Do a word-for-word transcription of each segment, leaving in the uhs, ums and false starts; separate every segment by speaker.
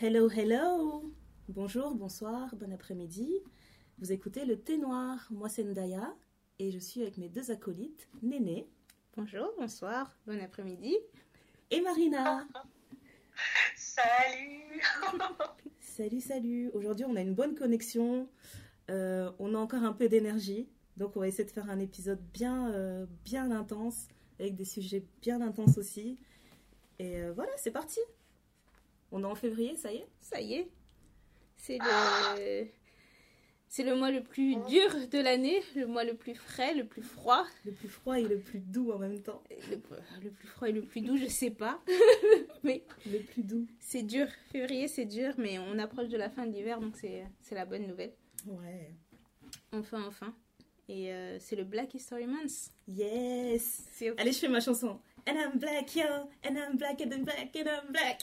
Speaker 1: Hello, hello. Bonjour, bonsoir, bon après-midi. Vous écoutez le Thé Noir. Moi, c'est Ndaya et je suis avec mes deux acolytes, Néné.
Speaker 2: Bonjour, bonsoir, bon après-midi.
Speaker 1: Et Marina.
Speaker 3: Salut.
Speaker 1: Salut, salut. Aujourd'hui, on a une bonne connexion. Euh, on a encore un peu d'énergie. Donc, on va essayer de faire un épisode bien, euh, bien intense, avec des sujets bien intenses aussi. Et euh, voilà, c'est parti. On est en février, ça y est ?
Speaker 2: Ça y est. C'est le... C'est le mois le plus dur de l'année, le mois le plus frais, le plus froid.
Speaker 1: Le plus froid et le plus doux en même temps.
Speaker 2: Le, le plus froid et le plus doux, je sais pas. Mais
Speaker 1: le plus doux.
Speaker 2: C'est dur. Février, c'est dur, mais on approche de la fin de l'hiver, donc c'est, c'est la bonne nouvelle.
Speaker 1: Ouais.
Speaker 2: Enfin, enfin. Et euh, c'est le Black History Month.
Speaker 1: Yes. C'est okay. Allez, je fais ma chanson. And I'm black, yo, and I'm black, and I'm black, and I'm black.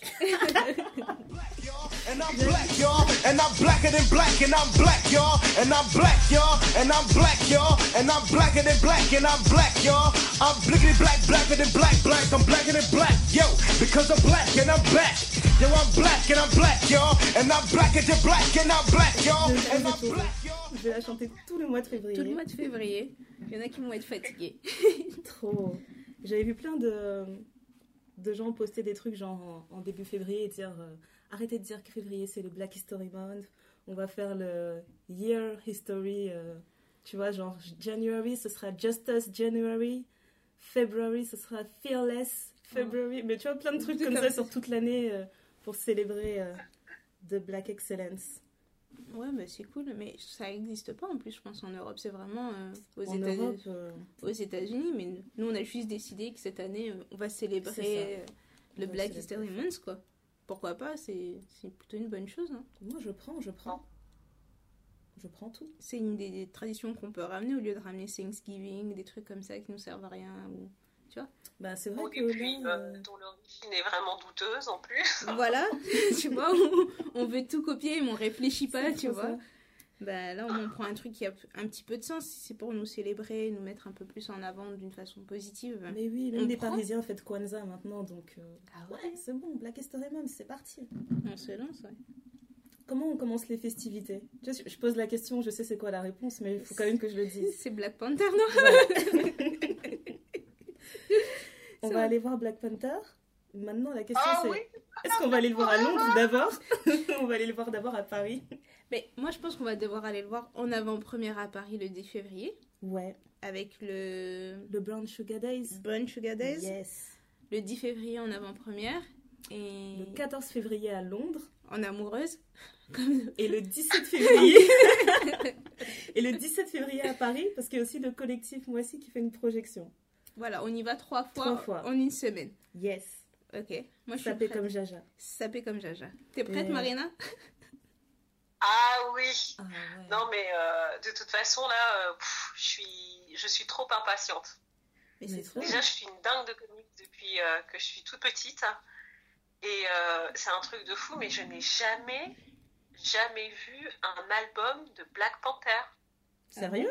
Speaker 4: And I'm black, y'all, and I'm blacker than black, and I'm black, y'all, and I'm black, y'all, and I'm black, y'all, and I'm blacker than black, and I'm black, y'all. I'm blickety black, blacker than black, black, I'm blacker than black, yo, because I'm black and I'm back. Yo, I'm black and I'm black, y'all, and I'm blacker than black, and I'm black, y'all, and I'm black, y'all.
Speaker 1: Je vais la chanter tout le mois de février.
Speaker 2: Tout le mois de février. Il y en a qui vont être fatigués.
Speaker 1: Trop. J'avais vu plein de, de gens poster des trucs genre en, en début février et dire euh, arrêtez de dire que février c'est le Black History Month, on va faire le Year History, euh, tu vois, genre January ce sera Justice January, February ce sera Fearless February, oh. Mais tu vois plein de trucs comme, comme ça sur toute l'année euh, pour célébrer euh, The Black Excellence.
Speaker 2: Ouais, bah c'est cool, mais ça n'existe pas en plus, je pense, en Europe. C'est vraiment euh, aux,
Speaker 1: en
Speaker 2: États-
Speaker 1: Europe, euh...
Speaker 2: aux États-Unis, mais nous, on a juste décidé que cette année, on va célébrer euh, le Black History Month, quoi. Pourquoi pas, c'est, c'est plutôt une bonne chose. Hein.
Speaker 1: Moi, je prends, je prends. Je prends tout.
Speaker 2: C'est une des, des traditions qu'on peut ramener au lieu de ramener Thanksgiving, des trucs comme ça qui nous servent à rien, ou... Tu vois,
Speaker 1: bah, c'est vrai
Speaker 3: oh,
Speaker 1: que
Speaker 3: et puis, là, euh, dont l'origine est vraiment douteuse en plus.
Speaker 2: Voilà, tu vois, on, on veut tout copier mais on réfléchit pas, c'est tu vois. Ça. Bah, là, on prend un truc qui a un petit peu de sens. Si c'est pour nous célébrer, nous mettre un peu plus en avant d'une façon positive.
Speaker 1: Mais oui, même les prend. Parisiens fêtent Kwanzaa maintenant, donc euh...
Speaker 2: ah ouais,
Speaker 1: ouais, c'est bon, Black History Month, c'est parti.
Speaker 2: On se lance, ouais.
Speaker 1: Comment on commence les festivités ? je, je pose la question, je sais c'est quoi la réponse, mais il faut quand même que je le dise.
Speaker 2: C'est Black Panther, non ? Voilà.
Speaker 1: On va aller voir Black Panther. Maintenant, la question
Speaker 3: ah,
Speaker 1: c'est...
Speaker 3: Oui.
Speaker 1: Est-ce qu'on va aller le voir à Londres d'abord ? On va aller le voir d'abord à Paris.
Speaker 2: Mais moi, je pense qu'on va devoir aller le voir en avant-première à Paris le dix février.
Speaker 1: Ouais.
Speaker 2: Avec le...
Speaker 1: Le Brown Sugar Days.
Speaker 2: Brown Sugar Days.
Speaker 1: Yes.
Speaker 2: Le dix février en avant-première. Et...
Speaker 1: Le quatorze février à Londres.
Speaker 2: En amoureuse.
Speaker 1: Comme... Et le dix-sept février. Et le dix-sept février à Paris, parce qu'il y a aussi le collectif Moi aussi qui fait une projection.
Speaker 2: Voilà, on y va trois fois,
Speaker 1: trois fois.
Speaker 2: en une semaine.
Speaker 1: Yes.
Speaker 2: Ok. Moi, je
Speaker 1: Sapé
Speaker 2: suis
Speaker 1: comme Jaja.
Speaker 2: Sapé comme Jaja. T'es prête,
Speaker 1: Et...
Speaker 2: Marina ?
Speaker 3: Ah oui.
Speaker 1: Ah, ouais.
Speaker 3: Non, mais euh, de toute façon, là, euh, pff, je, suis, je suis trop impatiente.
Speaker 2: Mais c'est trop.
Speaker 3: Déjà, je suis une dingue de comics depuis euh, que je suis toute petite. Et euh, c'est un truc de fou, mais je n'ai jamais, jamais vu un album de Black Panther.
Speaker 1: Sérieux ?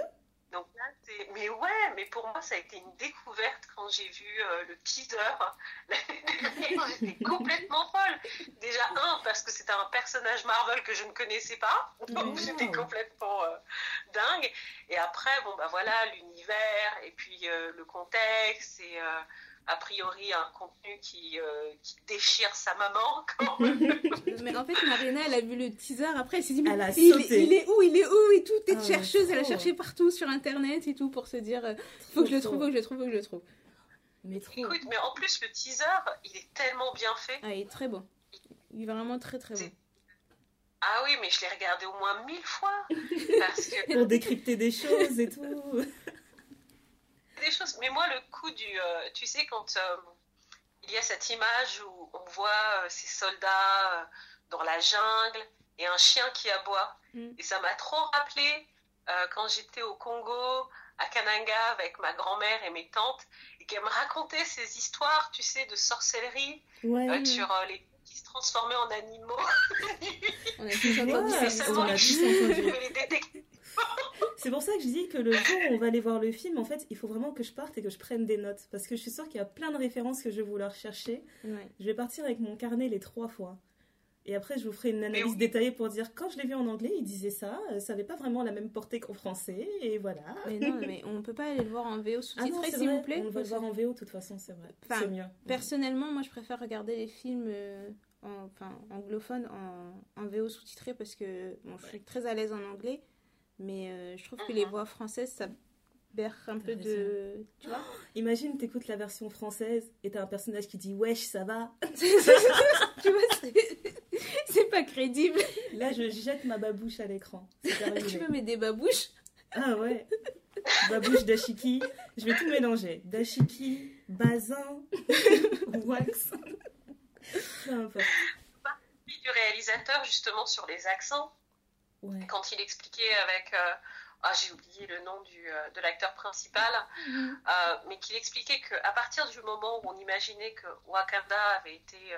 Speaker 3: Donc là, c'est... Mais ouais, mais pour moi, ça a été une découverte quand j'ai vu euh, le teaser l'année dernière. J'étais complètement folle. Déjà, un, parce que c'était un personnage Marvel que je ne connaissais pas. Donc, mmh. J'étais complètement euh, dingue. Et après, bon, bah voilà, l'univers, et puis euh, le contexte, et euh, a priori, un contenu qui, euh, qui déchire sa maman. Quand même.
Speaker 2: Mais en fait, Marina, elle a vu le teaser. Après, elle s'est dit, mais
Speaker 1: elle a
Speaker 2: il,
Speaker 1: sauté.
Speaker 2: il est où, il est où et tout. T'es ah, chercheuse, elle a
Speaker 1: trop.
Speaker 2: cherché partout sur Internet et tout pour se dire, euh, faut que je le trouve, faut que je le trouve, faut que je le trouve.
Speaker 3: Mais trop. Écoute, mais en plus, le teaser, il est tellement bien fait.
Speaker 2: Ah, il est très beau. Il est vraiment très, très beau.
Speaker 3: Ah oui, mais je l'ai regardé au moins mille fois. Parce que...
Speaker 1: Pour décrypter des choses et tout.
Speaker 3: Des choses. Mais moi, le coup du... Euh, tu sais, quand euh, il y a cette image où on voit euh, ces soldats euh, dans la jungle et un chien qui aboie. Mm. Et ça m'a trop rappelé euh, quand j'étais au Congo, à Kananga, avec ma grand-mère et mes tantes, et qu'elles me racontaient ces histoires, tu sais, de sorcellerie,
Speaker 1: ouais,
Speaker 3: euh,
Speaker 1: oui.
Speaker 3: sur euh, les qui se transformaient en animaux.
Speaker 2: On a tous entendu
Speaker 1: ouais,
Speaker 2: ça.
Speaker 1: On a tous entendu. C'est pour ça que je dis que le jour où on va aller voir le film, en fait, il faut vraiment que je parte et que je prenne des notes. Parce que je suis sûre qu'il y a plein de références que je vais vouloir chercher.
Speaker 2: Ouais.
Speaker 1: Je vais partir avec mon carnet les trois fois. Et après, je vous ferai une analyse
Speaker 3: oui.
Speaker 1: détaillée pour dire, quand je l'ai vu en anglais, il disait ça, ça n'avait pas vraiment la même portée qu'en français, et voilà.
Speaker 2: Mais non, mais on peut pas aller le voir en V O sous-titré,
Speaker 1: ah non,
Speaker 2: s'il
Speaker 1: vrai.
Speaker 2: vous plaît.
Speaker 1: On va le voir en V O, de toute façon, c'est vrai.
Speaker 2: Enfin,
Speaker 1: c'est mieux.
Speaker 2: Personnellement, moi, je préfère regarder les films euh, en, enfin, anglophones en, en V O sous-titré parce que bon, je suis très à l'aise en anglais, mais euh, je trouve que les voix françaises, ça berce un peu de... Tu vois.
Speaker 1: Imagine, t'écoutes la version française et t'as un personnage qui dit « Wesh, ça va ?»
Speaker 2: Tu vois, c'est... c'est pas crédible.
Speaker 1: Là, je jette ma babouche à l'écran.
Speaker 2: Tu veux mettre des babouches?
Speaker 1: Ah ouais. Babouche, dashiki. Je vais tout mélanger. Dashiki, bazin, wax. Peu importe.
Speaker 3: Du réalisateur, justement, sur les accents.
Speaker 1: Ouais.
Speaker 3: Quand il expliquait avec... Euh, ah, j'ai oublié le nom du, euh, de l'acteur principal. Mm-hmm. Euh, mais qu'il expliquait qu'à partir du moment où on imaginait que Wakanda avait été euh,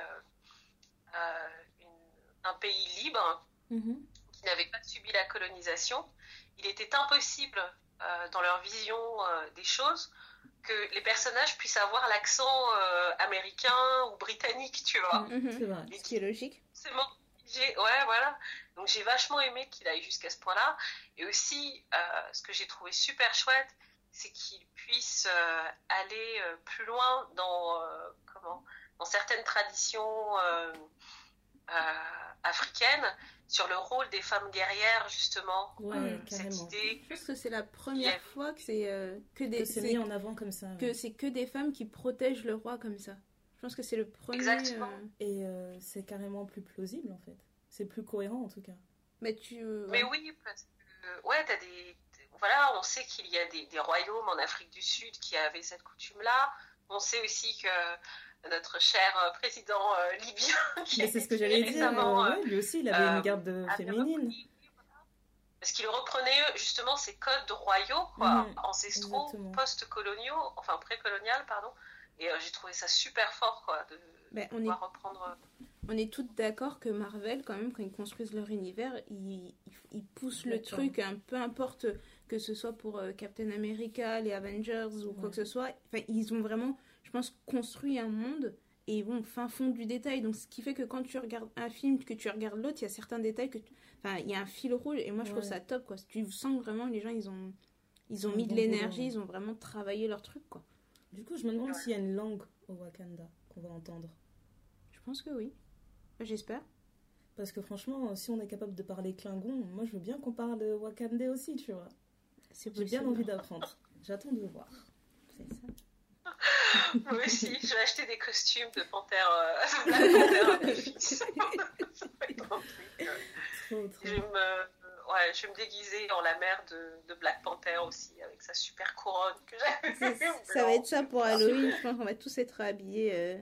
Speaker 3: euh, une, un pays libre, mm-hmm. qui n'avait pas subi la colonisation, il était impossible, euh, dans leur vision euh, des choses, que les personnages puissent avoir l'accent euh, américain ou britannique, tu vois.
Speaker 2: Mm-hmm. C'est vrai, ce qui est logique.
Speaker 3: C'est bon. J'ai, ouais, voilà. Donc j'ai vachement aimé qu'il aille jusqu'à ce point-là. Et aussi, euh, ce que j'ai trouvé super chouette, c'est qu'il puisse euh, aller euh, plus loin dans, euh, comment, dans certaines traditions euh, euh, africaines, sur le rôle des femmes guerrières, justement.
Speaker 1: Ouais,
Speaker 3: euh,
Speaker 1: carrément.
Speaker 3: Cette idée.
Speaker 2: Je pense que c'est la première a... fois que c'est euh, que des...
Speaker 1: Que c'est mis en avant comme ça. Ouais.
Speaker 2: Que c'est que des femmes qui protègent le roi comme ça. Je pense que c'est le premier...
Speaker 3: Exactement.
Speaker 2: Euh...
Speaker 1: Et euh, c'est carrément plus plausible, en fait. C'est plus cohérent, en tout cas.
Speaker 2: Mais tu... Euh,
Speaker 3: Mais oui, parce que... Ouais, t'as des... Voilà, on sait qu'il y a des, des royaumes en Afrique du Sud qui avaient cette coutume-là. On sait aussi que notre cher président euh, libyen...
Speaker 1: Mais c'est ce que j'allais dire. Euh, ouais, lui aussi, il avait euh, une garde euh, féminine. Repris,
Speaker 3: parce qu'il reprenait, justement, ces codes royaux, quoi, mmh, ancestraux, exactement. Post-coloniaux, enfin pré-colonial, pardon. Et euh, j'ai trouvé ça super fort, quoi, de,
Speaker 2: ben,
Speaker 3: de
Speaker 2: on
Speaker 3: pouvoir
Speaker 2: est,
Speaker 3: reprendre...
Speaker 2: On est toutes d'accord que Marvel, quand même, quand ils construisent leur univers, ils, ils poussent le truc, hein, peu importe que ce soit pour euh, Captain America, les Avengers ou ouais. quoi que ce soit. Enfin, ils ont vraiment, je pense, construit un monde et ils vont fin fond du détail. Donc, ce qui fait que quand tu regardes un film, que tu regardes l'autre, il y a certains détails que... Tu... Enfin, il y a un fil rouge et moi, je ouais. trouve ça top, quoi. Tu sens que vraiment, les gens, ils ont, ils ont mis de l'énergie, ils ont vraiment travaillé leur truc, quoi.
Speaker 1: Du coup, je me demande ouais. s'il y a une langue au Wakanda qu'on va entendre.
Speaker 2: Je pense que oui. J'espère.
Speaker 1: Parce que franchement, si on est capable de parler Klingon, moi, je veux bien qu'on parle Wakandais aussi, tu vois. C'est J'ai bien envie d'apprendre. J'attends de voir.
Speaker 2: C'est ça.
Speaker 3: Moi aussi, je vais acheter des costumes de panthère, euh, Black Panther à mes fils. Ça va être un truc. Euh, trop, trop. Je vais me... Ouais, je vais me déguiser en la mère de, de Black Panther aussi, avec sa super couronne que j'avais.
Speaker 2: Ça va être ça pour Halloween. Je pense qu'on va tous être habillés euh,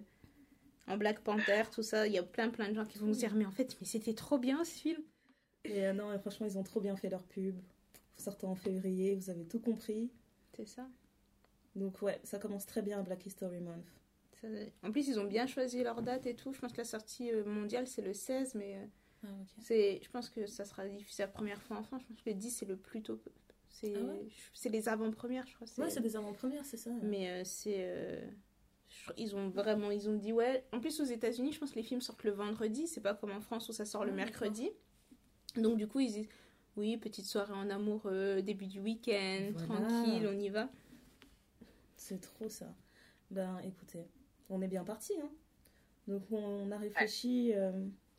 Speaker 2: en Black Panther, tout ça. Il y a plein plein de gens qui vont nous dire, mais en fait, mais c'était trop bien ce film.
Speaker 1: Et euh, non, franchement, ils ont trop bien fait leur pub. Vous sortez en février, vous avez tout compris.
Speaker 2: C'est ça.
Speaker 1: Donc ouais, ça commence très bien Black History Month.
Speaker 2: Ça... En plus, ils ont bien choisi leur date et tout. Je pense que la sortie mondiale, c'est le seize, mais... Euh... Ah, okay. c'est, je pense que ça sera diffusé la première fois en France. Je pense que le dix, c'est le plus tôt. C'est, ah ouais c'est les avant-premières, je crois.
Speaker 1: C'est... Ouais, c'est des avant-premières, c'est ça. Ouais.
Speaker 2: Mais euh, c'est... Euh... Ils ont vraiment... Ils ont dit, ouais... En plus, aux États-Unis, je pense que les films sortent le vendredi. C'est pas comme en France où ça sort ah, le mercredi. D'accord. Donc, du coup, ils disent, oui, petite soirée en amoureux, début du week-end, voilà. Tranquille, on y va.
Speaker 1: C'est trop ça. Ben, écoutez, on est bien parti, hein. Donc, on a réfléchi... Euh...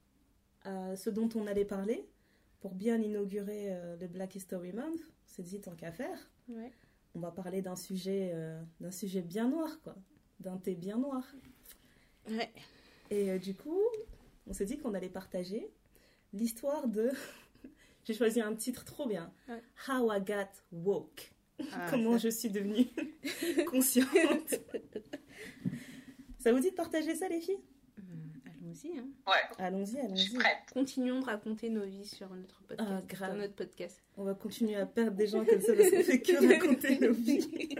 Speaker 1: à ce dont on allait parler pour bien inaugurer euh, le Black History Month. On s'est dit, tant qu'à faire,
Speaker 2: ouais.
Speaker 1: on va parler d'un sujet, euh, d'un sujet bien noir, quoi. D'un thé bien noir.
Speaker 2: Ouais.
Speaker 1: Et euh, du coup, on s'est dit qu'on allait partager l'histoire de... J'ai choisi un titre trop bien. Ouais. How I Got Woke. Ah, Comment ça. Je suis devenue consciente. Ça vous dit de partager ça, les filles ?
Speaker 2: Allons-y, hein.
Speaker 3: Ouais.
Speaker 1: Allons-y, allons-y.
Speaker 3: Je suis prête.
Speaker 2: Continuons de raconter nos vies sur notre podcast.
Speaker 1: Ah, grave.
Speaker 2: Sur notre podcast.
Speaker 1: On va continuer à perdre des gens comme ça parce qu'on fait que raconter nos vies.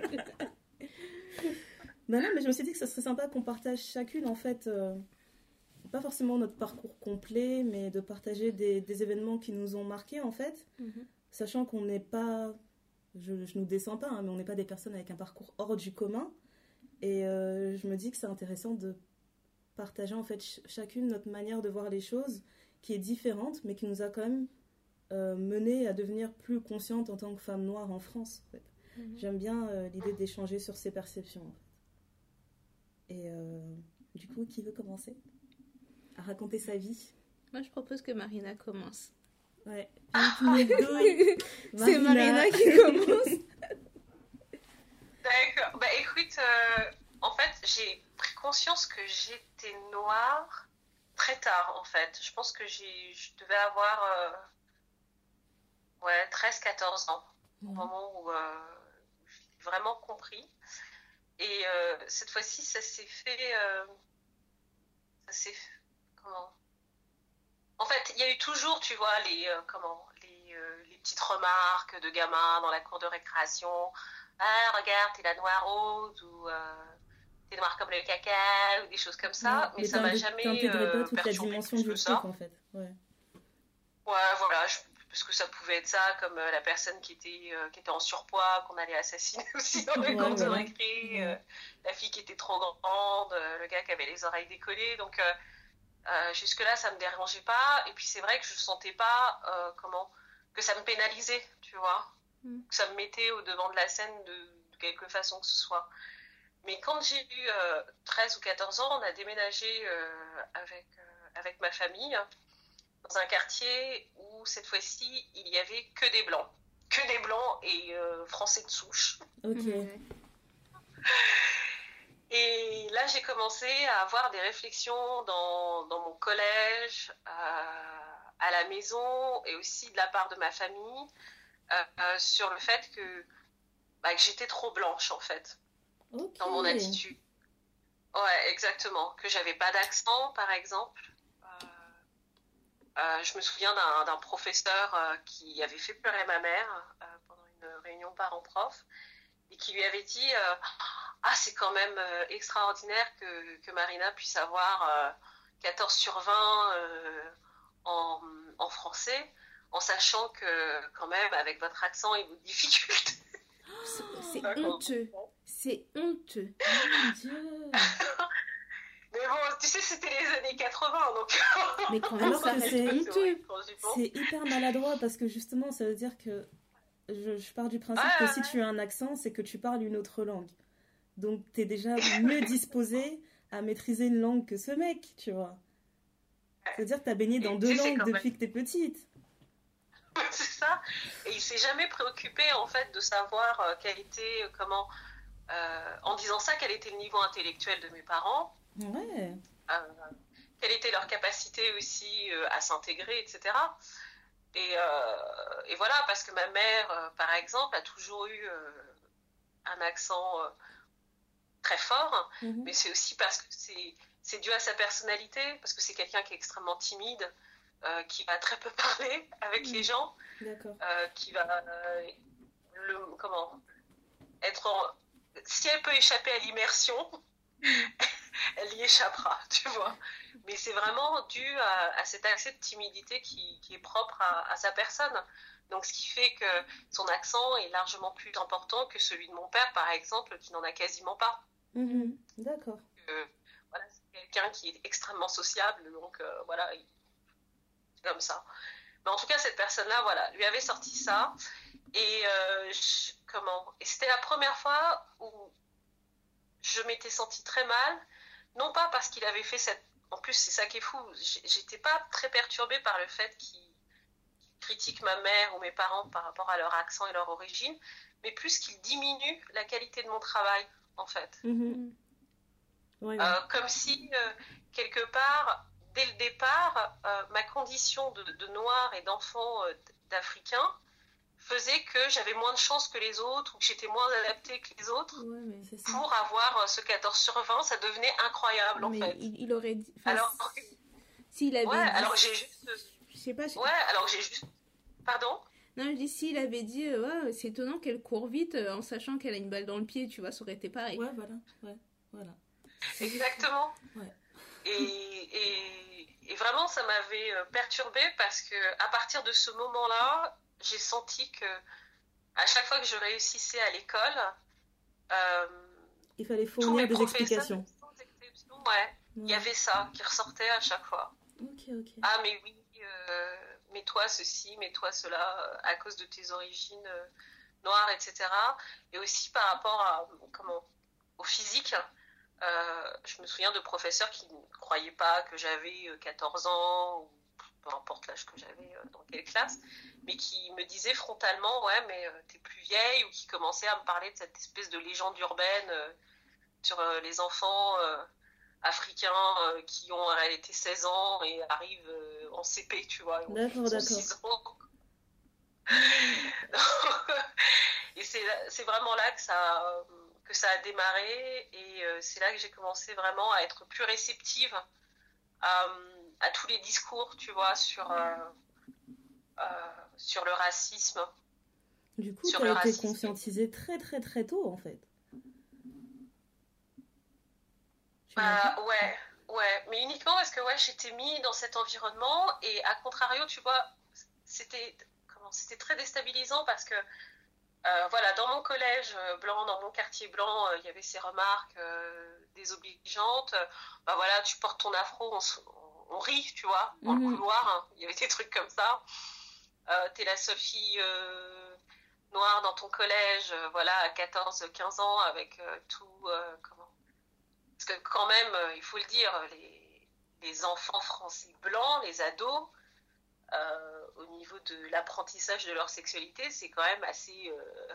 Speaker 1: non, non, mais je me suis dit que ça serait sympa qu'on partage chacune, en fait, euh, pas forcément notre parcours complet, mais de partager des, des événements qui nous ont marqués, en fait, mm-hmm. sachant qu'on n'est pas, je, je nous descends pas, hein, mais on n'est pas des personnes avec un parcours hors du commun. Et euh, je me dis que c'est intéressant de partageant en fait ch- chacune notre manière de voir les choses, qui est différente, mais qui nous a quand même euh, mené à devenir plus conscientes en tant que femmes noires en France. En fait. Mm-hmm. J'aime bien euh, l'idée d'échanger sur ces perceptions. En fait. Et euh, du coup, qui veut commencer à raconter sa vie?
Speaker 2: Moi, je propose que Marina commence.
Speaker 1: Ouais.
Speaker 2: C'est Marina qui commence.
Speaker 3: D'accord. Bah écoute, euh, en fait, j'ai pris conscience que j'étais noire très tard, en fait. Je pense que j'ai, je devais avoir euh, ouais, treize quatorze ans, mmh. au moment où euh, j'ai vraiment compris. Et euh, cette fois-ci, ça s'est fait... Euh, ça s'est fait... Comment ? En fait, il y a eu toujours, tu vois, les, euh, comment, les, euh, les petites remarques de gamins dans la cour de récréation. Ah, regarde, t'es la noire rose, ou euh, t'es noire comme le caca, ou des choses comme ça. Ouais, mais, mais ça m'a jamais
Speaker 1: t'intégrais pas toute euh, la dimension du truc, en fait. Ouais,
Speaker 3: ouais voilà, je, parce que ça pouvait être ça, comme euh, la personne qui était, euh, qui était en surpoids, qu'on allait assassiner aussi dans les ouais, cours de ouais. récré, ouais. euh, la fille qui était trop grande, euh, le gars qui avait les oreilles décollées, donc... Euh, Euh, jusque-là, ça me dérangeait pas. Et puis, c'est vrai que je sentais pas euh, comment que ça me pénalisait, tu vois. Mm. Que ça me mettait au devant de la scène de, de quelque façon que ce soit. Mais quand j'ai eu euh, treize ou quatorze ans, on a déménagé euh, avec, euh, avec ma famille dans un quartier où, cette fois-ci, il y avait que des blancs. Que des blancs et euh, français de souche.
Speaker 1: Ok.
Speaker 3: Et là, j'ai commencé à avoir des réflexions dans, dans mon collège, euh, à la maison et aussi de la part de ma famille euh, euh, sur le fait que, bah, que j'étais trop blanche, en fait, okay. dans mon attitude. Ouais, exactement. Que j'avais pas d'accent, par exemple. Euh, euh, je me souviens d'un, d'un professeur euh, qui avait fait pleurer ma mère euh, pendant une réunion parents-prof et qui lui avait dit... Euh, ah, c'est quand même euh, extraordinaire que, que Marina puisse avoir euh, quatorze sur vingt euh, en, en français, en sachant que, quand même, avec votre accent et vos difficultés...
Speaker 2: C'est, c'est honteux. C'est honteux. Oh mon Dieu.
Speaker 3: Mais bon, tu sais, c'était les années quatre-vingts, donc...
Speaker 2: Mais quand même, ça reste
Speaker 1: c'est
Speaker 2: honteux.
Speaker 1: C'est hyper maladroit, parce que justement, ça veut dire que... Je, je pars du principe ah, que ouais. si tu as un accent, c'est que tu parles une autre langue. Donc, t'es déjà mieux disposé à maîtriser une langue que ce mec, tu vois. Ça veut dire que t'as baigné dans et deux langues depuis même... que t'es petite.
Speaker 3: C'est ça. Et il s'est jamais préoccupé, en fait, de savoir euh, quel était, euh, comment... Euh, en disant ça, quel était le niveau intellectuel de mes parents.
Speaker 1: Ouais.
Speaker 3: Euh, quelle était leur capacité aussi euh, à s'intégrer, et cetera. Et, euh, et voilà, parce que ma mère, euh, par exemple, a toujours eu euh, un accent... Euh, très fort, mm-hmm. mais c'est aussi parce que c'est, c'est dû à sa personnalité, parce que c'est quelqu'un qui est extrêmement timide, euh, qui va très peu parler avec mm-hmm. les gens, euh, qui va euh, le, comment, être en, si elle peut échapper à l'immersion, mm-hmm. elle y échappera, tu vois. Mais c'est vraiment dû à, à cet accès de timidité qui, qui est propre à, à sa personne. Donc, ce qui fait que son accent est largement plus important que celui de mon père, par exemple, qui n'en a quasiment pas.
Speaker 1: Mmh, d'accord.
Speaker 3: Euh, voilà, c'est quelqu'un qui est extrêmement sociable, donc euh, voilà, il... c'est comme ça. Mais en tout cas, cette personne-là, voilà, lui avait sorti ça. Et euh, je... comment Et c'était la première fois où je m'étais sentie très mal, non pas parce qu'il avait fait cette... En plus, c'est ça qui est fou, j'étais pas très perturbée par le fait qu'il critique ma mère ou mes parents par rapport à leur accent et leur origine, mais plus qu'il diminue la qualité de mon travail, en fait.
Speaker 1: Mmh. Ouais, ouais.
Speaker 3: Euh, comme si, euh, quelque part, dès le départ, euh, ma condition de, de noire et d'enfant euh, d'Africain faisait que j'avais moins de chance que les autres, ou que j'étais moins adaptée que les autres,
Speaker 1: ouais, mais c'est ça.
Speaker 3: Pour avoir euh, ce quatorze sur vingt, ça devenait incroyable,
Speaker 2: mais
Speaker 3: en fait.
Speaker 2: Il, il aurait dit... Enfin,
Speaker 3: alors,
Speaker 2: s'il avait
Speaker 3: ouais,
Speaker 2: dit...
Speaker 3: alors j'ai juste...
Speaker 2: Je sais pas... Je...
Speaker 3: Ouais, alors j'ai juste... Pardon ?
Speaker 2: Non, je dis, s'il avait dit, euh, ouais, c'est étonnant qu'elle court vite euh, en sachant qu'elle a une balle dans le pied, tu vois, ça aurait été pareil.
Speaker 1: Ouais, voilà, ouais, voilà.
Speaker 3: Exactement.
Speaker 1: Ouais.
Speaker 3: Et, et, et vraiment, ça m'avait perturbée parce que à partir de ce moment-là, j'ai senti que à chaque fois que je réussissais à l'école, euh,
Speaker 1: il fallait fournir des explications.
Speaker 3: Sans exception, ouais, il y avait ça qui ressortait à chaque fois.
Speaker 1: Ok, ok.
Speaker 3: Ah, mais oui, euh, mais toi ceci, mais toi cela, euh, à cause de tes origines euh, noires, et cetera. Et aussi par rapport à, comment, au physique. Euh, je me souviens de professeurs qui ne croyaient pas que j'avais quatorze ans, ou peu importe l'âge que j'avais, euh, dans quelle classe, mais qui me disaient frontalement, ouais, mais euh, t'es plus vieille, ou qui commençaient à me parler de cette espèce de légende urbaine euh, sur euh, les enfants euh, africains euh, qui ont en réalité seize ans et arrivent euh, en C P, tu vois, ils
Speaker 1: D'accord,
Speaker 3: ont
Speaker 1: d'accord.
Speaker 3: six ans. Et c'est, c'est vraiment là que ça, que ça a démarré, et euh, c'est là que j'ai commencé vraiment à être plus réceptive à, à tous les discours, tu vois, sur, euh, euh, sur le racisme.
Speaker 1: Du coup,
Speaker 3: Sur
Speaker 1: tu
Speaker 3: le
Speaker 1: as été
Speaker 3: racisme.
Speaker 1: conscientisée très très très tôt en fait. Tu
Speaker 3: Bah,
Speaker 1: m'entends?
Speaker 3: ouais, ouais, mais uniquement parce que ouais, j'étais mis dans cet environnement, et à contrario, tu vois, c'était, comment, c'était très déstabilisant parce que euh, voilà, dans mon collège euh, blanc, dans mon quartier blanc, euh, il y avait ces remarques euh, désobligeantes. Euh, bah voilà, tu portes ton afro, on, s- on rit, tu vois, dans
Speaker 1: Mhm.
Speaker 3: le couloir, hein. Il y avait des trucs comme ça. Euh, t'es la seule fille euh, noire dans ton collège, euh, voilà, à quatorze quinze ans, avec euh, tout, euh, comment. Parce que quand même, euh, il faut le dire, les, les enfants français blancs, les ados, euh, au niveau de l'apprentissage de leur sexualité, c'est quand même assez, euh,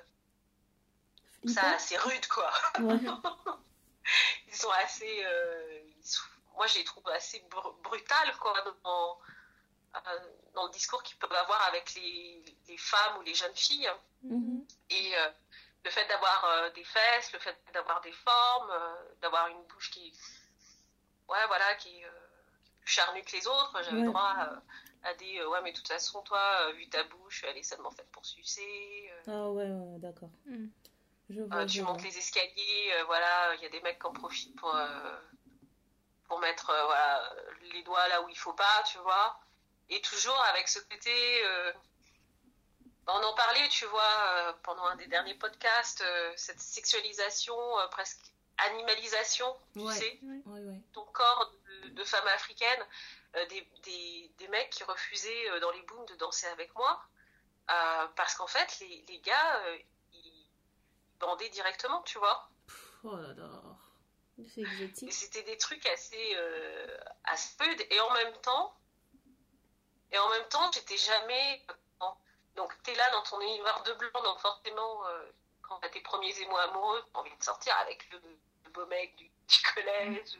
Speaker 3: ça,
Speaker 1: Flippant?
Speaker 3: assez rude, quoi.
Speaker 1: Ouais.
Speaker 3: Ils sont assez, euh, ils sont- moi je les trouve assez br- brutales, quoi, dans, euh, dans le discours qu'ils peuvent avoir avec les, les femmes ou les jeunes filles.
Speaker 1: Mhm.
Speaker 3: Et euh, le fait d'avoir euh, des fesses, le fait d'avoir des formes, euh, d'avoir une bouche qui, ouais, voilà, qui est euh, plus charnue que les autres. J'avais
Speaker 1: Ouais.
Speaker 3: droit à, à des, euh, ouais, mais de toute façon, toi, euh, vu ta bouche, elle est seulement faite pour sucer. euh,
Speaker 1: Ah ouais, ouais, d'accord.
Speaker 2: Mm.
Speaker 1: Je
Speaker 3: euh,
Speaker 1: vois,
Speaker 3: tu
Speaker 1: je
Speaker 3: montes
Speaker 1: vois.
Speaker 3: les escaliers, euh, voilà, il y a des mecs qui en profitent pour, euh, pour mettre euh, voilà, les doigts là où il faut pas, tu vois. Et toujours avec ce côté, euh, on en parlait, tu vois, euh, pendant un des derniers podcasts, euh, cette sexualisation, euh, presque animalisation, tu
Speaker 1: Ouais.
Speaker 3: sais,
Speaker 1: Ouais, ouais.
Speaker 3: ton corps de, de femme africaine, euh, des, des, des mecs qui refusaient euh, dans les booms de danser avec moi, euh, parce qu'en fait, les, les gars, euh, ils bandaient directement, tu vois.
Speaker 1: Oh là là.
Speaker 2: C'est
Speaker 3: Et
Speaker 2: exotique.
Speaker 3: c'était des trucs assez, euh, assez rudes. Et en même temps, et en même temps, j'étais jamais. Donc, t'es là dans ton univers de blanc, donc forcément, euh, quand t'as tes premiers émois amoureux, t'as envie de sortir avec le, le beau mec du, du collège.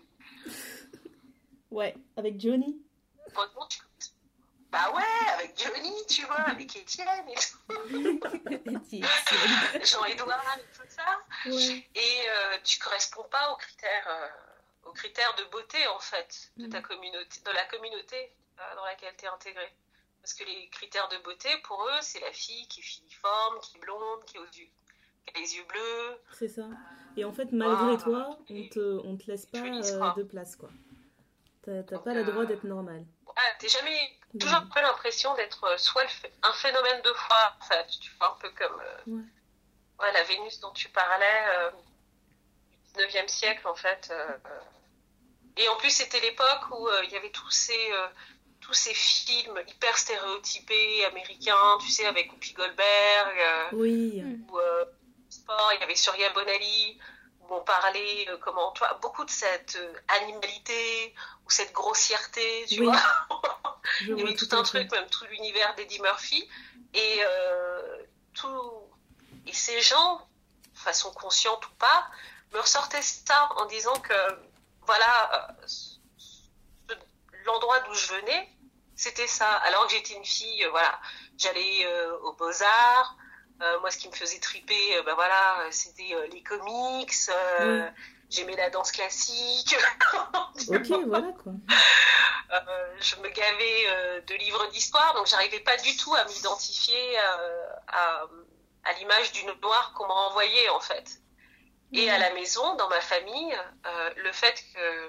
Speaker 3: Ou...
Speaker 1: Ouais, avec Johnny.
Speaker 3: Franchement, tu... Bah ouais, avec Johnny, tu vois, avec Étienne et tout. Jean-Édouard et tout ça.
Speaker 1: Ouais.
Speaker 3: Et euh, tu corresponds pas aux critères, euh, aux critères de beauté, en fait, de ta communauté, de la communauté euh, dans laquelle tu es intégré. Parce que les critères de beauté, pour eux, c'est la fille qui est filiforme, qui est blonde, qui, est aux yeux, qui a les yeux bleus.
Speaker 1: C'est ça. Et en fait, malgré
Speaker 3: Ah,
Speaker 1: toi,
Speaker 3: et-
Speaker 1: on te, on te laisse pas
Speaker 3: Félix,
Speaker 1: euh,
Speaker 3: quoi.
Speaker 1: de place, quoi. T'as t'as
Speaker 3: Donc,
Speaker 1: pas le droit
Speaker 3: euh,
Speaker 1: d'être normal.
Speaker 3: Ouais, t'es jamais
Speaker 1: Non.
Speaker 3: toujours un peu l'impression d'être euh, soit le ph- un phénomène de foi, en fait, tu vois, un peu comme euh,
Speaker 1: Ouais.
Speaker 3: ouais, la Vénus dont tu parlais euh, du dix-neuvième siècle, en fait. euh, euh. Et en plus, c'était l'époque où euh, il y avait tous ces, euh, tous ces films hyper stéréotypés américains, tu sais, avec Whoopi Goldberg, euh,
Speaker 1: Oui.
Speaker 2: Mm.
Speaker 3: ou euh, sport, il y avait Surya Bonali, où on parlait, euh, comment, tu vois, beaucoup de cette euh, animalité, ou cette grossièreté, tu
Speaker 1: Oui.
Speaker 3: vois.
Speaker 1: Je
Speaker 3: Il y
Speaker 1: vois
Speaker 3: avait tout
Speaker 1: à
Speaker 3: un
Speaker 1: fait.
Speaker 3: truc, même tout l'univers d'Eddie Murphy. Et, euh, tout... et ces gens, de façon consciente ou pas, me ressortaient ça en disant que, voilà, euh, ce- l'endroit d'où je venais, c'était ça. Alors que j'étais une fille, euh, voilà, j'allais euh, aux Beaux-Arts. Euh, moi, ce qui me faisait triper, euh, ben voilà, euh, c'était euh, les comics. euh,
Speaker 1: Oui.
Speaker 3: J'aimais la danse classique.
Speaker 1: Ok, voilà, quoi.
Speaker 3: Euh, je me gavais euh, de livres d'histoire, donc j'arrivais pas du tout à m'identifier euh, à, à l'image d'une noire qu'on m'a envoyée, en fait. Et à la maison, dans ma famille, euh, le fait que,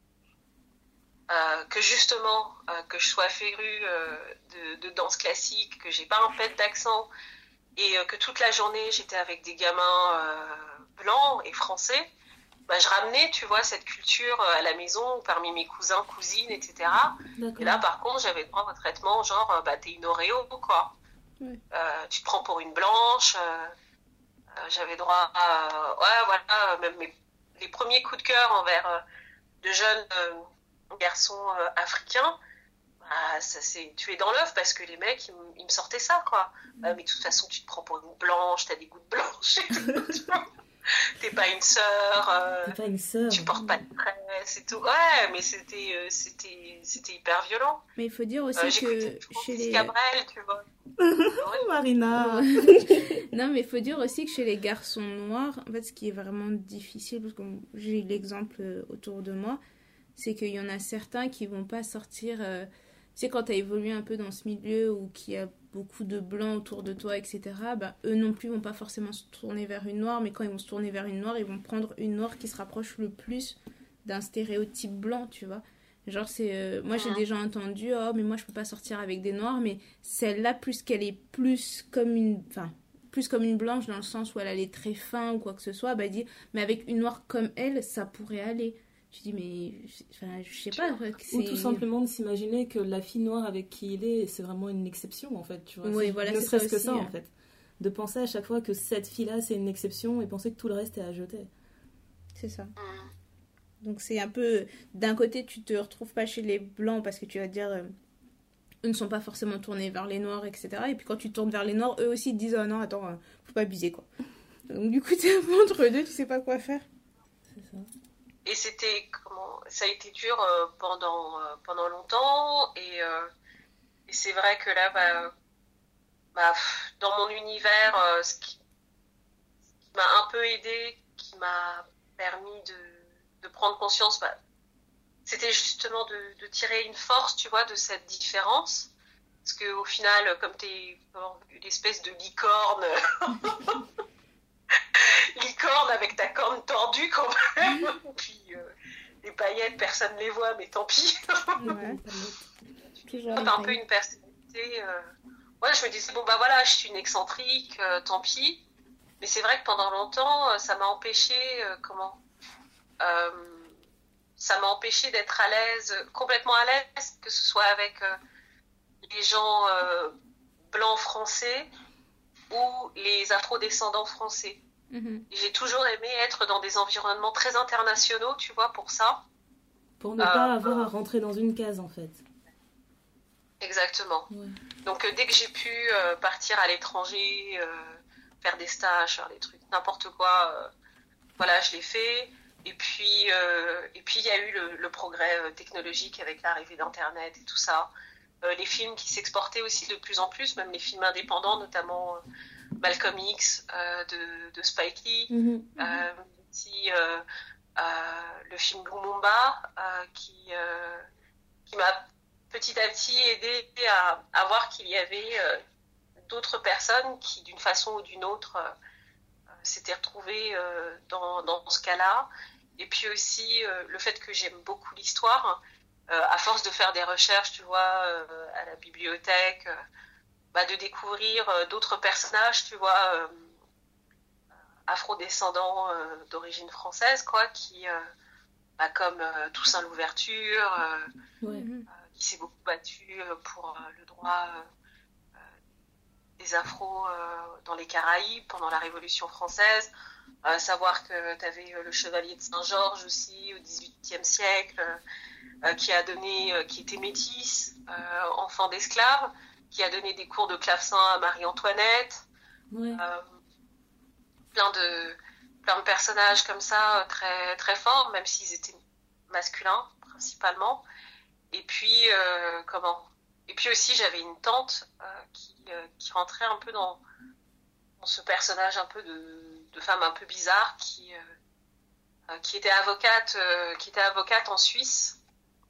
Speaker 3: euh, que justement, euh, que je sois férue euh, de, de danse classique, que j'ai pas un pet d'accent, et euh, que toute la journée j'étais avec des gamins euh, blancs et français, bah, je ramenais, tu vois, cette culture à la maison, parmi mes cousins, cousines, et cetera. D'accord. Et là, par contre, j'avais droit au traitement, genre, bah, t'es une Oreo, quoi. Ouais. Euh, tu te prends pour une blanche. Euh, euh, j'avais droit à... Ouais, voilà, même mes, les premiers coups de cœur envers euh, de jeunes euh, garçons euh, africains, bah, ça s'est tué dans l'œuf, parce que les mecs, ils, ils me sortaient ça, quoi. Euh, mais de toute façon, tu te prends pour une blanche, t'as des gouttes blanches et tout. T'es pas une sœur, euh,
Speaker 1: T'es pas une sœur,
Speaker 3: tu portes pas de tresse et tout. Ouais, mais c'était, euh, c'était, c'était hyper violent.
Speaker 2: Mais il faut dire aussi euh, que chez les...
Speaker 3: Cabrel, tu vois.
Speaker 1: Marina.
Speaker 2: Non, mais il faut dire aussi que chez les garçons noirs, en fait, ce qui est vraiment difficile, parce que j'ai l'exemple autour de moi, c'est qu'il y en a certains qui vont pas sortir... Euh... Tu sais, quand tu as évolué un peu dans ce milieu où il y a beaucoup de blancs autour de toi, et cetera, ben, eux non plus vont pas forcément se tourner vers une noire, mais quand ils vont se tourner vers une noire, ils vont prendre une noire qui se rapproche le plus d'un stéréotype blanc, tu vois. Genre, c'est... Euh, moi, j'ai déjà entendu, oh, mais moi, je peux pas sortir avec des noirs, mais celle-là, plus qu'elle est plus comme une... Enfin, plus comme une blanche, dans le sens où elle a les traits fins ou quoi que ce soit, bah, elle dit, mais avec une noire comme elle, ça pourrait aller. Je dis, mais enfin, je sais pas.
Speaker 1: Ou tout simplement de s'imaginer que la fille noire avec qui il est, c'est vraiment une exception, en fait. Tu vois,
Speaker 2: oui, voilà,
Speaker 1: ne
Speaker 2: c'est
Speaker 1: serait-ce
Speaker 2: ça
Speaker 1: que ça,
Speaker 2: hein.
Speaker 1: en fait. De penser à chaque fois que cette fille-là, c'est une exception et penser que tout le reste est à jeter.
Speaker 2: C'est ça. Donc c'est un peu... D'un côté, tu te retrouves pas chez les blancs parce que tu vas te dire... Euh, eux ne sont pas forcément tournés vers les noirs, et cetera. Et puis quand tu tournes vers les noirs, eux aussi te disent, oh non, attends, euh, faut pas abuser, quoi. Donc du coup, t'es un peu entre deux, tu sais pas quoi faire.
Speaker 1: C'est ça.
Speaker 3: Et c'était comment ça a été dur euh, pendant euh, pendant longtemps et, euh, et c'est vrai que là bah, bah dans mon univers euh, ce, qui, ce qui m'a un peu aidé, qui m'a permis de, de prendre conscience, bah, c'était justement de, de tirer une force, tu vois, de cette différence, parce que au final, comme t'es une espèce de licorne. Licorne avec ta corne tordue quand même. Puis euh, les paillettes, personne ne les voit, mais tant pis.
Speaker 2: Ouais.
Speaker 3: Tu as un peu une personnalité. Euh... Ouais, je me disais, bon bah voilà, je suis une excentrique, euh, tant pis. Mais c'est vrai que pendant longtemps, euh, ça m'a empêché, euh, comment euh, ça m'a empêché d'être à l'aise, complètement à l'aise, que ce soit avec euh, les gens euh, blancs français ou les afro-descendants français. Mmh. J'ai toujours aimé être dans des environnements très internationaux, tu vois, pour ça.
Speaker 1: Pour ne euh, pas avoir à rentrer dans une case, en fait.
Speaker 3: Exactement.
Speaker 1: Ouais.
Speaker 3: Donc, euh, dès que j'ai pu euh, partir à l'étranger, euh, faire des stages, faire des trucs, n'importe quoi, euh, voilà, je l'ai fait. Et puis, euh, et puis, il y a eu le, le progrès technologique avec l'arrivée d'Internet et tout ça. Euh, les films qui s'exportaient aussi de plus en plus, même les films indépendants, notamment... Euh, Malcolm X euh, de, de Spike Lee, mm-hmm. euh, aussi, euh, euh, le film Lumumba euh, qui, euh, qui m'a petit à petit aidé à, à voir qu'il y avait euh, d'autres personnes qui, d'une façon ou d'une autre, euh, s'étaient retrouvées euh, dans, dans ce cas-là. Et puis aussi euh, le fait que j'aime beaucoup l'histoire, euh, à force de faire des recherches, tu vois, euh, à la bibliothèque, euh, bah, de découvrir euh, d'autres personnages, tu vois, euh, afro-descendants euh, d'origine française, quoi, qui, euh, bah, comme euh, Toussaint Louverture, euh,
Speaker 1: ouais.
Speaker 3: euh, qui s'est beaucoup battu pour euh, le droit euh, des afros euh, dans les Caraïbes pendant la Révolution française. Euh, savoir que tu avais euh, le chevalier de Saint-Georges aussi au dix-huitième siècle, euh, qui a donné, euh, qui était métis, euh, enfant d'esclaves, qui a donné des cours de clavecin à Marie-Antoinette.
Speaker 1: Ouais.
Speaker 3: Euh, plein de plein de personnages comme ça, très très forts, même s'ils étaient masculins principalement. Et puis euh, comment Et puis aussi j'avais une tante euh, qui euh, qui rentrait un peu dans, dans ce personnage un peu de, de femme un peu bizarre qui euh, qui était avocate euh, qui était avocate en Suisse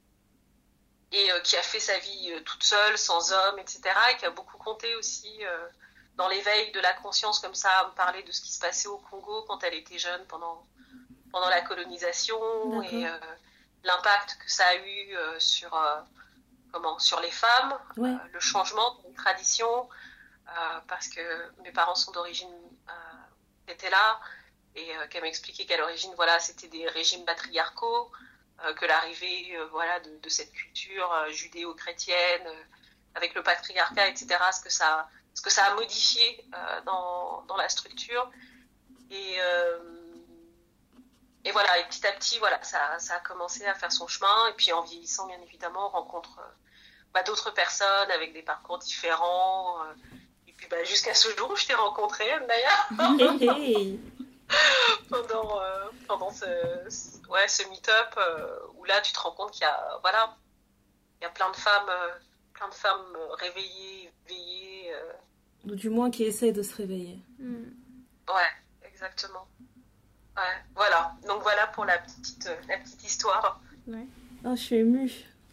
Speaker 3: et euh, qui a fait sa vie euh, toute seule, sans homme, et cetera, et qui a beaucoup compté aussi euh, dans l'éveil de la conscience, comme ça, à me parler de ce qui se passait au Congo quand elle était jeune, pendant, pendant la colonisation,
Speaker 1: D'accord.
Speaker 3: et euh, l'impact que ça a eu euh, sur, euh, comment, sur les femmes,
Speaker 1: ouais.
Speaker 3: euh, le changement des traditions, euh, parce que mes parents sont d'origine euh, étaient là, et euh, qu'elle m'expliquait qu'à l'origine, voilà, c'était des régimes patriarcaux, euh, que l'arrivée euh, voilà, de, de cette culture euh, judéo-chrétienne, euh, avec le patriarcat, et cetera, ce que ça, ce que ça a modifié euh, dans, dans la structure. Et, euh, et voilà, et petit à petit, voilà, ça, ça a commencé à faire son chemin. Et puis en vieillissant, bien évidemment, on rencontre euh, bah, d'autres personnes avec des parcours différents. Euh, et puis bah, jusqu'à ce jour où je t'ai rencontré, d'ailleurs.
Speaker 1: Hey, hey.
Speaker 3: pendant euh, pendant ce, ce, ouais, ce meet-up euh, où là tu te rends compte qu'il y a voilà il y a plein de femmes euh, plein de femmes réveillées éveillées euh...
Speaker 1: ou du moins qui essayent de se réveiller.
Speaker 2: Mm.
Speaker 3: Ouais, exactement. Ouais, voilà, donc voilà pour la petite euh, la petite histoire.
Speaker 2: Ouais.
Speaker 1: Ah, je suis émue.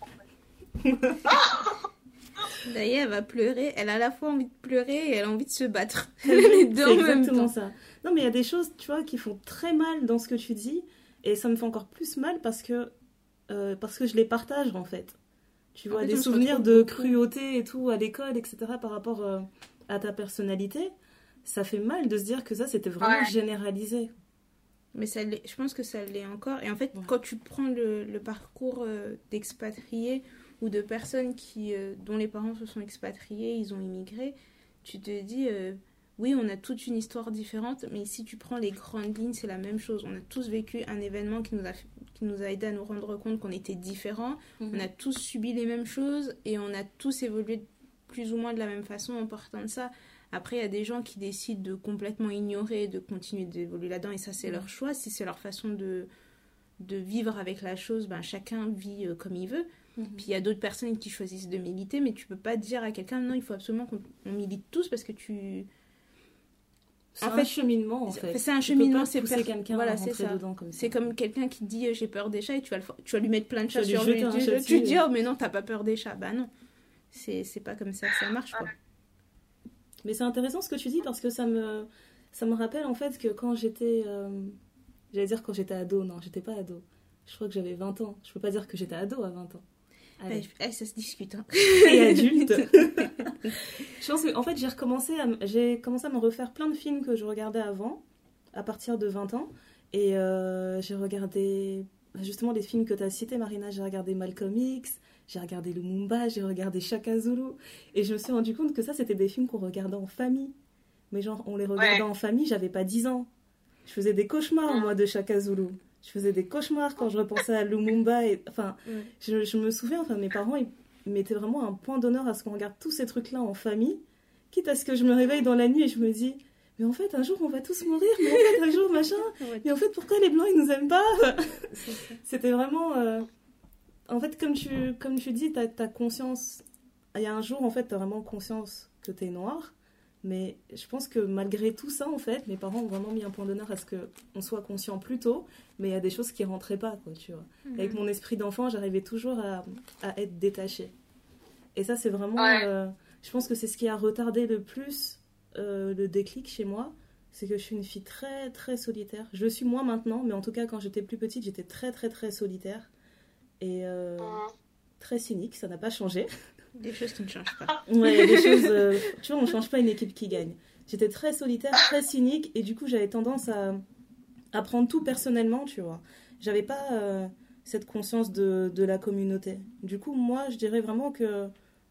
Speaker 2: D'ailleurs, elle va pleurer. Elle a à la fois envie de pleurer et elle a envie de se battre. Les deux
Speaker 1: C'est
Speaker 2: en même
Speaker 1: exactement
Speaker 2: temps.
Speaker 1: ça. Non, mais il y a des choses, tu vois, qui font très mal dans ce que tu dis. Et ça me fait encore plus mal parce que, euh, parce que je les partage, en fait. Tu vois,
Speaker 2: En fait,
Speaker 1: des
Speaker 2: on se
Speaker 1: souvenirs
Speaker 2: retrouve
Speaker 1: de
Speaker 2: beaucoup.
Speaker 1: cruauté et tout à l'école, et cetera, par rapport euh, à ta personnalité. Ça fait mal de se dire que ça, c'était vraiment
Speaker 3: Ouais.
Speaker 1: généralisé.
Speaker 2: Mais ça l'est- je pense que ça l'est encore. Et en fait,
Speaker 1: Ouais.
Speaker 2: quand tu prends le, le parcours euh, d'expatriés ou de personnes qui, euh, dont les parents se sont expatriés, ils ont immigré, tu te dis, euh, oui, on a toute une histoire différente, mais si tu prends les grandes lignes, c'est la même chose. On a tous vécu un événement qui nous a, fait- qui nous a aidé à nous rendre compte qu'on était différents. On a tous subi les mêmes choses et on a tous évolué plus ou moins de la même façon en partant de ça. Après, il y a des gens qui décident de complètement ignorer et de continuer d'évoluer là-dedans, et ça, c'est leur choix. Si c'est leur façon de, de vivre avec la chose, ben, chacun vit euh, comme il veut.
Speaker 1: Mhm.
Speaker 2: Puis il y a d'autres personnes qui choisissent de militer, mais tu peux pas dire à quelqu'un, non, il faut absolument qu'on on milite tous parce que tu...
Speaker 1: C'est
Speaker 2: En
Speaker 1: un
Speaker 2: fait,
Speaker 1: cheminement, en
Speaker 2: c'est-
Speaker 1: fait.
Speaker 2: c'est un
Speaker 1: Tu peux
Speaker 2: cheminement,
Speaker 1: pas
Speaker 2: c'est
Speaker 1: pousser
Speaker 2: per-
Speaker 1: quelqu'un
Speaker 2: voilà,
Speaker 1: à
Speaker 2: c'est
Speaker 1: rentrer
Speaker 2: ça.
Speaker 1: dedans comme ça.
Speaker 2: C'est comme quelqu'un qui dit euh, j'ai peur des chats et tu vas, le fa- tu vas lui mettre plein de chats
Speaker 1: vas lui
Speaker 2: sur
Speaker 1: jeter
Speaker 2: lui.
Speaker 1: un
Speaker 2: Tu,
Speaker 1: chat
Speaker 2: tu lui
Speaker 1: dessus,
Speaker 2: dis,
Speaker 1: ouais.
Speaker 2: oh, mais non, t'as pas peur des chats. Bah non, c'est c'est pas comme ça que ça marche, quoi.
Speaker 1: Mais c'est intéressant ce que tu dis parce que ça me, ça me rappelle en fait que quand j'étais... euh, J'allais dire quand j'étais ado, non, j'étais pas ado. Je crois que j'avais vingt ans. Je peux pas dire que j'étais ado à vingt ans. Allez.
Speaker 2: Eh, eh, ça se discute, hein.
Speaker 1: Et adulte. Je pense que, en fait, j'ai recommencé à, m- j'ai commencé à me refaire plein de films que je regardais avant, à partir de vingt ans. Et euh, j'ai regardé justement les films que tu as cités, Marina. J'ai regardé Malcolm X, j'ai regardé Lumumba, j'ai regardé Shaka Zulu. Et je me suis rendu compte que ça, c'était des films qu'on regardait en famille. Mais genre, on les regardait
Speaker 3: Ouais.
Speaker 1: en famille, j'avais pas dix ans. Je faisais des cauchemars, moi, de Shaka Zulu. Je faisais des cauchemars quand je repensais à Lumumba. Et, enfin,
Speaker 2: Ouais.
Speaker 1: je, je me souviens, enfin, mes parents, ils mettaient vraiment un point d'honneur à ce qu'on regarde tous ces trucs-là en famille. Quitte à ce que je me réveille dans la nuit et je me dis, mais en fait, un jour, on va tous mourir. Mais en fait, un jour, machin.
Speaker 2: Ouais.
Speaker 1: Mais en fait, pourquoi les Blancs, ils nous aiment pas?
Speaker 2: C'est ça.
Speaker 1: C'était vraiment... euh, En fait, comme tu, comme tu dis, t'as, t'as conscience... Il y a un jour, en fait, t'as vraiment conscience que t'es noir. Mais je pense que malgré tout ça, en fait, mes parents ont vraiment mis un point d'honneur à ce qu'on soit conscient plus tôt. Mais il y a des choses qui rentraient pas, quoi, tu vois.
Speaker 2: Mhm.
Speaker 1: Avec mon esprit d'enfant, j'arrivais toujours à, à être détachée. Et ça, c'est vraiment...
Speaker 3: Ouais.
Speaker 1: euh, je pense que c'est ce qui a retardé le plus euh, le déclic chez moi. C'est que je suis une fille très, très solitaire. Je le suis moins maintenant, mais en tout cas, quand j'étais plus petite, j'étais très, très, très solitaire. Et euh,
Speaker 3: Mhm.
Speaker 1: très cynique, ça n'a pas changé.
Speaker 2: Des choses qui ne changent pas.
Speaker 1: Ouais, il y a des choses... euh, tu vois, on ne change pas une équipe qui gagne. J'étais très solitaire, très cynique, et du coup, j'avais tendance à, à prendre tout personnellement, tu vois. J'avais pas euh, cette conscience de, de la communauté. Du coup, moi, je dirais vraiment que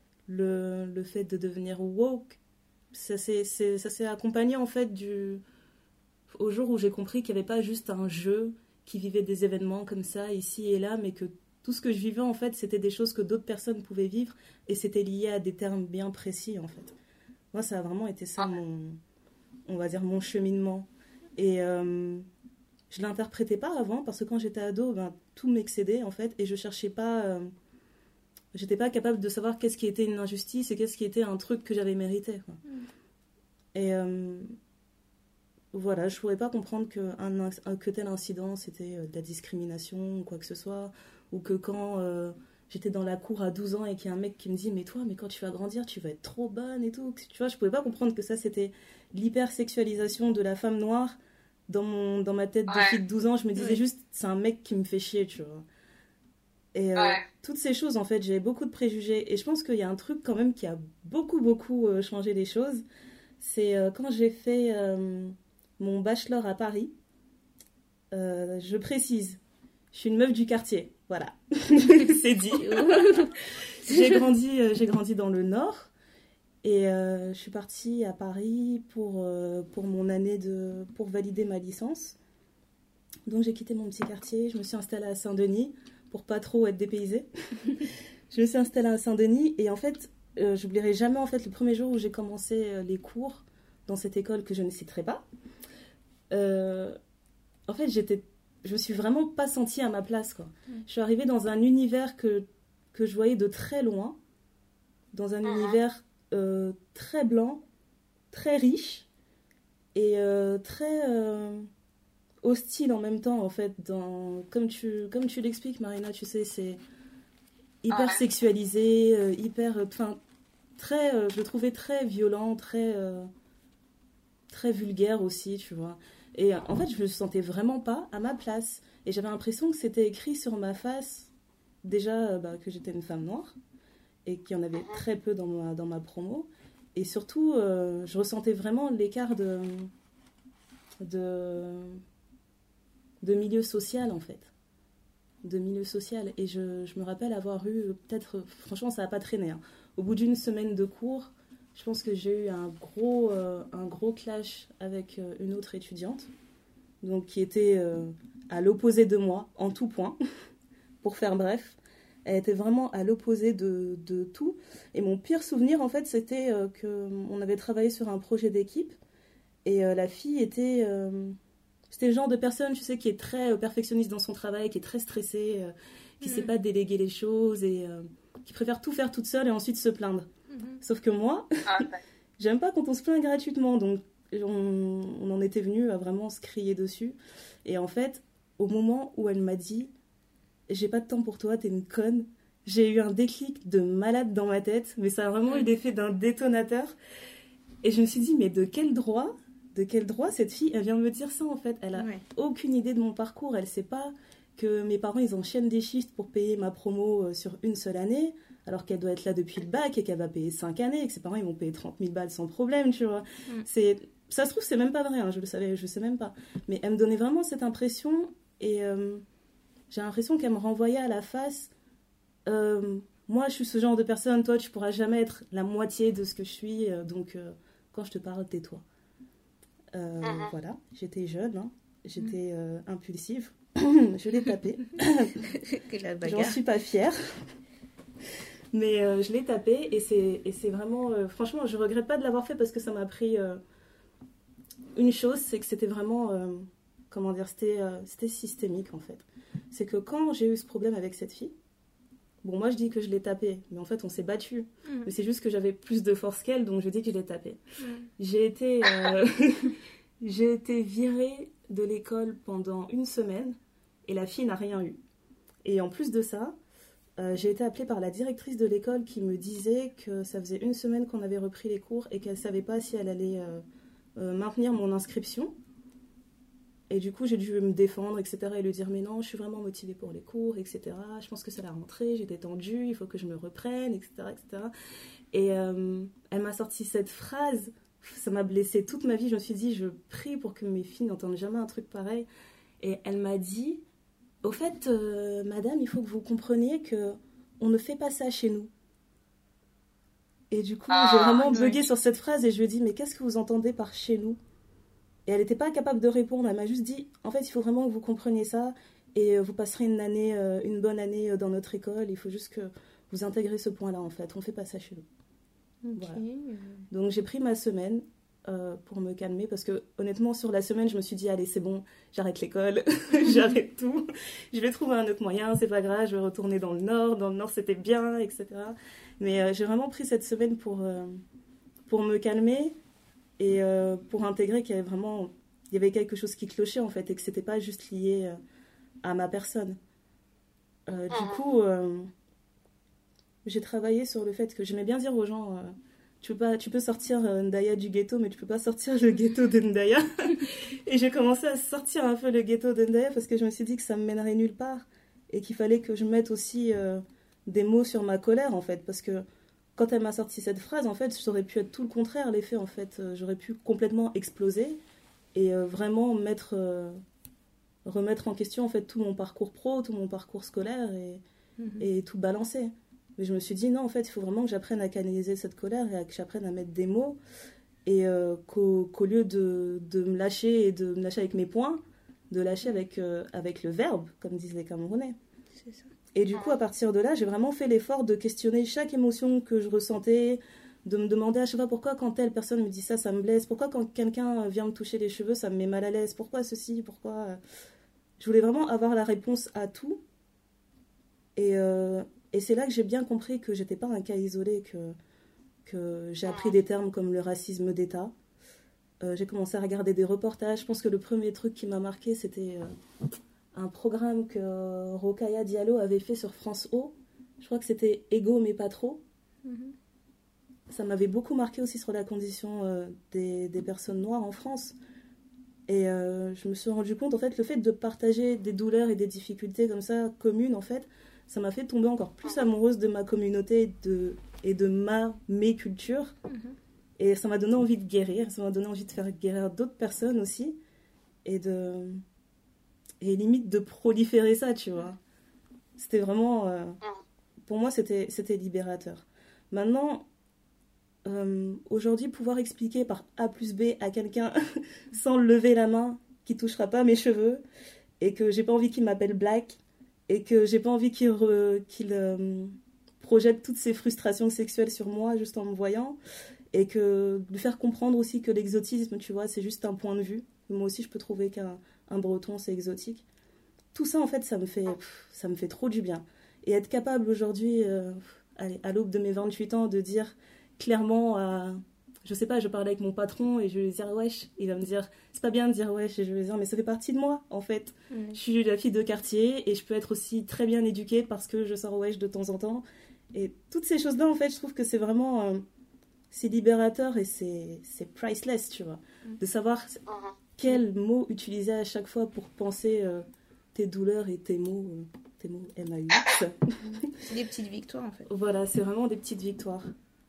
Speaker 1: le, le fait de devenir woke, ça s'est, c'est- ça s'est accompagné, en fait, du... au jour où j'ai compris qu'il n'y avait pas juste un jeu qui vivait des événements comme ça, ici et là, mais que tout ce que je vivais, en fait, c'était des choses que d'autres personnes pouvaient vivre, et c'était lié à des termes bien précis, en fait. Moi, ça a vraiment été ça, mon, on va dire, mon cheminement. Et euh, je ne l'interprétais pas avant, parce que quand j'étais ado, ben, tout m'excédait, en fait, et je cherchais pas... Euh, j'étais pas capable de savoir qu'est-ce qui était une injustice et qu'est-ce qui était un truc que j'avais mérité, quoi. Et... Euh, voilà, je ne pourrais pas comprendre que, un, un, que tel incident, c'était euh, de la discrimination ou quoi que ce soit, ou que quand euh, j'étais dans la cour à douze ans et qu'il y a un mec qui me dit « Mais toi, mais quand tu vas grandir, tu vas être trop bonne et tout. » Tu vois, je ne pouvais pas comprendre que ça, c'était l'hypersexualisation de la femme noire. Dans, mon, dans ma tête de
Speaker 3: Ouais.
Speaker 1: fille de douze ans, je me disais
Speaker 2: Ouais.
Speaker 1: juste « C'est un mec qui me fait chier, tu vois. » Et euh,
Speaker 3: Ouais.
Speaker 1: toutes ces choses, en fait, j'avais beaucoup de préjugés. Et je pense qu'il y a un truc quand même qui a beaucoup, beaucoup euh, changé les choses. C'est euh, quand j'ai fait... Euh, mon bachelor à Paris, Euh, je précise, je suis une meuf du quartier, voilà, c'est dit. j'ai, grandi, euh, j'ai grandi dans le Nord et euh, je suis partie à Paris pour, euh, pour mon année de, pour valider ma licence. Donc j'ai quitté mon petit quartier, je me suis installée à Saint-Denis pour pas trop être dépaysée. Je me suis installée à Saint-Denis et en fait, euh, j'oublierai jamais en fait le premier jour où j'ai commencé euh, les cours dans cette école que je ne citerai pas. Euh, en fait, j'étais, je me suis vraiment pas sentie à ma place, quoi. Mm. Je suis arrivée dans un univers que, que je voyais de très loin, dans un mm. univers euh, très blanc, très riche et euh, très euh, hostile en même temps, en fait. Dans, comme tu, comme tu l'expliques, Marina, tu sais, c'est hyper ah. sexualisé, euh, hyper, enfin, très, euh, je le trouvais très violent, très, euh, très vulgaire aussi, tu vois. Et en fait, je me sentais vraiment pas à ma place. Et j'avais l'impression que c'était écrit sur ma face, déjà bah, que j'étais une femme noire, et qu'il y en avait très peu dans ma, dans ma promo. Et surtout, euh, je ressentais vraiment l'écart de, de, de milieu social, en fait. De milieu social. Et je, je me rappelle avoir eu, peut-être, franchement, ça n'a pas traîné. Hein. Au bout d'une semaine de cours, je pense que j'ai eu un gros, euh, un gros clash avec euh, une autre étudiante, donc qui était euh, à l'opposé de moi, en tout point, pour faire bref. Elle était vraiment à l'opposé de, de tout. Et mon pire souvenir, en fait, c'était euh, qu'on avait travaillé sur un projet d'équipe, et euh, la fille était... Euh, c'était le genre de personne, tu sais, qui est très euh, perfectionniste dans son travail, qui est très stressée, euh, qui ne mmh. sait pas déléguer les choses, et euh, qui préfère tout faire toute seule et ensuite se plaindre. Sauf que moi, ah, ouais. j'aime pas quand on se plaint gratuitement, donc on, on en était venu à vraiment se crier dessus. Et en fait, au moment où elle m'a dit « J'ai pas de temps pour toi, t'es une conne », j'ai eu un déclic de malade dans ma tête, mais ça a vraiment eu l'effet d'un détonateur. Et je me suis dit « Mais de quel droit, de quel droit cette fille, elle vient de me dire ça en fait ?» Elle a ouais. aucune idée de mon parcours, elle sait pas que mes parents, ils enchaînent des shifts pour payer ma promo sur une seule année, alors qu'elle doit être là depuis le bac et qu'elle va payer cinq années, et que ses parents ils vont payer trente mille balles sans problème, tu vois. Mm. C'est, ça se trouve, c'est même pas vrai, hein, je le savais, je sais même pas. Mais elle me donnait vraiment cette impression, et euh, j'ai l'impression qu'elle me renvoyait à la face, euh, moi je suis ce genre de personne, toi tu pourras jamais être la moitié de ce que je suis, euh, donc euh, quand je te parle, tais-toi. Euh, mm-hmm. Voilà, j'étais jeune, hein, j'étais euh, impulsive, je l'ai tapé, j'en suis pas fière. Mais euh, je l'ai tapé et c'est, et c'est vraiment... Euh, franchement, je regrette pas de l'avoir fait parce que ça m'a pris... Euh, une chose, c'est que c'était vraiment... Euh, comment dire, c'était, euh, c'était systémique en fait. C'est que quand j'ai eu ce problème avec cette fille, bon, moi je dis que je l'ai tapé, mais en fait on s'est battu. Mmh. Mais c'est juste que j'avais plus de force qu'elle, donc je dis que je l'ai tapé. Mmh. J'ai été... Euh, j'ai été virée de l'école pendant une semaine et la fille n'a rien eu. Et en plus de ça... Euh, j'ai été appelée par la directrice de l'école qui me disait que ça faisait une semaine qu'on avait repris les cours et qu'elle ne savait pas si elle allait euh, euh, maintenir mon inscription. Et du coup, j'ai dû me défendre, et cetera. Et lui dire, mais non, je suis vraiment motivée pour les cours, et cetera. Je pense que c'est la rentrée, j'étais tendue, il faut que je me reprenne, et cetera. Et, cetera. et euh, elle m'a sorti cette phrase, ça m'a blessée toute ma vie. Je me suis dit, je prie pour que mes filles n'entendent jamais un truc pareil. Et elle m'a dit... Au fait, euh, madame, il faut que vous compreniez qu'on ne fait pas ça chez nous. Et du coup, ah, j'ai vraiment bugué oui. sur cette phrase et je lui ai dit, mais qu'est-ce que vous entendez par chez nous ? Et elle n'était pas capable de répondre. Elle m'a juste dit, en fait, il faut vraiment que vous compreniez ça et vous passerez une année, euh, une bonne année dans notre école. Il faut juste que vous intégrez ce point-là, en fait. On ne fait pas ça chez nous. Okay. Voilà. Donc, j'ai pris ma semaine. Euh, pour me calmer, parce que honnêtement sur la semaine je me suis dit allez c'est bon, j'arrête l'école, j'arrête tout, je vais trouver un autre moyen, c'est pas grave, je vais retourner dans le nord, dans le nord c'était bien, et cetera. Mais euh, j'ai vraiment pris cette semaine pour, euh, pour me calmer et euh, pour intégrer qu'il y avait vraiment il y avait quelque chose qui clochait en fait et que c'était pas juste lié euh, à ma personne. Euh, du coup euh, j'ai travaillé sur le fait que j'aimais bien dire aux gens euh, Tu peux, pas, tu peux sortir Ndaya du ghetto, mais tu peux pas sortir le ghetto de Ndaya. Et j'ai commencé à sortir un peu le ghetto de Ndaya parce que je me suis dit que ça me mènerait nulle part. Et qu'il fallait que je mette aussi euh, des mots sur ma colère, en fait. Parce que quand elle m'a sorti cette phrase, en fait, ça aurait pu être tout le contraire, l'effet, en fait. J'aurais pu complètement exploser et euh, vraiment mettre, euh, remettre en question en fait tout mon parcours pro, tout mon parcours scolaire et, mmh. et tout balancer. Mais je me suis dit non, en fait, il faut vraiment que j'apprenne à canaliser cette colère et à, que j'apprenne à mettre des mots et euh, qu'au, qu'au lieu de, de me lâcher et de me lâcher avec mes poings, de lâcher avec, euh, avec le verbe, comme disent les Camerounais.
Speaker 2: C'est ça.
Speaker 1: Et du coup, à partir de là, j'ai vraiment fait l'effort de questionner chaque émotion que je ressentais, de me demander à chaque fois pourquoi quand telle personne me dit ça, ça me blesse, pourquoi quand quelqu'un vient me toucher les cheveux, ça me met mal à l'aise, pourquoi ceci, pourquoi... Je voulais vraiment avoir la réponse à tout. Et, euh, et c'est là que j'ai bien compris que j'étais pas un cas isolé, que, que j'ai appris des termes comme le racisme d'État. Euh, j'ai commencé à regarder des reportages. Je pense que le premier truc qui m'a marqué, c'était euh, un programme que Rokhaya Diallo avait fait sur France O. Je crois que c'était Ego mais pas trop. Mm-hmm. Ça m'avait beaucoup marqué aussi sur la condition euh, des, des personnes noires en France. Et euh, je me suis rendu compte, en fait, le fait de partager des douleurs et des difficultés comme ça, communes, en fait, ça m'a fait tomber encore plus amoureuse de ma communauté et de, et de ma, mes cultures. Mm-hmm. Et ça m'a donné envie de guérir, ça m'a donné envie de faire guérir d'autres personnes aussi. Et de... Et limite de proliférer ça, tu vois. C'était vraiment... Euh, pour moi, c'était, c'était libérateur. Maintenant... Euh, aujourd'hui, pouvoir expliquer par A plus B à quelqu'un sans lever la main qui touchera pas mes cheveux et que j'ai pas envie qu'il m'appelle Black et que j'ai pas envie qu'il, re, qu'il euh, projette toutes ses frustrations sexuelles sur moi juste en me voyant et que lui faire comprendre aussi que l'exotisme, tu vois, c'est juste un point de vue. Moi aussi, je peux trouver qu'un un breton, c'est exotique. Tout ça, en fait, ça me fait, pff, ça me fait trop du bien. Et être capable aujourd'hui, euh, allez, à l'aube de mes vingt-huit ans, de dire... clairement, euh, je sais pas, je parlais avec mon patron et je vais lui dire wesh, il va me dire c'est pas bien de dire wesh, et je vais lui dire mais ça fait partie de moi en fait. Mmh. Je suis la fille de quartier et je peux être aussi très bien éduquée parce que je sors wesh de temps en temps. Et toutes ces choses-là, en fait, je trouve que c'est vraiment euh, c'est libérateur et c'est, c'est priceless, tu vois, mmh. de savoir quels mots utiliser à chaque fois pour penser euh, tes douleurs et tes mots, euh, tes mots M A U X.
Speaker 2: C'est des petites victoires en fait.
Speaker 1: Voilà, c'est vraiment des petites victoires.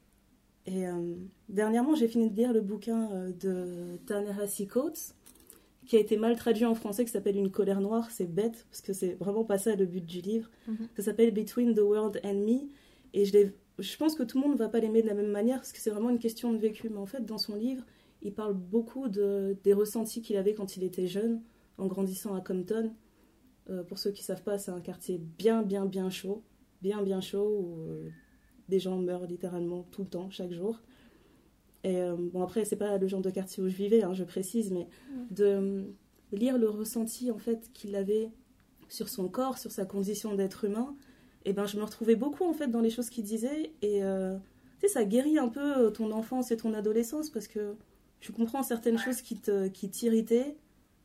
Speaker 1: Et euh, dernièrement, j'ai fini de lire le bouquin euh, de Ta-Nehisi Coates, qui a été mal traduit en français, qui s'appelle Une colère noire. C'est bête, parce que c'est vraiment pas ça le but du livre. Mm-hmm. Ça s'appelle Between the World and Me. Et je, l'ai, je pense que tout le monde ne va pas l'aimer de la même manière, parce que c'est vraiment une question de vécu. Mais en fait, dans son livre, il parle beaucoup de, des ressentis qu'il avait quand il était jeune, en grandissant à Compton. Euh, pour ceux qui ne savent pas, c'est un quartier bien, bien, bien chaud. Bien, bien chaud, où... Euh, des gens meurent littéralement tout le temps, chaque jour. Et euh, bon, après, c'est pas le genre de quartier où je vivais, hein, je précise, mais mmh. de euh, lire le ressenti, en fait, qu'il avait sur son corps, sur sa condition d'être humain, et ben, je me retrouvais beaucoup, en fait, dans les choses qu'il disait. Et euh, tu sais, ça guérit un peu ton enfance et ton adolescence, parce que tu comprends certaines choses qui, te, qui t'irritaient,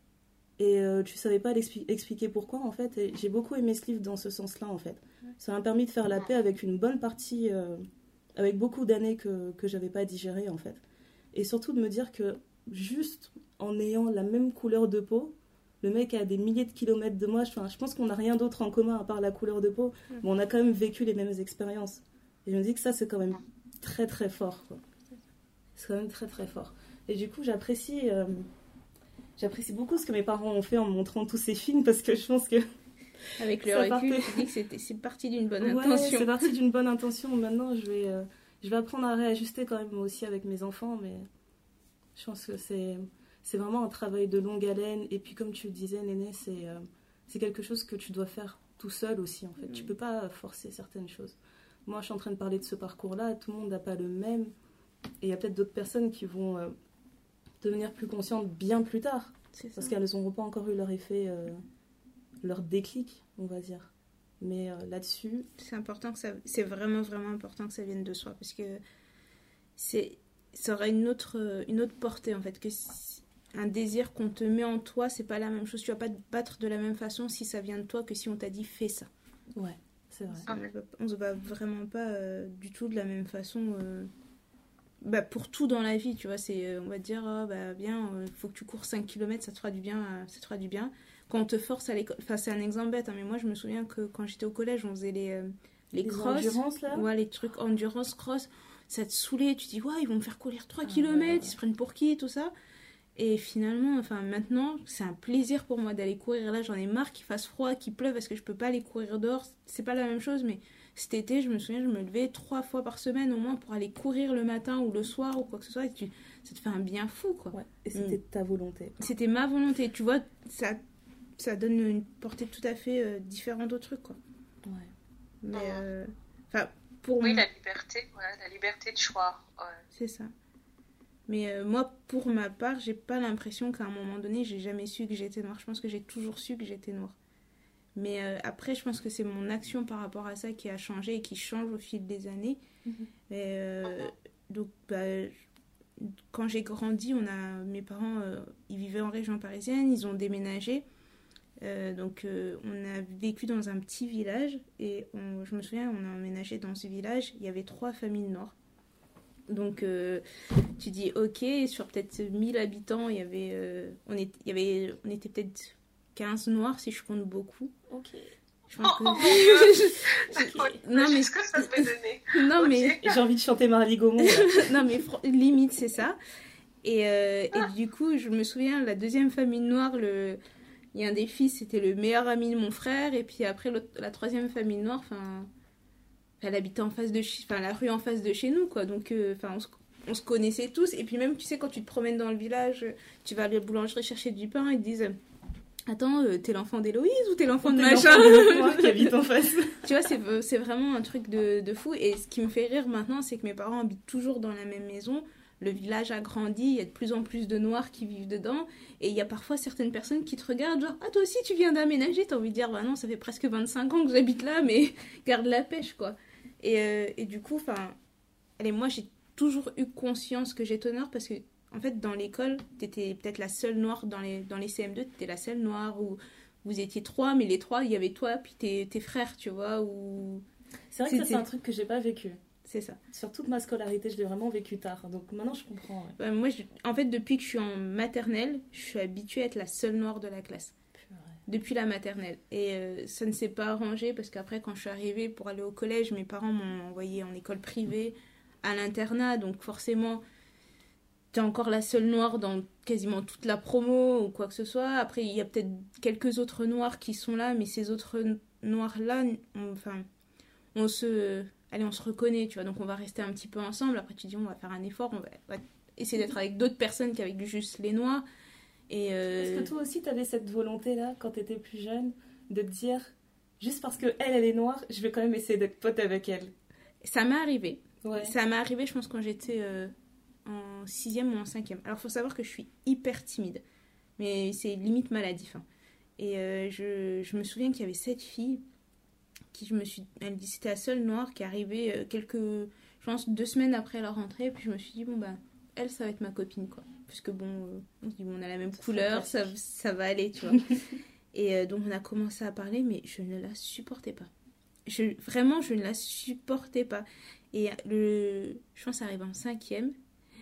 Speaker 1: et euh, tu savais pas expliquer pourquoi, en fait. Et j'ai beaucoup aimé ce livre dans ce sens-là, en fait. Ça m'a permis de faire la paix avec une bonne partie, euh, avec beaucoup d'années que, que j'avais pas digérées, en fait. Et surtout de me dire que juste en ayant la même couleur de peau, le mec a des milliers de kilomètres de moi, je, je pense qu'on n'a rien d'autre en commun à part la couleur de peau, mais on a quand même vécu les mêmes expériences. Et je me dis que ça, c'est quand même très très fort, quoi. C'est quand même très très fort. Et du coup, j'apprécie... Euh, J'apprécie beaucoup ce que mes parents ont fait en me montrant tous ces films, parce que je pense que...
Speaker 2: Avec le recul, partait... tu dis que c'était, c'est parti d'une bonne
Speaker 1: ouais,
Speaker 2: intention.
Speaker 1: c'est parti d'une bonne intention. Maintenant, je vais, euh, je vais apprendre à réajuster quand même aussi avec mes enfants, mais je pense que c'est, c'est vraiment un travail de longue haleine. Et puis, comme tu le disais, Néné, c'est, euh, c'est quelque chose que tu dois faire tout seul aussi, en fait. Mmh. Tu peux pas forcer certaines choses. Moi, je suis en train de parler de ce parcours-là. Tout le monde n'a pas le même. Et il y a peut-être d'autres personnes qui vont... Euh, devenir plus conscientes bien plus tard, parce qu'elles n'auront pas encore eu leur effet, euh, leur déclic, on va dire. Mais euh, là-dessus...
Speaker 2: C'est important que ça... C'est vraiment, vraiment important que ça vienne de soi, parce que c'est... ça aura une autre, une autre portée, en fait, que si... un désir qu'on te met en toi, c'est pas la même chose. Tu vas pas te battre de la même façon si ça vient de toi que si on t'a dit « fais ça ».
Speaker 1: Ouais, c'est vrai.
Speaker 2: On ne se bat vraiment pas euh, du tout de la même façon... Euh... Bah pour tout dans la vie, tu vois, c'est, on va dire, oh, bah bien, il euh, faut que tu cours cinq kilomètres, ça te fera du bien, euh, ça te fera du bien. Quand on te force à l'école, enfin c'est un exemple bête, hein, mais moi je me souviens que quand j'étais au collège, on faisait les, euh, les, les crosses,
Speaker 1: endurance, là
Speaker 2: ouais, les trucs endurance, cross, ça te saoulait, tu te dis, ouais, ils vont me faire courir trois kilomètres, ouais, ouais. Ils se prennent pour qui, tout ça. Et finalement, enfin maintenant, c'est un plaisir pour moi d'aller courir. Là, j'en ai marre qu'il fasse froid, qu'il pleuve, parce que je peux pas aller courir dehors. C'est pas la même chose, mais cet été, je me souviens, je me levais trois fois par semaine au moins pour aller courir le matin ou le soir ou quoi que ce soit. Et tu, ça te fait un bien fou, quoi.
Speaker 1: Ouais. Et c'était mmh. ta volonté.
Speaker 2: C'était ma volonté. Tu vois, ça, ça donne une portée tout à fait euh, différente au truc, quoi.
Speaker 1: Ouais.
Speaker 2: Mais, euh, enfin, pour
Speaker 3: oui,
Speaker 2: moi...
Speaker 3: la liberté, ouais, la liberté de choix. Ouais.
Speaker 2: C'est ça. Mais euh, moi, pour ma part, j'ai pas l'impression qu'à un moment donné, j'ai jamais su que j'étais noire. Je pense que j'ai toujours su que j'étais noire. Mais euh, après, je pense que c'est mon action par rapport à ça qui a changé et qui change au fil des années. Mm-hmm. Mais, euh, donc, bah, quand j'ai grandi, on a, mes parents, euh, ils vivaient en région parisienne, ils ont déménagé. Euh, donc, euh, on a vécu dans un petit village. Et on, je me souviens, on a emménagé dans ce village. Il y avait trois familles noires. Donc, euh, tu dis, ok, sur peut-être mille habitants, il y avait, euh, on, est, il y avait, on était peut-être quinze noirs, si je compte beaucoup.
Speaker 1: Ok.
Speaker 2: Je pense
Speaker 3: oh,
Speaker 2: que...
Speaker 3: oh mon Dieu. Non, mais... ce que ça peut donner.
Speaker 2: Non,
Speaker 3: okay.
Speaker 2: mais...
Speaker 1: J'ai envie de chanter Marley Gaumont.
Speaker 2: Non, mais fr... limite, c'est ça. Et, euh, ah. et du coup, je me souviens, la deuxième famille noire, le... il y a un des fils, c'était le meilleur ami de mon frère. Et puis après, la troisième famille noire, enfin... elle habitait en face de chez... enfin, la rue en face de chez nous, quoi. Donc, euh, enfin, on se... on se connaissait tous. Et puis même, tu sais, quand tu te promènes dans le village, tu vas à la boulangerie chercher du pain, ils te disent... Attends, euh, t'es l'enfant d'Héloïse ou t'es l'enfant de t'es machin
Speaker 1: l'enfant de qui habite en face.
Speaker 2: Tu vois, c'est, c'est vraiment un truc de, de fou. Et ce qui me fait rire maintenant, c'est que mes parents habitent toujours dans la même maison. Le village a grandi, il y a de plus en plus de noirs qui vivent dedans. Et il y a parfois certaines personnes qui te regardent, genre, ah, toi aussi, tu viens d'aménager. T'as envie de dire, bah non, ça fait presque vingt-cinq ans que j'habite là, mais garde la pêche, quoi. Et, euh, et du coup, enfin, allez, moi, j'ai toujours eu conscience que j'étais noire parce que, en fait, dans l'école, t'étais peut-être la seule noire dans les, dans les C M deux, t'étais la seule noire, ou vous étiez trois, mais les trois, il y avait toi, puis tes, tes frères, tu vois, ou...
Speaker 1: C'est vrai que ça, c'est un truc que j'ai pas vécu.
Speaker 2: C'est ça.
Speaker 1: Sur toute ma scolarité, je l'ai vraiment vécu tard, donc maintenant je comprends. Ouais.
Speaker 2: Bah, moi, je... en fait, depuis que je suis en maternelle, je suis habituée à être la seule noire de la classe. Purée. Depuis la maternelle. Et euh, ça ne s'est pas arrangé, parce qu'après, quand je suis arrivée pour aller au collège, mes parents m'ont envoyée en école privée, à l'internat, donc forcément... t'es encore la seule noire dans quasiment toute la promo ou quoi que ce soit. Après, il y a peut-être quelques autres noirs qui sont là, mais ces autres noirs-là, on, enfin, on se... Allez, on se reconnaît, tu vois. Donc, on va rester un petit peu ensemble. Après, tu dis, on va faire un effort, on va, on va essayer d'être avec d'autres personnes qu'avec juste les noirs. Et euh...
Speaker 1: Est-ce que toi aussi, t'avais cette volonté-là, quand t'étais plus jeune, de te dire, juste parce qu'elle, elle est noire, je vais quand même essayer d'être pote avec elle?
Speaker 2: Ça m'est arrivé.
Speaker 1: Ouais. Ça
Speaker 2: m'est arrivé, je pense, quand j'étais... Euh... en sixième ou en cinquième. Alors, il faut savoir que je suis hyper timide. Mais c'est limite maladif. Hein. Et euh, je, je me souviens qu'il y avait cette fille qui, je me suis... Elle dit c'était la seule noire qui est arrivée euh, quelques... Je pense deux semaines après la rentrée. Puis je me suis dit, bon, bah, elle, ça va être ma copine, quoi. Puisque, bon, euh, on se dit, bon, on a la même c'est couleur, ça, ça va aller, tu vois. Et euh, donc, on a commencé à parler, mais je ne la supportais pas. Je, vraiment, je ne la supportais pas. Et le... je pense que ça arrive en cinquième.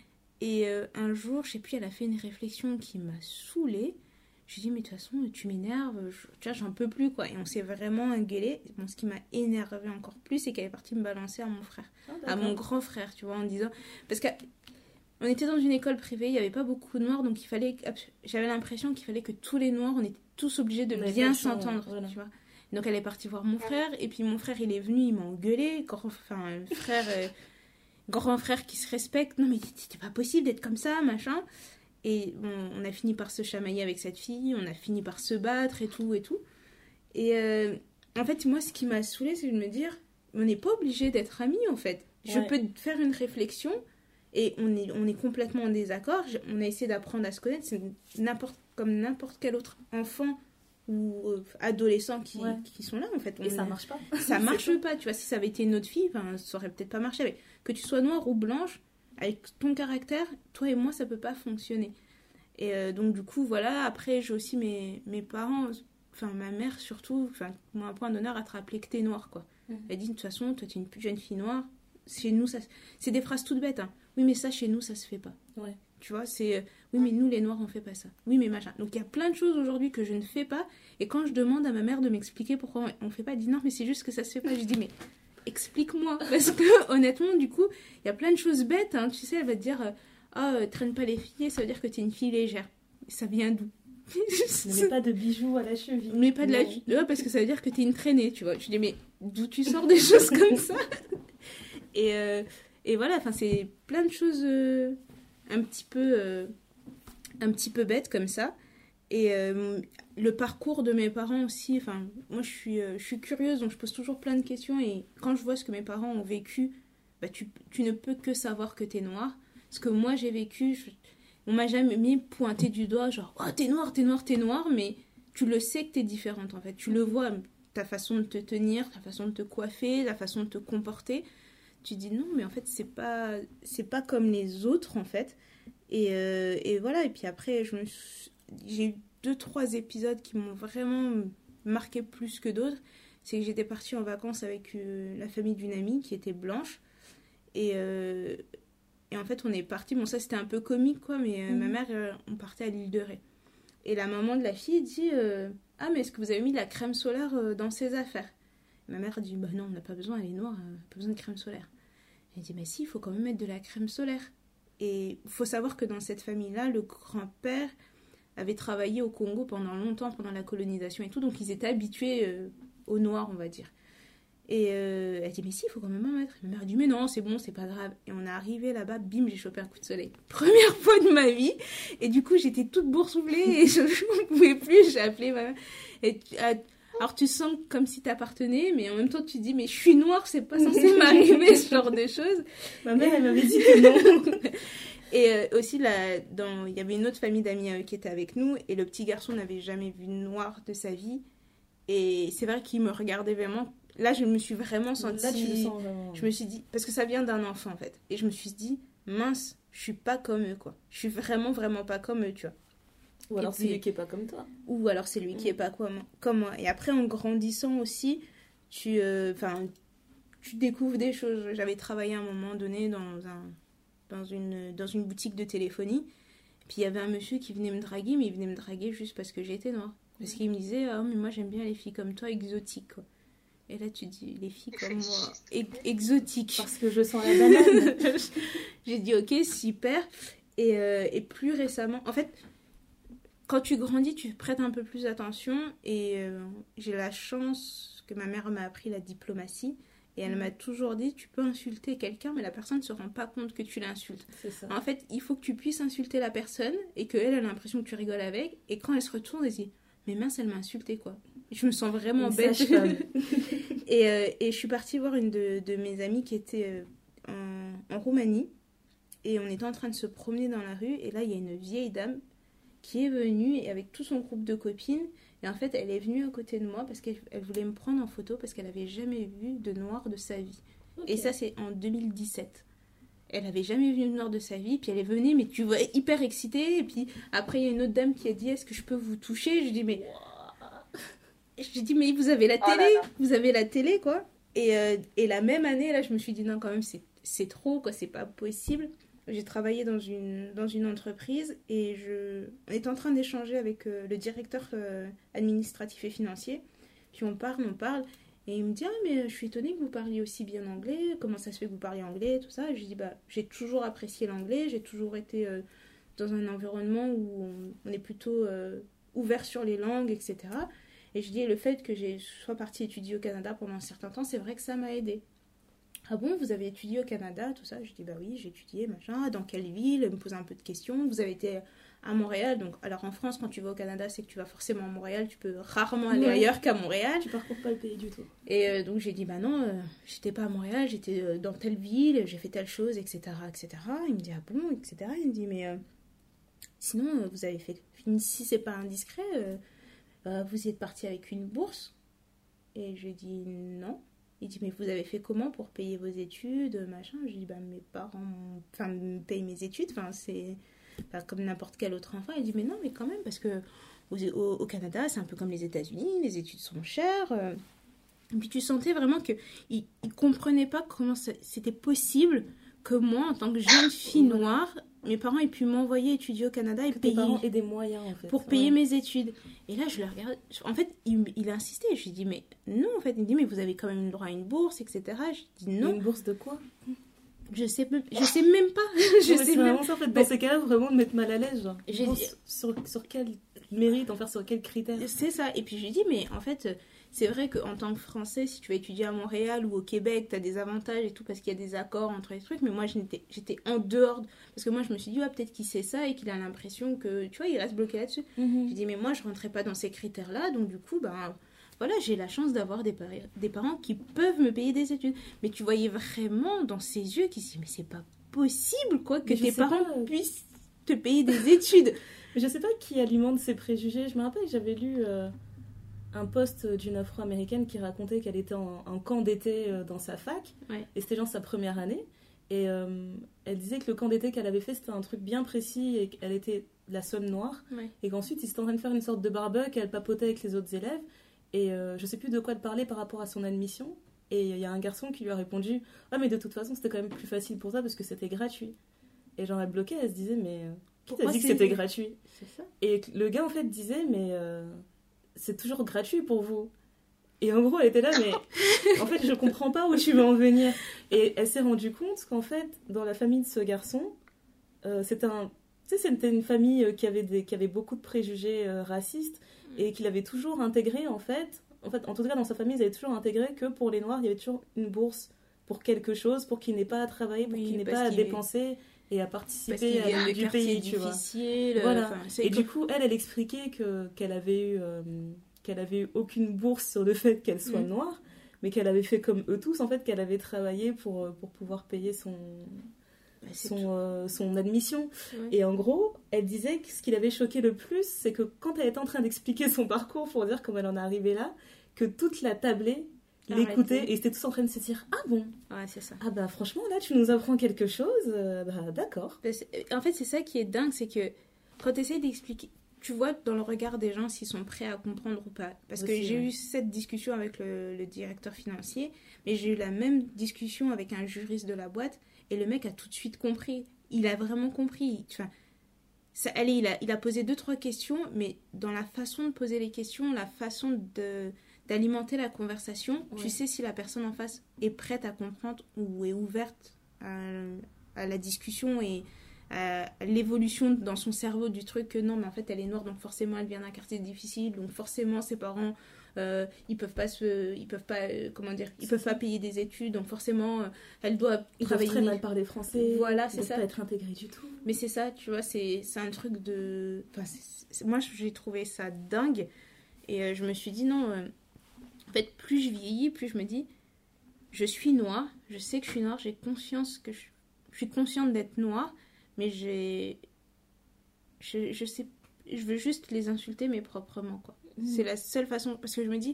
Speaker 2: Et euh, un jour, je sais plus, elle a fait une réflexion qui m'a saoulée. Je lui ai dit, mais de toute façon, tu m'énerves, je, tu vois, j'en peux plus, quoi. Et on s'est vraiment engueulé. Bon, ce qui m'a énervé encore plus, c'est qu'elle est partie me balancer à mon frère, oh, à mon grand frère, tu vois, en disant... Parce qu'on était dans une école privée, il n'y avait pas beaucoup de noirs, donc il fallait... J'avais l'impression qu'il fallait que tous les noirs, on était tous obligés de mais bien s'entendre, voilà. Tu vois. Donc elle est partie voir mon frère, et puis mon frère, il est venu, il m'a engueulé. Enfin, frère... Euh, grand frère qui se respecte, non mais c'était pas possible d'être comme ça, machin. Et bon, on a fini par se chamailler avec cette fille, on a fini par se battre et tout et tout. Et euh, en fait, moi, ce qui m'a saoulée, c'est de me dire, on n'est pas obligé d'être amis, en fait. Je ouais. peux faire une réflexion et on est, on est complètement en désaccord. On a essayé d'apprendre à se connaître, c'est n'importe, comme n'importe quel autre enfant ou euh, adolescents qui, ouais. qui sont là, en fait. On,
Speaker 1: et ça marche pas.
Speaker 2: Ça marche pas, tu vois. Si ça avait été une autre fille, ça aurait peut-être pas marché. Mais que tu sois noire ou blanche, avec ton caractère, toi et moi, ça peut pas fonctionner. Et euh, donc, du coup, voilà. Après, j'ai aussi mes, mes parents, enfin, ma mère surtout, enfin, moi, un point d'honneur à te rappeler que t'es noire, quoi. Mmh. Elle dit, de toute façon, toi, t'es une plus jeune fille noire. Chez nous, ça... c'est des phrases toutes bêtes, hein. Oui, mais ça, chez nous, ça se fait pas.
Speaker 1: Ouais.
Speaker 2: Tu vois, c'est... Oui, mais nous, les noirs, on fait pas ça. Oui, mais machin. Donc, il y a plein de choses aujourd'hui que je ne fais pas. Et quand je demande à ma mère de m'expliquer pourquoi on fait pas, elle dit non, mais c'est juste que ça se fait pas. Je dis, mais explique-moi. Parce que, honnêtement, du coup, il y a plein de choses bêtes. Hein. Tu sais, elle va te dire, ah, euh, traîne pas les filles, ça veut dire que t'es une fille légère. Ça vient d'où?
Speaker 1: Ne mets pas de bijoux à la cheville.
Speaker 2: Mais pas de la... Ouais, parce que ça veut dire que t'es une traînée, tu vois. Je dis, mais d'où tu sors des choses comme ça? et, euh, et voilà, enfin, c'est plein de choses euh, un petit peu... Euh, un petit peu bêtes comme ça. Et euh, le parcours de mes parents aussi, enfin, moi je suis, euh, je suis curieuse, donc je pose toujours plein de questions, et quand je vois ce que mes parents ont vécu, bah, tu, tu ne peux que savoir que t'es noire. Ce que moi j'ai vécu, je, on m'a jamais pointé du doigt, genre, oh t'es noire, t'es noire, t'es noire, mais tu le sais que t'es différente en fait. Tu le vois, ta façon de te tenir, ta façon de te coiffer, la façon de te comporter. Tu dis non, mais en fait, c'est pas, c'est pas comme les autres en fait. Et, euh, et voilà, et puis après, je me suis... j'ai eu deux, trois épisodes qui m'ont vraiment marqué plus que d'autres. C'est que j'étais partie en vacances avec euh, la famille d'une amie qui était blanche. Et, euh, et en fait, on est parti. Bon, ça, c'était un peu comique, quoi, mais euh, mmh. ma mère, euh, on partait à l'île de Ré. Et la maman de la fille dit euh, ah, mais est-ce que vous avez mis de la crème solaire euh, dans ces affaires? Et ma mère dit bah non, on n'a pas besoin, elle est noire, euh, pas besoin de crème solaire. Elle dit mais si, il faut quand même mettre de la crème solaire. Et il faut savoir que dans cette famille-là, le grand-père avait travaillé au Congo pendant longtemps, pendant la colonisation et tout, donc ils étaient habitués euh, aux noirs, on va dire. Et euh, elle dit, mais si, il faut quand même en mettre. Et ma mère dit, mais non, c'est bon, c'est pas grave. Et on est arrivé là-bas, bim, j'ai chopé un coup de soleil. Première fois de ma vie. Et du coup, j'étais toute boursouflée et je ne pouvais plus. J'ai appelé ma mère. Et, euh, alors, tu sens comme si t'appartenais, mais en même temps, tu te dis, mais je suis noire, c'est pas censé m'arriver ce genre de choses.
Speaker 1: Ma mère, elle m'avait dit que non.
Speaker 2: Et euh, aussi, là, dans... il y avait une autre famille d'amis euh, qui était avec nous, et le petit garçon n'avait jamais vu noir de sa vie. Et c'est vrai qu'il me regardait vraiment. Là, je me suis vraiment sentie...
Speaker 1: Là, tu le sens vraiment.
Speaker 2: Je me suis dit... Parce que ça vient d'un enfant, en fait. Et je me suis dit, mince, je suis pas comme eux, quoi. Je suis vraiment, vraiment pas comme eux, tu vois.
Speaker 1: Ou alors
Speaker 2: et
Speaker 1: c'est
Speaker 2: puis...
Speaker 1: lui qui est pas comme toi.
Speaker 2: Ou alors c'est lui mmh. qui est pas comme, comme moi. Et après, en grandissant aussi, tu, euh, tu découvres des choses. J'avais travaillé à un moment donné dans, un, dans, une, dans une boutique de téléphonie. Puis il y avait un monsieur qui venait me draguer, mais il venait me draguer juste parce que j'étais noire. Parce qu'il me disait, ah, oh, mais moi j'aime bien les filles comme toi, exotiques, quoi. Et là, tu dis, les filles comme moi, ex- exotiques.
Speaker 1: Parce que je sens la banane.
Speaker 2: J'ai dit, ok, super. Et, euh, et plus récemment, en fait, quand tu grandis, tu prêtes un peu plus attention. Et euh, j'ai la chance que ma mère m'a appris la diplomatie. Et elle mmh. m'a toujours dit, tu peux insulter quelqu'un, mais la personne ne se rend pas compte que tu l'insultes.
Speaker 1: C'est ça.
Speaker 2: En fait, il faut que tu puisses insulter la personne et qu'elle a l'impression que tu rigoles avec. Et quand elle se retourne, elle se dit, mais mince, elle m'a insulté, quoi. Je me sens vraiment bête. et, euh, et je suis partie voir une de, de mes amies qui était euh, en, en Roumanie. Et on était en train de se promener dans la rue. Et là, il y a une vieille dame qui est venue et avec tout son groupe de copines. Et en fait, elle est venue à côté de moi parce qu'elle elle voulait me prendre en photo parce qu'elle n'avait jamais vu de noir de sa vie. Okay. Et ça, c'est en deux mille dix-sept. Elle n'avait jamais vu de noir de sa vie. Puis elle est venue, mais tu vois, hyper excitée. Et puis après, il y a une autre dame qui a dit, est-ce que je peux vous toucher? Je dis, mais... Je dis, mais vous avez la télé, oh là là. Vous avez la télé, quoi. Et, euh, et la même année, là, je me suis dit, non, quand même, c'est, c'est trop, quoi, c'est pas possible. J'ai travaillé dans une, dans une entreprise et je... on est en train d'échanger avec euh, le directeur euh, administratif et financier. Puis on parle, on parle. Et il me dit, ah, mais je suis étonnée que vous parliez aussi bien anglais. Comment ça se fait que vous parliez anglais, tout ça. Et je dis, bah, j'ai toujours apprécié l'anglais. J'ai toujours été euh, dans un environnement où on, on est plutôt euh, ouvert sur les langues, et cetera. Et je dis, le fait que je sois partie étudier au Canada pendant un certain temps, c'est vrai que ça m'a aidée. Ah bon, vous avez étudié au Canada, tout ça? Je dis, bah oui, j'ai étudié, machin. Dans quelle ville? Elle me pose un peu de questions. Vous avez été à Montréal. Donc, alors en France, quand tu vas au Canada, c'est que tu vas forcément à Montréal. Tu peux rarement aller ouais. ailleurs qu'à Montréal.
Speaker 1: Tu parcours pas le pays du tout.
Speaker 2: Et euh, donc, j'ai dit, bah non, euh, j'étais pas à Montréal, j'étais euh, dans telle ville, j'ai fait telle chose, et cetera, et cetera. Il me dit, ah bon, et cetera. Il me dit, mais euh, sinon, euh, vous avez fait... Si c'est pas indiscret... Euh, Euh, vous y êtes parti avec une bourse? Et je lui dis non. Il dit, mais vous avez fait comment pour payer vos études, machin? Je lui dis, bah, mes parents enfin, me payent mes études, enfin, c'est pas comme n'importe quel autre enfant. Il dit, mais non, mais quand même, parce que au, au, au Canada, c'est un peu comme les États-Unis, les études sont chères. Et puis tu sentais vraiment qu'il ne comprenait pas comment ça, c'était possible que moi, en tant que jeune fille noire, mes parents aient pu m'envoyer étudier au Canada et
Speaker 1: que
Speaker 2: payer...
Speaker 1: tes parents aient des moyens, en fait.
Speaker 2: Pour payer ouais. mes études. Et là, je le regarde... En fait, il, il a insisté. Je lui ai dit, mais non, en fait. Il me dit, mais vous avez quand même le droit à une bourse, et cetera. Je dis non.
Speaker 1: Une bourse de quoi?
Speaker 2: Je sais, je sais même pas. je
Speaker 1: non,
Speaker 2: sais
Speaker 1: c'est
Speaker 2: même
Speaker 1: vraiment ça, en fait. Dans ces cas-là, vraiment de mettre mal à l'aise. Genre,
Speaker 2: J'ai dit...
Speaker 1: sur, sur quel mérite, en faire sur quel critère.
Speaker 2: C'est ça. Et puis, je lui dis, mais en fait, c'est vrai qu'en tant que Français, si tu vas étudier à Montréal ou au Québec, tu as des avantages et tout parce qu'il y a des accords entre les trucs. Mais moi, j'étais, j'étais en dehors. De... Parce que moi, je me suis dit, ouais, peut-être qu'il sait ça et qu'il a l'impression que, tu vois, il reste bloqué là-dessus. Mm-hmm. J'ai dit, mais moi, je rentrais pas dans ces critères-là. Donc, du coup, ben... Voilà, j'ai la chance d'avoir des, par... des parents qui peuvent me payer des études. Mais tu voyais vraiment dans ses yeux qu'ils se disaient, mais c'est pas possible, quoi, que tes parents pas. puissent te payer des études.
Speaker 1: Mais je sais pas qui alimente ces préjugés. Je me rappelle que j'avais lu euh, un post d'une afro-américaine qui racontait qu'elle était en, en camp d'été euh, dans sa fac.
Speaker 2: Ouais.
Speaker 1: Et c'était genre sa première année. Et euh, elle disait que le camp d'été qu'elle avait fait, c'était un truc bien précis et qu'elle était la seule noire.
Speaker 2: Ouais.
Speaker 1: Et qu'ensuite, ils étaient en train de faire une sorte de barbecue, elle papotait avec les autres élèves. Et euh, je sais plus de quoi te parler par rapport à son admission. Et il y a un garçon qui lui a répondu « Ah, mais de toute façon, c'était quand même plus facile pour toi parce que c'était gratuit. » Et genre, elle bloquait, elle se disait « Mais euh, qui t'a dit que c'était gratuit ?»
Speaker 2: C'est ça.
Speaker 1: Et le gars, en fait, disait « Mais euh, c'est toujours gratuit pour vous. » Et en gros, elle était là « Mais en fait, je comprends pas où tu veux en venir. » Et elle s'est rendue compte qu'en fait, dans la famille de ce garçon, euh, c'était, un, tu sais, c'était une famille qui avait, des, qui avait beaucoup de préjugés euh, racistes et qu'il avait toujours intégré, en fait, en fait, en tout cas, dans sa famille, ils avaient toujours intégré que pour les Noirs, il y avait toujours une bourse pour quelque chose, pour qu'ils n'aient pas à travailler, pour oui, qu'ils n'aient pas à dépenser est... et à participer à la du pays, tu vois. Voilà. Enfin, et que... du coup, elle, elle expliquait que, qu'elle avait eu, euh, qu'elle avait eu aucune bourse sur le fait qu'elle soit mmh. noire, mais qu'elle avait fait comme eux tous, en fait, qu'elle avait travaillé pour, pour pouvoir payer son... Bah, son, euh, son admission. Ouais. Et en gros, elle disait que ce qui l'avait choqué le plus, c'est que quand elle était en train d'expliquer son parcours pour dire comment elle en est arrivée là, que toute la tablée l'écoutait et c'était tous en train de se dire « Ah bon ?»
Speaker 2: Ouais, c'est ça.
Speaker 1: Ah bah franchement, là, tu nous apprends quelque chose, euh, bah d'accord.
Speaker 2: En fait, c'est ça qui est dingue, c'est que quand tu essaies d'expliquer, tu vois dans le regard des gens s'ils sont prêts à comprendre ou pas. Parce Aussi, que j'ai ouais. eu cette discussion avec le, le directeur financier, mais j'ai eu la même discussion avec un juriste de la boîte. Et le mec a tout de suite compris. Il a vraiment compris. Enfin, ça, allez, il a, il a posé deux, trois questions, mais dans la façon de poser les questions, la façon de, d'alimenter la conversation, ouais. tu sais si la personne en face est prête à comprendre ou est ouverte à, à la discussion et à l'évolution dans son cerveau du truc que non, mais en fait, elle est noire, donc forcément, elle vient d'un quartier difficile, donc forcément, ses parents... Euh, ils peuvent pas se, ils peuvent pas euh, comment dire ils peuvent pas payer des études donc forcément euh, elle doit
Speaker 1: ils doivent très mal parler français,
Speaker 2: voilà c'est
Speaker 1: ils
Speaker 2: ça,
Speaker 1: pas être intégrés du tout,
Speaker 2: mais c'est ça, tu vois, c'est c'est un truc de enfin, c'est, c'est... moi j'ai trouvé ça dingue et euh, je me suis dit non euh... en fait plus je vieillis plus je me dis je suis noire, je sais que je suis noire, j'ai conscience que je, je suis consciente d'être noire, mais j'ai je, je sais je veux juste les insulter mais proprement quoi. C'est la seule façon, parce que je me dis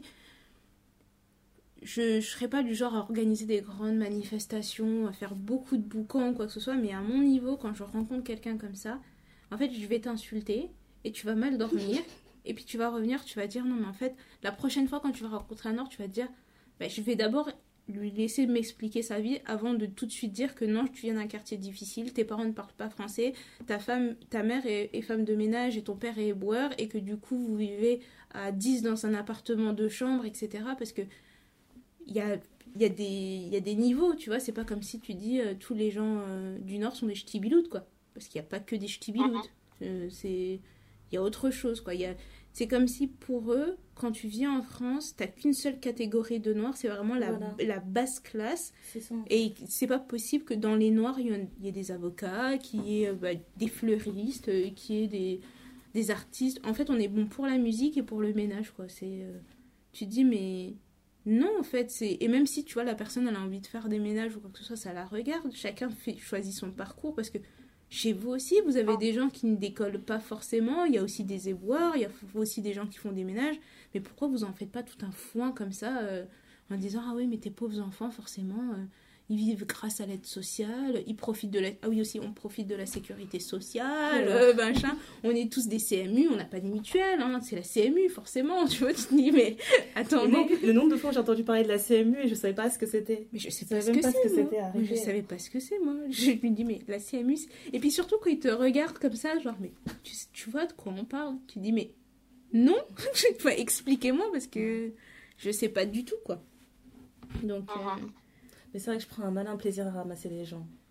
Speaker 2: je ne serais pas du genre à organiser des grandes manifestations, à faire beaucoup de boucans ou quoi que ce soit, mais à mon niveau, quand je rencontre quelqu'un comme ça, en fait je vais t'insulter et tu vas mal dormir et puis tu vas revenir, tu vas dire non mais en fait la prochaine fois quand tu vas rencontrer un Nord, tu vas te dire bah, je vais d'abord lui laisser m'expliquer sa vie avant de tout de suite dire que non, tu viens d'un quartier difficile, tes parents ne parlent pas français, ta femme, ta mère est, est femme de ménage et ton père est éboueur et que du coup vous vivez à dix dans un appartement de chambre, et cetera. Parce que il y a, y, a des, y a des niveaux, tu vois, c'est pas comme si tu dis euh, tous les gens euh, du Nord sont des ch'tibiloutes, quoi. Parce qu'il n'y a pas que des ch'tibiloutes. Euh, c'est... Il y a autre chose, quoi. Y a... C'est comme si pour eux, quand tu viens en France, t'as qu'une seule catégorie de noirs, c'est vraiment la, voilà. la basse classe.
Speaker 1: C'est ça.
Speaker 2: Et c'est pas possible que dans les noirs, il y, y ait des avocats, qu'il y ait bah, des fleuristes, euh, qu'il y ait des, des artistes. En fait, on est bon pour la musique et pour le ménage, quoi. C'est, euh... Tu te dis, mais non, en fait. c'est Et même si, tu vois, la personne, elle a envie de faire des ménages ou quoi que ce soit, ça la regarde. Chacun fait... choisit son parcours parce que chez vous aussi, vous avez des gens qui ne décollent pas forcément. Il y a aussi des éboueurs, il y a aussi des gens qui font des ménages. Mais pourquoi vous en faites pas tout un foin comme ça euh, en disant « Ah oui, mais tes pauvres enfants, forcément, euh, ils vivent grâce à l'aide sociale, ils profitent de la... Ah oui, aussi, on profite de la sécurité sociale, euh, machin. On est tous des C M U, on n'a pas de mutuelle, hein, c'est la C M U, forcément. » Tu vois, tu te dis « Mais attendez... »
Speaker 1: Le nombre de fois j'ai entendu parler de la C M U et je savais pas ce que c'était.
Speaker 2: Mais je sais pas, je ce, que pas ce que c'était. Mais je savais pas ce que c'est, moi. Je me dis « Mais la C M U... » Et puis surtout, quand ils te regardent comme ça, genre « Mais tu, tu vois de quoi on parle ?» Tu te dis « Mais non, expliquez-moi parce que je sais pas du tout, quoi. » Donc... Euh...
Speaker 1: Mais c'est vrai que je prends un malin plaisir à ramasser les gens.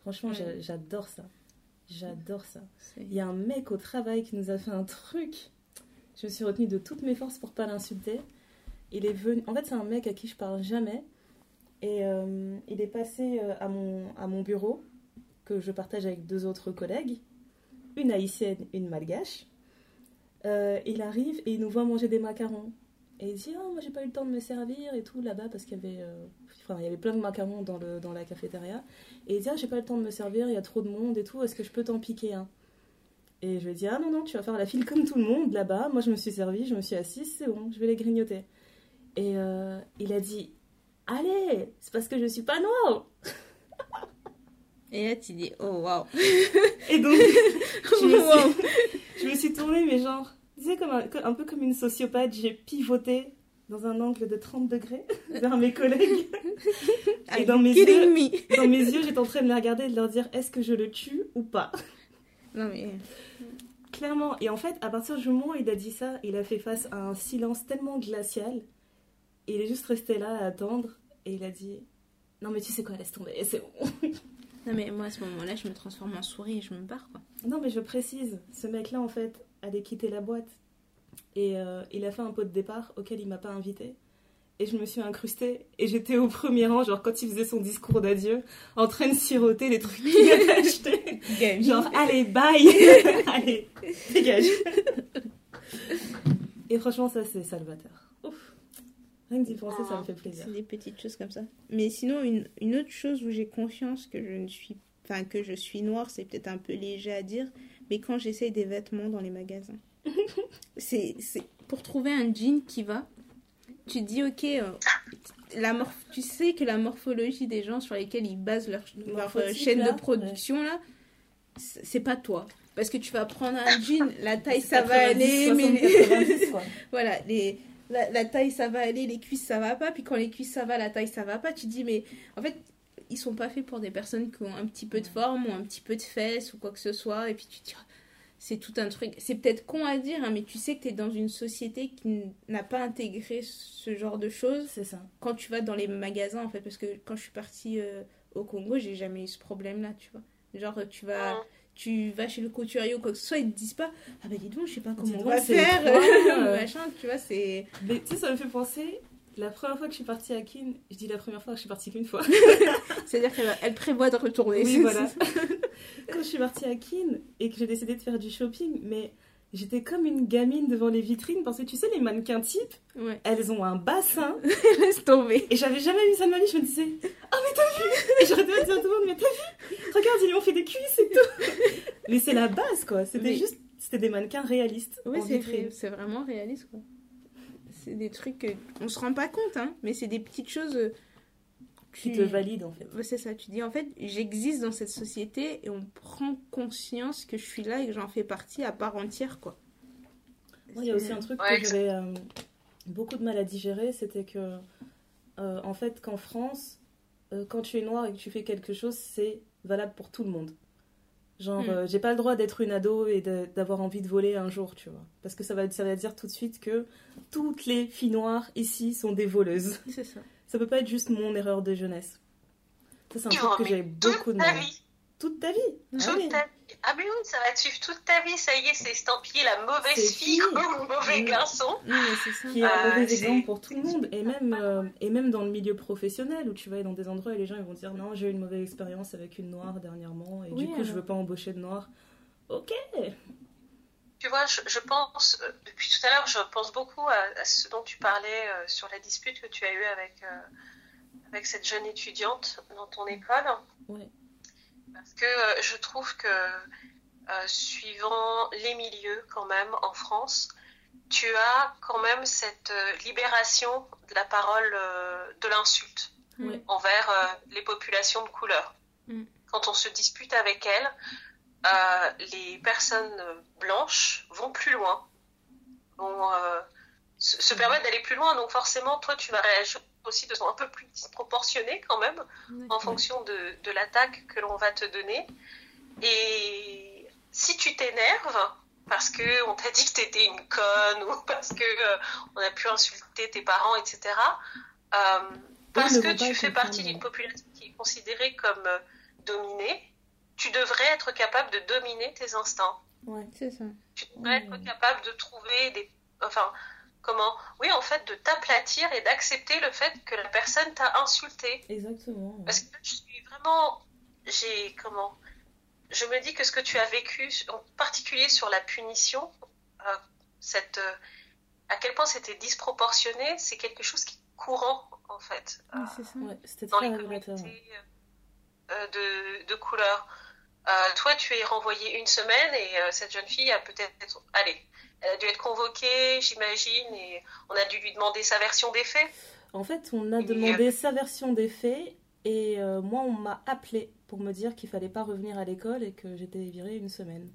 Speaker 1: Franchement,
Speaker 2: Ouais.
Speaker 1: j'a- j'adore ça. J'adore ça.
Speaker 2: C'est-
Speaker 1: Il y a un mec au travail qui nous a fait un truc. Je me suis retenue de toutes mes forces pour pas l'insulter. Il est venu. En fait, c'est un mec à qui je parle jamais. Et euh, il est passé euh, à mon, à mon bureau, que je partage avec deux autres collègues, une haïtienne, une malgache. Euh, il arrive et il nous voit manger des macarons. Et il dit, oh, moi j'ai pas eu le temps de me servir et tout là-bas parce qu'il y avait, euh, enfin, il y avait plein de macarons dans, le, dans la cafétéria. Et il dit, ah, j'ai pas eu le temps de me servir, il y a trop de monde et tout, est-ce que je peux t'en piquer un? Et je lui ai dit, ah non, non, tu vas faire la file comme tout le monde là-bas. Moi je me suis servie, je me suis assise, c'est bon, je vais les grignoter. Et euh, il a dit, allez, c'est parce que je suis pas noire.
Speaker 2: Et là, tu dis, oh waouh.
Speaker 1: Et donc, je me
Speaker 2: Wow.
Speaker 1: suis, je me suis tournée, mais genre, tu sais, comme un, un peu comme une sociopathe, j'ai pivoté dans un angle de trente degrés vers mes collègues. Et dans mes,
Speaker 2: Kidding
Speaker 1: yeux,
Speaker 2: me.
Speaker 1: dans mes yeux, j'étais en train de les regarder et de leur dire, est-ce que je le tue ou pas?
Speaker 2: Non mais.
Speaker 1: Clairement. Et en fait, à partir du moment où il a dit ça, il a fait face à un silence tellement glacial. Et il est juste resté là à attendre. Et il a dit, non mais tu sais quoi, laisse tomber, c'est bon.
Speaker 2: Non mais moi à ce moment-là, je me transforme en souris et je me barre quoi.
Speaker 1: Non, mais je précise, ce mec-là, en fait, allait quitter la boîte. Et euh, il a fait un pot de départ auquel il m'a pas invité. Et je me suis incrustée. Et j'étais au premier rang, genre quand il faisait son discours d'adieu, en train de siroter les trucs qu'il avait achetés.
Speaker 2: Gamine.
Speaker 1: Genre, allez, bye. Allez, dégage. Et franchement, ça, c'est salvateur. Ouf. Rien que d'y penser, ça me fait plaisir.
Speaker 2: C'est des petites choses comme ça. Mais sinon, une, une autre chose où j'ai conscience que je ne suis, enfin que je suis noire, c'est peut-être un peu léger à dire, mais quand j'essaye des vêtements dans les magasins, c'est c'est pour trouver un jean qui va. Tu te dis ok, euh, la morph- tu sais que la morphologie des gens sur lesquels ils basent leur, leur euh,
Speaker 1: Morphotype,
Speaker 2: chaîne
Speaker 1: là,
Speaker 2: de production là, c'est c'est pas toi. Parce que tu vas prendre un jean, la taille ça va aller, mais les-
Speaker 1: quatre-vingt-dix, quoi.
Speaker 2: voilà, les, la, la taille ça va aller, les cuisses ça va pas, puis quand les cuisses ça va, la taille ça va pas, tu te dis mais en fait ils sont pas faits pour des personnes qui ont un petit peu de forme ou un petit peu de fesses ou quoi que ce soit, et puis tu te dis oh, c'est tout un truc, c'est peut-être con à dire, hein, mais tu sais que tu es dans une société qui n- n'a pas intégré ce genre de choses
Speaker 1: C'est ça.
Speaker 2: quand tu vas dans les magasins en fait, parce que quand je suis partie euh, au Congo, j'ai jamais eu ce problème là, tu vois. Genre tu vas...
Speaker 3: Mm.
Speaker 2: Tu vas chez le couturier ou quoi que ce soit, ils te disent pas ah bah dis donc, je sais pas
Speaker 1: Dis
Speaker 2: comment on
Speaker 1: donc,
Speaker 2: va
Speaker 1: c'est
Speaker 2: faire,
Speaker 1: toi, euh.
Speaker 2: machin, tu vois, c'est.
Speaker 1: Mais tu sais, ça me fait penser, la première fois que je suis partie à Kin, je dis la première fois que je suis partie qu'une fois.
Speaker 2: C'est-à-dire qu'elle elle prévoit de retourner.
Speaker 1: Oui, voilà. Quand je suis partie à Kin et que j'ai décidé de faire du shopping, mais j'étais comme une gamine devant les vitrines parce que tu sais, les mannequins types,
Speaker 2: Ouais,
Speaker 1: elles ont un bassin
Speaker 2: laisse tomber.
Speaker 1: et j'avais jamais vu ça de ma vie. Je me disais, oh, mais t'as vu? Et j'arrêtais de dire à tout le monde, mais t'as vu? Regarde, ils lui ont fait des cuisses et tout. Mais c'est la base, quoi. C'était
Speaker 2: Mais-
Speaker 1: juste, c'était des mannequins réalistes.
Speaker 2: Oui,
Speaker 1: en
Speaker 2: c'est
Speaker 1: vitrine.
Speaker 2: ré- c'est vraiment réaliste, quoi. C'est des trucs que on se rend pas compte, hein, mais c'est des petites choses. euh,
Speaker 1: Qui
Speaker 2: tu-
Speaker 1: te valident, en fait.
Speaker 2: Ouais, c'est ça, tu dis en fait, j'existe dans cette société et on prend conscience que je suis là et que j'en fais partie à part entière, quoi.
Speaker 1: Moi, il y a aussi un truc
Speaker 3: Ouais,
Speaker 1: que j'avais euh, beaucoup de mal à digérer, c'était que, euh, en fait, qu'en France, euh, quand tu es noir et que tu fais quelque chose, c'est valable pour tout le monde. Genre,
Speaker 2: Mm.
Speaker 1: euh, j'ai pas le droit d'être une ado et de- d'avoir envie de voler un jour, tu vois. Parce que ça va, ça va dire tout de suite que toutes les filles noires ici sont des voleuses.
Speaker 2: C'est ça.
Speaker 1: Ça peut pas être juste mon erreur de jeunesse. Ça, c'est un
Speaker 3: Ils
Speaker 1: truc
Speaker 3: vont
Speaker 1: que j'ai
Speaker 3: mettre
Speaker 1: beaucoup
Speaker 3: toute
Speaker 1: de
Speaker 3: ta
Speaker 1: mal.
Speaker 3: vie.
Speaker 1: Toute ta vie.
Speaker 2: Ah
Speaker 1: Ah oui.
Speaker 3: Toute ta vie. Ah mais oui, ça va te suivre toute ta vie, ça y est, c'est estampillé la mauvaise
Speaker 1: C'est
Speaker 3: fille
Speaker 1: fini.
Speaker 3: ou le mauvais
Speaker 1: Mm.
Speaker 3: garçon.
Speaker 2: Non, mais c'est ça.
Speaker 1: Qui est un
Speaker 3: Ah,
Speaker 1: mauvais
Speaker 3: c'est-
Speaker 1: exemple pour tout le monde. Et même, euh, et même dans le milieu professionnel, où tu vas aller dans des endroits et les gens ils vont dire non, j'ai eu une mauvaise expérience avec une noire dernièrement, et
Speaker 2: Oui,
Speaker 1: du coup, je
Speaker 2: alors.
Speaker 1: veux pas embaucher de noir. Ok.
Speaker 3: Tu vois, je, je pense, euh, depuis tout à l'heure, je pense beaucoup à, à ce dont tu parlais euh, sur la dispute que tu as eue avec, euh, avec cette jeune étudiante dans ton école.
Speaker 1: Ouais.
Speaker 3: Parce que euh, je trouve que, euh, suivant les milieux quand même en France, tu as quand même cette euh, libération de la parole euh, de l'insulte
Speaker 1: Ouais.
Speaker 3: envers euh, les populations de couleur.
Speaker 2: Mm.
Speaker 3: Quand on se dispute avec elles, euh, les personnes blanches vont plus loin, vont euh, se, se permettre d'aller plus loin. Donc forcément, toi, tu vas réagir aussi de façon un peu plus disproportionnée quand même, en fonction de, de l'attaque que l'on va te donner. Et si tu t'énerves parce qu'on t'a dit que t'étais une conne ou parce qu'on euh, a pu insulter tes parents, et cetera, euh, parce
Speaker 1: ne
Speaker 3: que
Speaker 1: vont pas
Speaker 3: tu fais
Speaker 1: comprendre.
Speaker 3: partie d'une population qui est considérée comme euh, dominée, tu devrais être capable de dominer tes instincts.
Speaker 1: Ouais.
Speaker 2: C'est ça.
Speaker 3: Tu devrais
Speaker 1: Mmh.
Speaker 3: être capable de trouver des... Enfin, comment... Oui, en fait, de t'aplatir et d'accepter le fait que la personne t'a insulté.
Speaker 1: Exactement.
Speaker 3: Parce que je suis vraiment... J'ai... Comment... Je me dis que ce que tu as vécu, en particulier sur la punition, euh, cette... euh, à quel point c'était disproportionné, c'est quelque chose qui est courant, en fait, euh,
Speaker 2: Ouais, c'est ça.
Speaker 1: Ouais, c'était
Speaker 3: dans
Speaker 1: très
Speaker 3: les
Speaker 1: révélateur.
Speaker 3: communautés euh, de, de couleur. Euh, toi, tu es renvoyé une semaine et euh, cette jeune fille a peut-être... Allez, elle a dû être convoquée, j'imagine, et on a dû lui demander sa version des faits.
Speaker 1: En fait, on a
Speaker 3: Et,
Speaker 1: demandé sa version des faits et euh, moi, on m'a appelé pour me dire qu'il fallait pas revenir à l'école et que j'étais virée une semaine.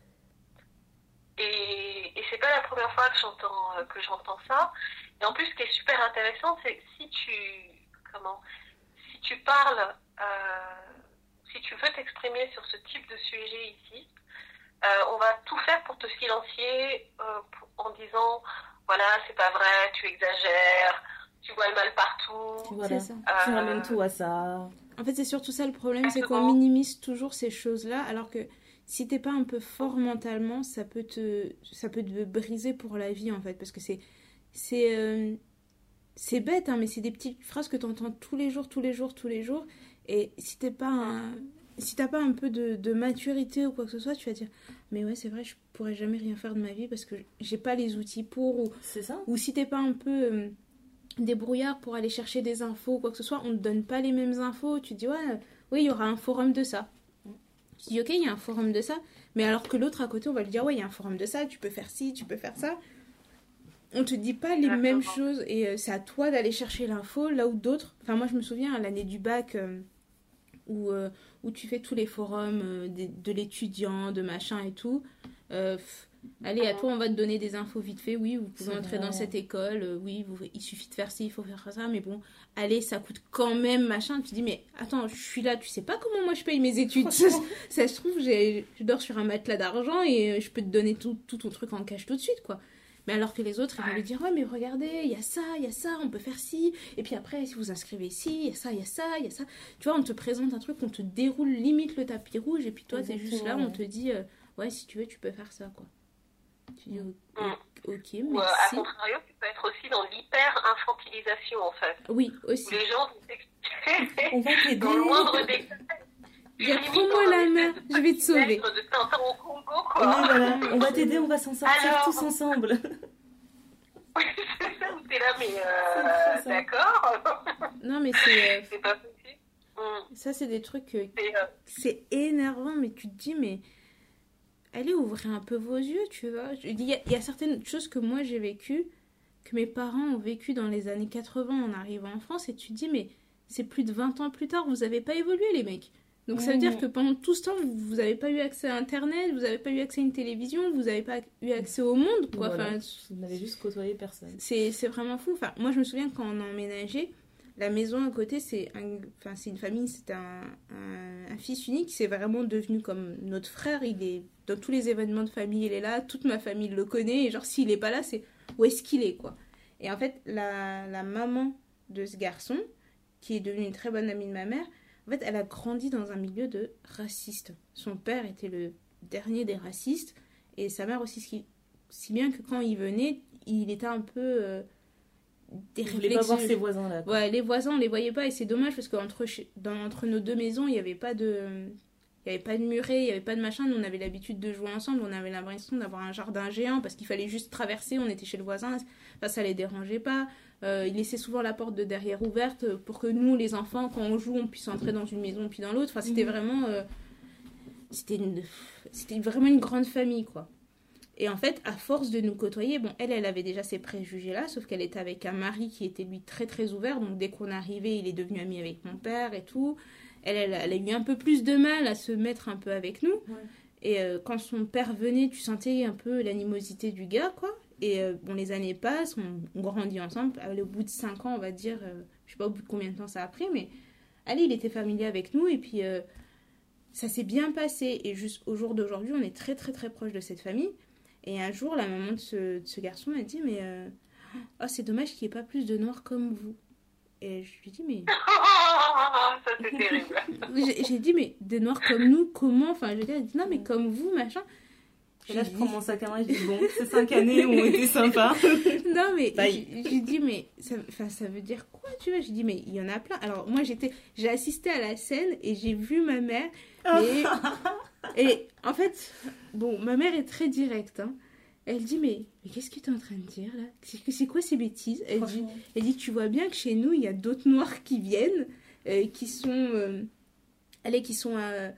Speaker 3: Et, et c'est pas la première fois que j'entends euh, que j'entends ça. Et en plus, ce qui est super intéressant, c'est que si tu comment si tu parles, euh, si tu veux t'exprimer sur ce type de sujet ici, euh, on va tout faire pour te silencier euh, pour- en disant voilà, c'est pas vrai, tu exagères, tu vois le mal partout.
Speaker 1: Voilà.
Speaker 2: C'est ça.
Speaker 1: Tu
Speaker 3: Euh,
Speaker 1: ramènes tout à ça.
Speaker 2: En fait, c'est surtout ça le problème, c'est qu'on
Speaker 3: Exactement.
Speaker 2: minimise toujours ces choses-là, alors que si t'es pas un peu fort mentalement, ça peut te, ça peut te briser pour la vie, en fait, parce que c'est, c'est, euh, c'est bête, hein, mais c'est des petites phrases que t'entends tous les jours, tous les jours, tous les jours, et si t'es pas un, si t'as pas un peu de, de maturité ou quoi que ce soit, tu vas dire, mais ouais, c'est vrai, je pourrais jamais rien faire de ma vie parce que j'ai pas les outils pour, ou,
Speaker 1: C'est ça.
Speaker 2: ou si t'es pas un peu euh, débrouillard pour aller chercher des infos ou quoi que ce soit, on te donne pas les mêmes infos, tu dis ouais, euh, oui, il y aura un forum de ça. Tu dis ok, il y a un forum de ça, mais alors que l'autre à côté, on va lui dire ouais, il y a un forum de ça, tu peux faire ci, tu peux faire ça. On te dit pas les
Speaker 3: Exactement.
Speaker 2: mêmes choses et euh, c'est à toi d'aller chercher l'info là où d'autres. Enfin, moi je me souviens à l'année du bac euh, où, euh, où tu fais tous les forums euh, des- de l'étudiant, de machin et tout. Euh, pff, allez, à toi, on va te donner des infos vite fait. Oui, vous pouvez
Speaker 1: C'est
Speaker 2: entrer
Speaker 1: vrai.
Speaker 2: dans cette école. euh, oui, vous- il suffit de faire ci, il faut faire ça. Mais bon, allez, ça coûte quand même machin. Tu dis, mais attends, je suis là, tu sais pas comment moi je paye mes études. Ça, ça se trouve, j'ai- je dors sur un matelas d'argent et euh, je peux te donner tout, tout ton truc en cash tout de suite, quoi. Mais alors que les autres, ils vont lui dire, ouais, mais regardez, il y a ça, il y a ça, on peut faire ci. Et puis après, si vous inscrivez ici, il y a ça, il y a ça, il y a ça. Tu vois, on te présente un truc, on te déroule limite le tapis rouge. Et puis toi, t'es juste là,
Speaker 1: Exactement,
Speaker 2: on te dit, euh, ouais, si tu veux, tu peux faire ça, quoi. Tu dis, o-
Speaker 3: Mm.
Speaker 2: ok,
Speaker 3: Ou euh, à
Speaker 2: merci.
Speaker 3: contrario, tu peux être aussi dans l'hyper-infantilisation, en fait.
Speaker 2: Oui,
Speaker 3: Où
Speaker 2: aussi.
Speaker 3: les gens vont t'expliquer
Speaker 1: On va t'aider.
Speaker 3: dans le moindre détail.
Speaker 2: Dire,
Speaker 3: Limite
Speaker 2: prends-moi
Speaker 3: dans
Speaker 2: la
Speaker 3: un
Speaker 2: main,
Speaker 3: espèce de
Speaker 2: je vais te sauver.
Speaker 3: lettre de Tintin au Congo,
Speaker 1: Oui,
Speaker 3: quoi.
Speaker 1: voilà. On va t'aider, on va s'en sortir
Speaker 3: Alors.
Speaker 1: tous ensemble.
Speaker 3: C'est ça où t'es là, mais
Speaker 1: C'est
Speaker 3: euh,
Speaker 1: ça.
Speaker 3: d'accord.
Speaker 2: Non, mais c'est, euh,
Speaker 3: C'est pas possible. Mm.
Speaker 2: ça, c'est des trucs, euh,
Speaker 3: C'est, euh,
Speaker 2: c'est énervant, mais tu te dis, mais allez, ouvrez un peu vos yeux, tu vois. Je dis, il y, a- il y a certaines choses que moi j'ai vécues, que mes parents ont vécues dans les années quatre-vingts en arrivant en France, et tu te dis, mais c'est plus de vingt ans plus tard, vous avez pas évolué, les mecs. Donc ça veut dire
Speaker 1: Mhm.
Speaker 2: que pendant tout ce temps, vous n'avez pas eu accès à Internet, vous n'avez pas eu accès à une télévision, vous n'avez pas eu accès au monde, quoi.
Speaker 1: Voilà.
Speaker 2: Enfin,
Speaker 1: Vous n'avez juste côtoyé personne.
Speaker 2: c'est c'est vraiment fou. Enfin, moi, je me souviens quand on a emménagé, la maison à côté, c'est un, enfin, c'est une famille, c'est un, un, un fils unique. C'est vraiment devenu comme notre frère. Il est dans tous les événements de famille, il est là. Toute ma famille le connaît. Et genre, s'il n'est pas là, c'est où est-ce qu'il est, quoi. Et en fait, la, la maman de ce garçon, qui est devenue une très bonne amie de ma mère, en fait, elle a grandi dans un milieu de racistes. Son père était le dernier des racistes. Et sa mère aussi, ce qui si bien que quand il venait, il était un peu euh, des
Speaker 1: Vous voulez pas voir
Speaker 2: réflexions.
Speaker 1: ses voisins là. quoi.
Speaker 2: Ouais, les voisins, on les voyait pas et c'est dommage parce qu'entre dans entre nos deux maisons, il y avait pas de il y avait pas de muret, il y avait pas de machin. Nous, on avait l'habitude de jouer ensemble, on avait l'impression d'avoir un jardin géant parce qu'il fallait juste traverser, on était chez le voisin, enfin, ça les dérangeait pas. Euh, il laissait souvent la porte de derrière ouverte pour que nous, les enfants, quand on joue, on puisse entrer dans une maison puis dans l'autre. Enfin, c'était
Speaker 1: Mhm.
Speaker 2: vraiment euh, c'était une... c'était vraiment une grande famille, quoi. Et en fait, à force de nous côtoyer, bon, elle, elle avait déjà ces préjugés-là, sauf qu'elle était avec un mari qui était, lui, très, très ouvert. Donc, dès qu'on arrivait, il est devenu ami avec mon père et tout. Elle, elle, elle a eu un peu plus de mal à se mettre un peu avec nous.
Speaker 1: Ouais.
Speaker 2: Et euh, quand son père venait, tu sentais un peu l'animosité du gars, quoi. Et euh, bon, les années passent, on, on grandit ensemble. Allez, au bout de cinq ans, on va dire, euh, je sais pas au bout de combien de temps ça a pris, mais allez, il était familier avec nous. Et puis, euh, ça s'est bien passé. Et jusqu'au jour d'aujourd'hui, on est très, très, très proche de cette famille. Et un jour, la maman de ce, de ce garçon m'a dit, mais euh, oh, c'est dommage qu'il n'y ait pas plus de noirs comme vous. Et je lui dis, mais...
Speaker 3: Ça, c'est terrible.
Speaker 2: j'ai, j'ai dit, mais des noirs comme nous, comment? Enfin, je lui ai dit, non, mais comme vous, machin.
Speaker 1: Et là, je prends mon sac à main et je dis, bon, ces cinq années ont été sympas.
Speaker 2: Non, mais j'ai, j'ai dit, mais ça, ça veut dire quoi, tu vois? J'ai dit, mais il y en a plein. Alors, moi, j'étais, j'ai assisté à la scène et j'ai vu ma mère. Et, et en fait, bon, ma mère est très directe, hein. Elle dit, mais, mais qu'est-ce que tu es en train de dire, là? C'est, c'est quoi ces bêtises? Elle dit, elle dit, tu vois bien que chez nous, il y a d'autres noirs qui viennent, euh, qui sont... Euh, allez, qui sont... Euh,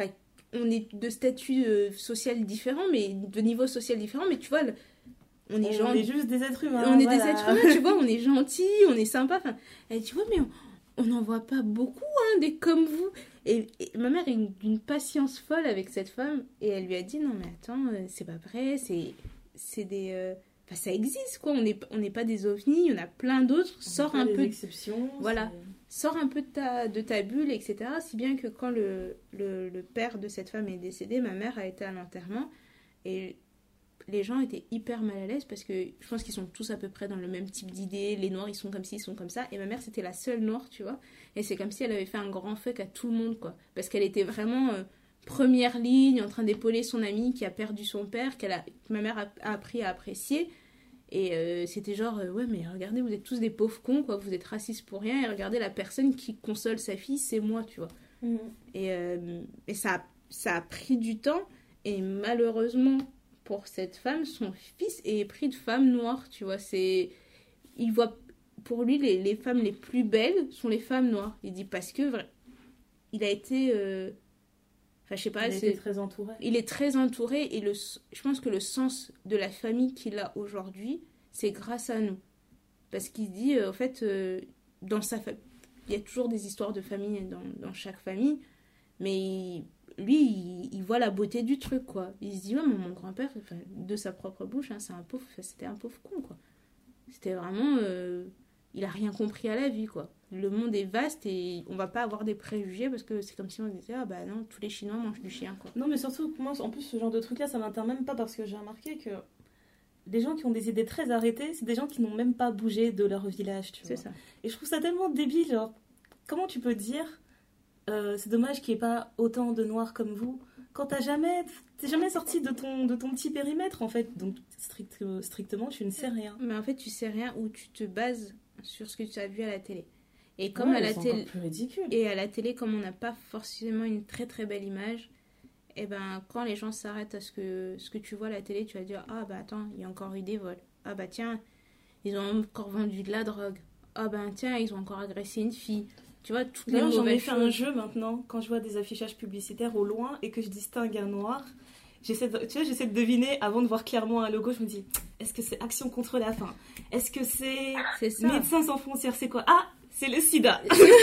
Speaker 2: on est de statut euh, social différent, mais de niveau social différent, mais tu vois, le, on est
Speaker 1: on
Speaker 2: gens...
Speaker 1: est juste des êtres humains.
Speaker 2: On est
Speaker 1: voilà.
Speaker 2: des êtres humains, tu vois, on est gentils, on est sympa. Enfin, elle dit, ouais, mais on n'en voit pas beaucoup, hein, des comme vous. Et, et ma mère a une, une patience folle avec cette femme, et elle lui a dit, non, mais attends, euh, c'est pas vrai, c'est, c'est des... Euh... Enfin, ça existe, quoi, on n'est on n'est pas des ovnis, il y en a plein d'autres, sors un peu...
Speaker 1: exceptions.
Speaker 2: Voilà. Sors un peu de ta, de ta bulle, et cetera. Si bien que quand le, le, le père de cette femme est décédé, ma mère a été à l'enterrement et les gens étaient hyper mal à l'aise parce que je pense qu'ils sont tous à peu près dans le même type d'idée. Les noirs, ils sont comme ci, ils sont comme ça. Et ma mère, c'était la seule noire, tu vois. Et c'est comme si elle avait fait un grand fuck à tout le monde, quoi. Parce qu'elle était vraiment euh, première ligne, en train d'épauler son amie qui a perdu son père, qu'elle a, que ma mère a, a appris à apprécier. Et euh, c'était genre, euh, ouais, mais regardez, vous êtes tous des pauvres cons, quoi, vous êtes racistes pour rien, et regardez la personne qui console sa fille, c'est moi, tu vois. Mmh. Et, euh, et ça, a, ça a pris du temps, et malheureusement, pour cette femme, son fils est épris de femme noire, tu vois. C'est, il voit, pour lui, les, les femmes les plus belles sont les femmes noires. Il dit parce que, il a été... Euh, Enfin, je sais pas,
Speaker 1: il
Speaker 2: c'est...
Speaker 1: est très entouré.
Speaker 2: Il est très entouré et le... je pense que le sens de la famille qu'il a aujourd'hui, c'est grâce à nous. Parce qu'il dit, euh, en fait, euh, dans sa fa... il y a toujours des histoires de famille dans, dans chaque famille, mais il... lui, il... il voit la beauté du truc, quoi. Il se dit, ouais, mon grand-père, enfin, de sa propre bouche, hein, c'est un pauvre... c'était un pauvre con, quoi. C'était vraiment... Euh... il a rien compris à la vie, quoi. Le monde est vaste et on va pas avoir des préjugés parce que c'est comme si on disait ah bah non, tous les Chinois mangent du chien, quoi.
Speaker 1: Non, mais surtout moi en plus ce genre de truc là ça m'intéresse même pas parce que j'ai remarqué que les gens qui ont des idées très arrêtées, c'est des gens qui n'ont même pas bougé de leur village, tu vois.
Speaker 2: C'est ça.
Speaker 1: Et je trouve ça tellement débile, genre comment tu peux dire euh, c'est dommage qu'il n'y ait pas autant de noirs comme vous quand t'as jamais t'es jamais sorti de ton de ton petit périmètre en fait, donc strict, strictement tu ne sais rien.
Speaker 2: Mais en fait tu sais rien ou tu te bases sur ce que tu as vu à la télé. Et comme
Speaker 1: ouais,
Speaker 2: à la télé
Speaker 1: plus ridicule.
Speaker 2: Et à la télé comme on n'a pas forcément une très très belle image, et ben quand les gens s'arrêtent à ce que ce que tu vois à la télé, tu vas dire ah bah attends, il y a encore eu des vols. Ah bah tiens, ils ont encore vendu de la drogue. Ah bah tiens, ils ont encore agressé une fille. Tu vois, toutes les mauvaises
Speaker 1: j'en ai fait
Speaker 2: choses.
Speaker 1: un jeu maintenant quand je vois des affichages publicitaires au loin et que je distingue un noir. J'essaie de, tu vois, j'essaie de deviner avant de voir clairement un logo. Je me dis, est-ce que c'est Action contre la faim? Est-ce que c'est,
Speaker 2: c'est
Speaker 1: Médecins sans frontières? C'est quoi? Ah, c'est le sida.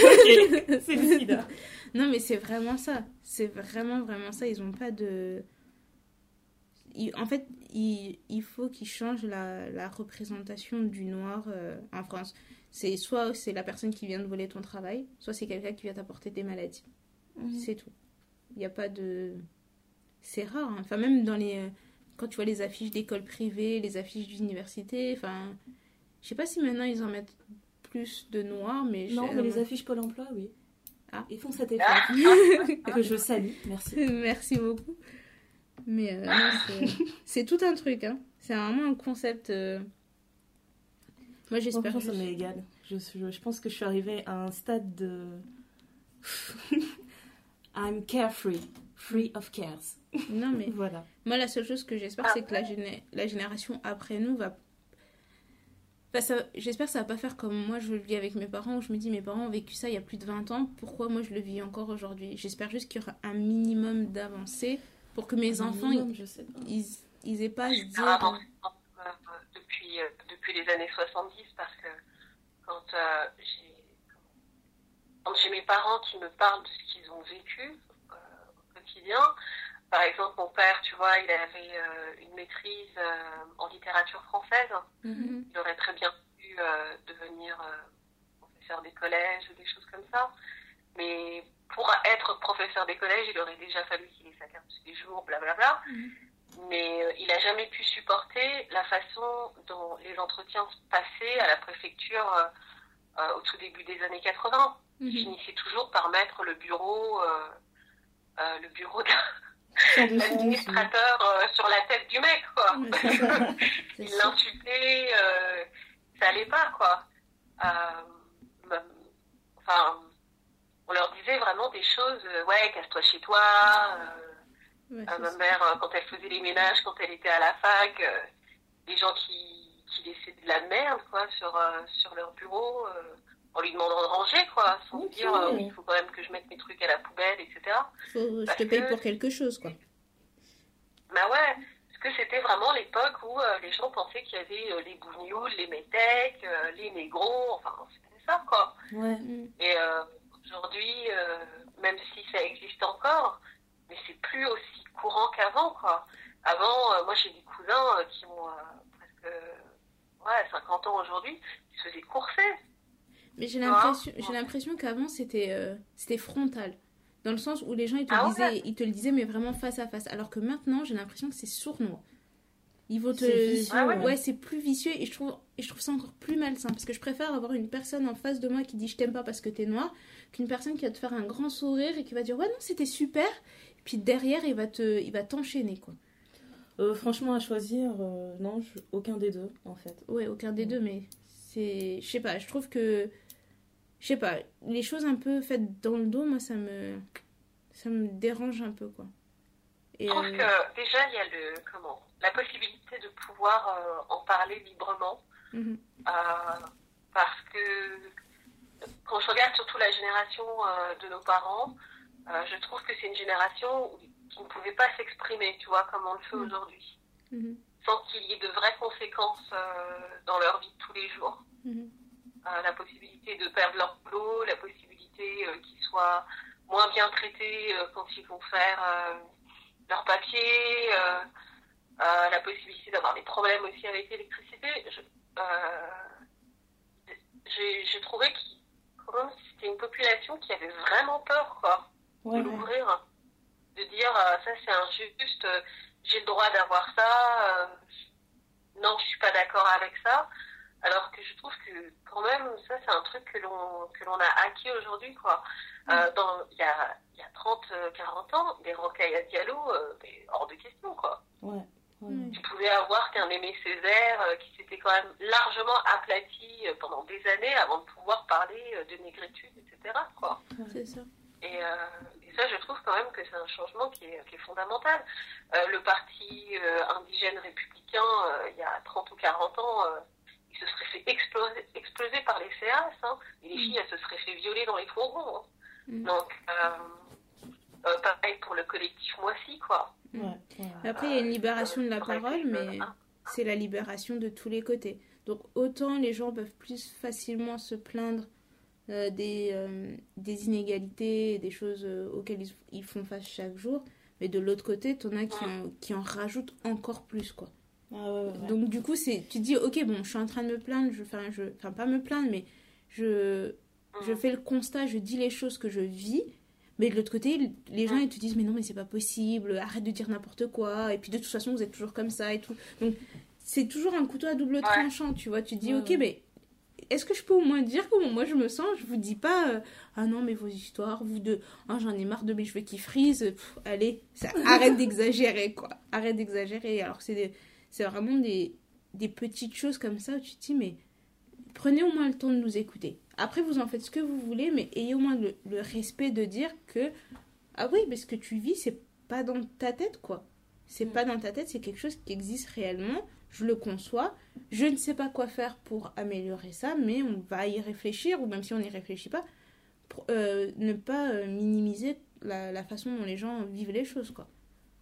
Speaker 1: Ok, c'est le sida.
Speaker 2: Non, mais c'est vraiment ça. C'est vraiment, vraiment ça. Ils n'ont pas de... Il, en fait, il, il faut qu'ils changent la, la représentation du noir euh, en France. C'est soit c'est la personne qui vient de voler ton travail, soit c'est quelqu'un qui vient t'apporter des maladies. Mmh. C'est tout. Il n'y a pas de... C'est rare, hein. Enfin même dans les... Quand tu vois les affiches d'écoles privées, les affiches d'université, enfin... Je sais pas si maintenant ils en mettent plus de noirs, mais...
Speaker 1: Non, mais les affiches Pôle emploi, oui.
Speaker 2: Ah.
Speaker 1: Ils font cet effet. Que je salue, merci.
Speaker 2: Merci beaucoup. Mais euh, non, c'est... c'est tout un truc, hein. C'est vraiment un concept... Euh... Moi j'espère...
Speaker 1: Franchement, ça m'est égal. Je, je, je pense que je suis arrivée à un stade de... I'm carefree. Free of cares.
Speaker 2: Non, mais
Speaker 1: voilà.
Speaker 2: Moi, la seule chose que j'espère, ah, c'est que la, géné- la génération après nous va... Enfin, ça... J'espère que ça va pas faire comme moi, je le vis avec mes parents, où je me dis, mes parents ont vécu ça il y a plus de vingt ans, pourquoi moi, je le vis encore aujourd'hui? J'espère juste qu'il y aura un minimum d'avancée pour que mes un enfants,
Speaker 1: minimum,
Speaker 2: ils...
Speaker 1: Je sais pas.
Speaker 2: ils... ils aient pas à se dire...
Speaker 3: Ah, euh, depuis, euh, depuis les années soixante-dix, parce que quand, euh, j'ai... quand j'ai mes parents qui me parlent de ce qu'ils ont vécu, quotidien. Par exemple, mon père, tu vois, il avait euh, une maîtrise euh, en littérature française. Mm-hmm. Il aurait très bien pu euh, devenir euh, professeur des collèges ou des choses comme ça. Mais pour être professeur des collèges, il aurait déjà fallu qu'il ait sa carte de séjour, blablabla. Mm-hmm. Mais euh, il n'a jamais pu supporter la façon dont les entretiens se passaient à la préfecture euh, euh, au tout début des années quatre-vingts.
Speaker 2: Mhm.
Speaker 3: Ils finissaient toujours par mettre le bureau, euh, euh, le bureau de
Speaker 1: Sans dessus,
Speaker 3: l'administrateur euh, sur la tête du mec, quoi.
Speaker 2: Ouais, c'est ça. C'est
Speaker 3: Ils
Speaker 2: sûr.
Speaker 3: l'insultaient, euh, ça allait pas, quoi. Euh, enfin, on leur disait vraiment des choses, euh, ouais, casse-toi chez toi. Euh,
Speaker 2: Ouais,
Speaker 3: euh,
Speaker 2: c'est
Speaker 3: ma
Speaker 2: ça.
Speaker 3: mère, euh, quand elle faisait les ménages, quand elle était à la fac, euh, des gens qui, qui laissaient de la merde, quoi, sur, euh, sur leur bureau, euh, en lui demandant de ranger, quoi, sans
Speaker 1: Ok.
Speaker 3: se dire, euh, oui, il faut quand même que je mette mes trucs à la poubelle, et cetera.
Speaker 2: Faut, je
Speaker 3: Parce
Speaker 2: te paye
Speaker 3: que-
Speaker 2: pour quelque chose, quoi.
Speaker 3: Bah ouais, parce que c'était vraiment l'époque où euh, les gens pensaient qu'il y avait euh, les bougnoules, les métèques, euh, les négros, enfin, c'était ça, quoi.
Speaker 1: Ouais.
Speaker 2: Mm.
Speaker 3: Et euh, aujourd'hui, euh, même si ça existe encore, mais c'est plus aussi courant qu'avant, quoi. Avant, euh, moi j'ai des cousins euh, qui ont euh, presque ouais, cinquante ans aujourd'hui, ils se faisaient courser.
Speaker 2: Mais j'ai
Speaker 3: Ah.
Speaker 2: l'impression, j'ai l'impression qu'avant c'était, euh, c'était frontal, dans le sens où les gens ils te,
Speaker 3: Ah
Speaker 2: le
Speaker 3: ouais.
Speaker 2: disaient, ils te le disaient mais vraiment face à face, alors que maintenant j'ai l'impression que c'est sournois. Ils vont te,
Speaker 1: C'est vicieux,
Speaker 3: Ah ouais.
Speaker 2: ouais, c'est plus vicieux et je trouve, et je trouve ça encore plus malsain parce que je préfère avoir une personne en face de moi qui dit je t'aime pas parce que t'es noir qu'une personne qui va te faire un grand sourire et qui va dire ouais non c'était super, et puis derrière il va te, il va t'enchaîner quoi.
Speaker 1: Euh, franchement, à choisir, euh, non, je- aucun des deux, en fait.
Speaker 2: Ouais, aucun des deux, mais c'est. Je sais pas, je trouve que. Je sais pas, les choses un peu faites dans le dos, moi, ça me. Ça me dérange un peu, quoi. Et,
Speaker 3: Je trouve
Speaker 2: euh,
Speaker 3: que déjà il y a le comment la possibilité de pouvoir euh, en parler librement.
Speaker 2: mhm,
Speaker 3: Euh, parce que quand je regarde surtout la génération euh, de nos parents, euh, je trouve que c'est une génération où- qui ne pouvait pas s'exprimer, tu vois, comme on le fait
Speaker 2: Mm.
Speaker 3: aujourd'hui,
Speaker 2: mhm,
Speaker 3: sans qu'il y ait de vraies conséquences euh, dans leur vie de tous les jours.
Speaker 2: mhm,
Speaker 3: Euh, la possibilité de perdre leur boulot, la possibilité euh, qu'ils soient moins bien traités euh, quand ils vont faire euh, leur papier, euh, euh, la possibilité d'avoir des problèmes aussi avec l'électricité. Je, euh, j'ai, j'ai trouvé que quand même, c'était une population qui avait vraiment peur, quoi,
Speaker 1: Ouais,
Speaker 3: de
Speaker 1: ouais.
Speaker 3: l'ouvrir, de dire euh, ça c'est injuste, euh, j'ai le droit d'avoir ça, euh, non je suis pas d'accord avec ça, alors que je trouve que quand même ça c'est un truc que l'on, que l'on a acquis aujourd'hui, quoi. Euh, dans, il y a, il y a trente quarante ans, des Rokhaya Diallo, euh, mais hors de question, quoi.
Speaker 1: Ouais. Ouais.
Speaker 2: Mm.
Speaker 3: Tu pouvais avoir qu'un Aimé Césaire euh, qui s'était quand même largement aplati euh, pendant des années avant de pouvoir parler euh, de négritude, et cetera, quoi.
Speaker 2: c'est ça.
Speaker 3: Et, euh, et ça, je trouve quand même que c'est un changement qui est, qui est fondamental. Euh, le parti euh, indigène républicain, euh, il y a trente ou quarante ans, euh, il se serait fait exploser, exploser par les C A S, hein, et les filles, elles se seraient fait violer dans les fourgons. Hein.
Speaker 2: Mm.
Speaker 3: Donc, euh, euh, pareil pour le collectif Moissy, quoi.
Speaker 1: Ouais, ouais.
Speaker 2: Après, il y a une libération de la
Speaker 3: Euh,
Speaker 2: parole, mais
Speaker 3: ah.
Speaker 2: c'est la libération de tous les côtés. Donc, autant les gens peuvent plus facilement se plaindre euh, des, euh, des inégalités, des choses euh, auxquelles ils, ils font face chaque jour, mais de l'autre côté, t'en as qui en, qui en rajoutent encore plus, quoi.
Speaker 1: Ah ouais, ouais, ouais.
Speaker 2: Donc, du coup, c'est, tu te dis, ok, bon, je suis en train de me plaindre, je, enfin, je, enfin, pas me plaindre, mais je, je fais le constat, je dis les choses que je vis. Mais de l'autre côté, les gens ils te disent mais non mais c'est pas possible, arrête de dire n'importe quoi, et puis de toute façon vous êtes toujours comme ça et tout. Donc c'est toujours un couteau à double tranchant, tu vois. Tu te dis
Speaker 1: Ouais,
Speaker 2: ok
Speaker 1: ouais.
Speaker 2: mais est-ce que je peux au moins dire comment moi je me sens? Je vous dis pas euh, ah non mais vos histoires, vous deux, ah j'en ai marre de mes cheveux qui frisent, Pff, allez, ça, arrête d'exagérer quoi, arrête d'exagérer. Alors que c'est des- c'est vraiment des, des petites choses comme ça où tu te dis mais prenez au moins le temps de nous écouter. Après, vous en faites ce que vous voulez, mais ayez au moins le, le respect de dire que ah oui, mais ce que tu vis, c'est pas dans ta tête, quoi. C'est
Speaker 1: Mm.
Speaker 2: pas dans ta tête, c'est quelque chose qui existe réellement. Je le conçois. Je ne sais pas quoi faire pour améliorer ça, mais on va y réfléchir, ou même si on n'y réfléchit pas, pour euh, ne pas euh, minimiser la, la façon dont les gens vivent les choses, quoi.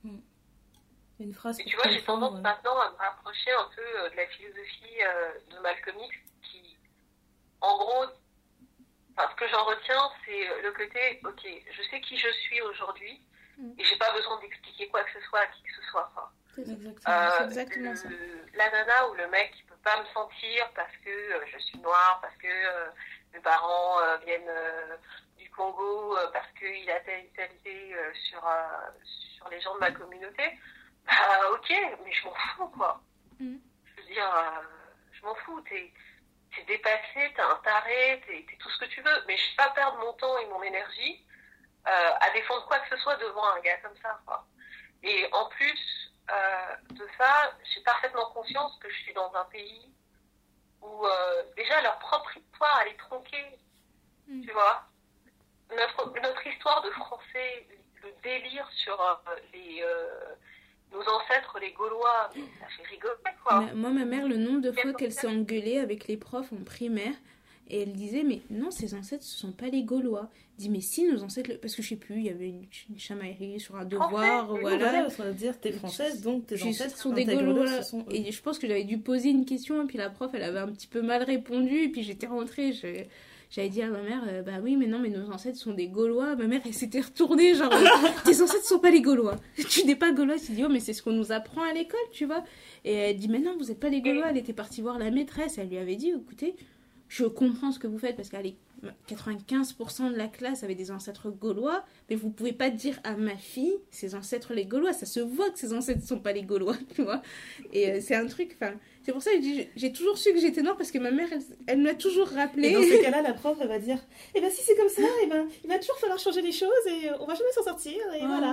Speaker 1: Une phrase
Speaker 3: Et
Speaker 1: pour
Speaker 3: tu vois, j'ai
Speaker 1: comprendre,
Speaker 3: tendance
Speaker 1: ouais.
Speaker 3: maintenant à me rapprocher un peu euh, de la philosophie euh, de Malcolm X, qui, en gros, enfin, ce que j'en retiens, c'est euh, le côté, ok, je sais qui je suis aujourd'hui,
Speaker 2: Mm.
Speaker 3: et j'ai pas besoin d'expliquer quoi que ce soit à qui que ce soit. Quoi.
Speaker 2: C'est ça.
Speaker 1: Exactement.
Speaker 3: Euh,
Speaker 2: c'est exactement
Speaker 3: le-
Speaker 2: ça.
Speaker 3: La nana ou le mec qui peut pas me sentir parce que euh, je suis noire, parce que euh, mes parents euh, viennent euh, du Congo, euh, parce qu'il a telle telle idée euh, sur, euh, sur les gens de ma communauté, bah ok, mais je m'en fous, quoi.
Speaker 2: Mm.
Speaker 3: Je veux dire, euh, je m'en fous, t'es, t'es dépassé, t'es un taré, t'es, t'es tout ce que tu veux, mais je ne vais pas perdre mon temps et mon énergie euh, à défendre quoi que ce soit devant un gars comme ça, quoi. Et en plus euh, de ça, j'ai parfaitement conscience que je suis dans un pays où euh, déjà leur propre histoire, elle est tronquée, mmh. tu vois. Notre, notre histoire de français, le délire sur euh, les... Euh, nos ancêtres, les Gaulois, ça fait rigoler, quoi.
Speaker 2: Mais, moi, ma mère, le nombre de fois qu'elle s'est engueulée avec les profs en primaire, et elle disait, mais non, ces ancêtres, ce ne sont pas les Gaulois. Elle dit, mais si, nos ancêtres... Parce que je ne sais plus, il y avait une, une chamaillerie sur un devoir,
Speaker 1: Français,
Speaker 2: voilà.
Speaker 1: Il faut dire, t'es française, donc tes ancêtres
Speaker 2: sont des Gaulois. Sont... Et je pense que j'avais dû poser une question, et puis la prof, elle avait un petit peu mal répondu, et puis j'étais rentrée, je... J'avais dit à ma mère, euh, bah oui, mais non, mais nos ancêtres sont des Gaulois. Ma mère, elle s'était retournée, genre, tes ancêtres sont pas les Gaulois. Tu n'es pas Gaulois. Tu dis, oh, mais c'est ce qu'on nous apprend à l'école, tu vois. Et elle dit, mais non, vous n'êtes pas des Gaulois. Elle était partie voir la maîtresse. Elle lui avait dit, écoutez, je comprends ce que vous faites, parce qu'elle est quatre-vingt-quinze pour cent de la classe avait des ancêtres gaulois, mais vous pouvez pas dire à ma fille, ses ancêtres les Gaulois. Ça se voit que ses ancêtres sont pas les Gaulois, tu vois. Et euh, c'est un truc, enfin... C'est pour ça que je dis, j'ai toujours su que j'étais noire parce que ma mère, elle, elle me l'a toujours rappelé.
Speaker 1: Et dans ces cas-là, la prof, elle va dire, eh ben si c'est comme ça, eh ben, il va toujours falloir changer les choses et on va jamais s'en sortir, et oh. Voilà.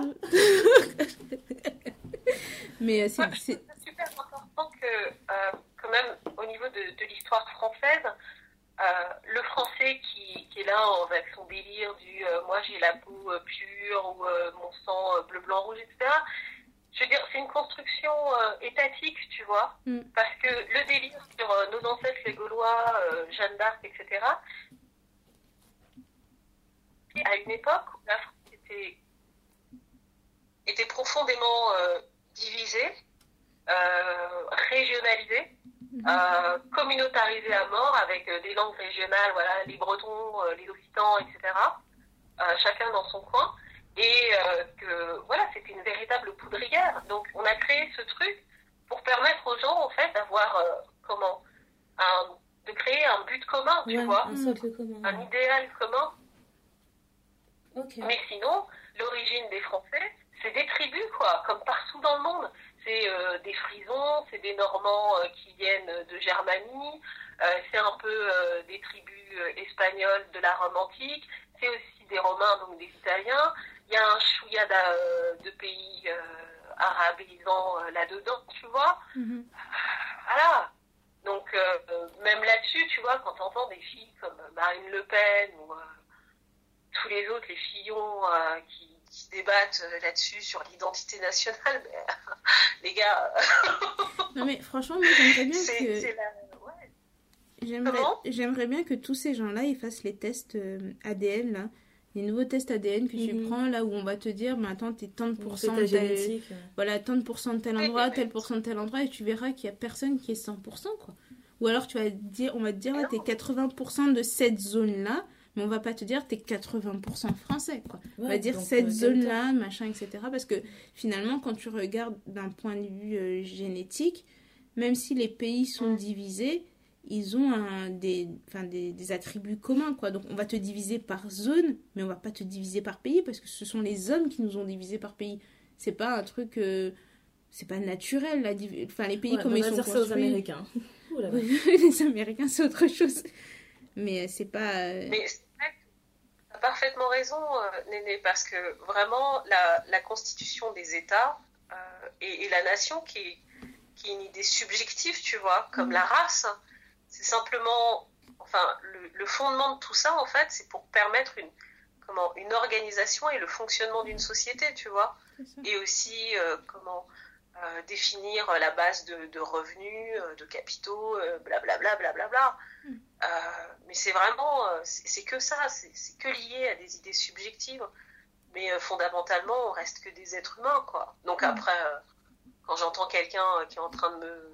Speaker 2: Mais euh, c'est,
Speaker 3: ouais,
Speaker 2: c'est...
Speaker 3: c'est super important que, euh, quand même, au niveau de, de l'histoire française, euh, le français qui, qui est là avec son délire du euh, moi j'ai la peau euh, pure ou euh, mon sang euh, bleu, blanc, rouge, et cetera. Je veux dire, c'est une construction euh, étatique, tu vois, mm. parce que le délire sur euh, nos ancêtres, les Gaulois, euh, Jeanne d'Arc, et cetera, à une époque où la France était, était profondément euh, divisée, euh, régionalisée, mm. euh, communautarisée à mort, avec euh, des langues régionales, voilà, les Bretons, euh, les Occitans, et cetera, euh, chacun dans son coin. Et euh, que voilà, c'était une véritable poudrière. Donc on a créé ce truc pour permettre aux gens en fait d'avoir euh, comment un, de créer un but commun, tu
Speaker 1: ouais,
Speaker 3: vois,
Speaker 1: un socle commun,
Speaker 3: un
Speaker 1: ouais.
Speaker 3: idéal commun.
Speaker 1: Okay.
Speaker 3: Mais sinon, l'origine des Français, c'est des tribus quoi, comme partout dans le monde. C'est euh, des Frisons, c'est des Normands euh, qui viennent de Germanie, euh, c'est un peu euh, des tribus euh, espagnoles de la Rome antique, c'est aussi des Romains, donc des Italiens. Il y a un chouïa de, de pays euh, arabisants euh, là-dedans, tu vois. Mm-hmm. Voilà. Donc, euh, même là-dessus, tu vois, quand tu entends des filles comme Marine Le Pen ou euh, tous les autres, les Fillon euh, qui, qui débattent euh, là-dessus sur l'identité nationale, mais, les gars...
Speaker 2: non mais franchement, moi j'aimerais bien
Speaker 3: c'est,
Speaker 2: que...
Speaker 3: C'est la... ouais.
Speaker 2: j'aimerais, j'aimerais bien que tous ces gens-là, ils fassent les tests euh, A D N, là. Les nouveaux tests A D N que mm-hmm. tu prends, là où on va te dire, mais attends, t'es tant de pourcents de tel... ouais. Voilà, tant de pourcents de tel endroit, tel pourcent de tel endroit, et tu verras qu'il n'y a personne qui est cent pour cent, quoi. Ou alors tu vas dire, on va te dire, là, t'es quatre-vingts pour cent de cette zone-là, mais on va pas te dire, t'es quatre-vingts pour cent français, quoi. Ouais, on va dire cette euh, zone-là, machin, et cetera. Parce que finalement, quand tu regardes d'un point de vue euh, génétique, même si les pays sont mm. divisés, ils ont un, des, enfin, des, des attributs communs, quoi. Donc, on va te diviser par zone, mais on va pas te diviser par pays, parce que ce sont les hommes qui nous ont divisés par pays. C'est pas un truc... Euh, c'est pas naturel, la div... enfin, les pays ouais, comme ils sont construits...
Speaker 1: On va dire ça aux Américains.
Speaker 2: Les Américains, c'est autre chose. Mais c'est pas... Euh...
Speaker 3: Mais c'est vrai que tu as parfaitement raison, euh, Néné, parce que vraiment, la, la constitution des États euh, et, et la nation, qui est, qui est une idée subjective, tu vois, comme mmh. la race... C'est simplement, enfin, le, le fondement de tout ça, en fait, c'est pour permettre une, comment, une organisation et le fonctionnement d'une société, tu vois. Et aussi, euh, comment, euh, définir la base de, de revenus, euh, de capitaux, euh, blablabla, blablabla. Mm. Euh, mais c'est vraiment, euh, c'est, c'est que ça, c'est, c'est que lié à des idées subjectives. Mais euh, fondamentalement, on reste que des êtres humains, quoi. Donc mm. après, euh, quand j'entends quelqu'un euh, qui est en train de me...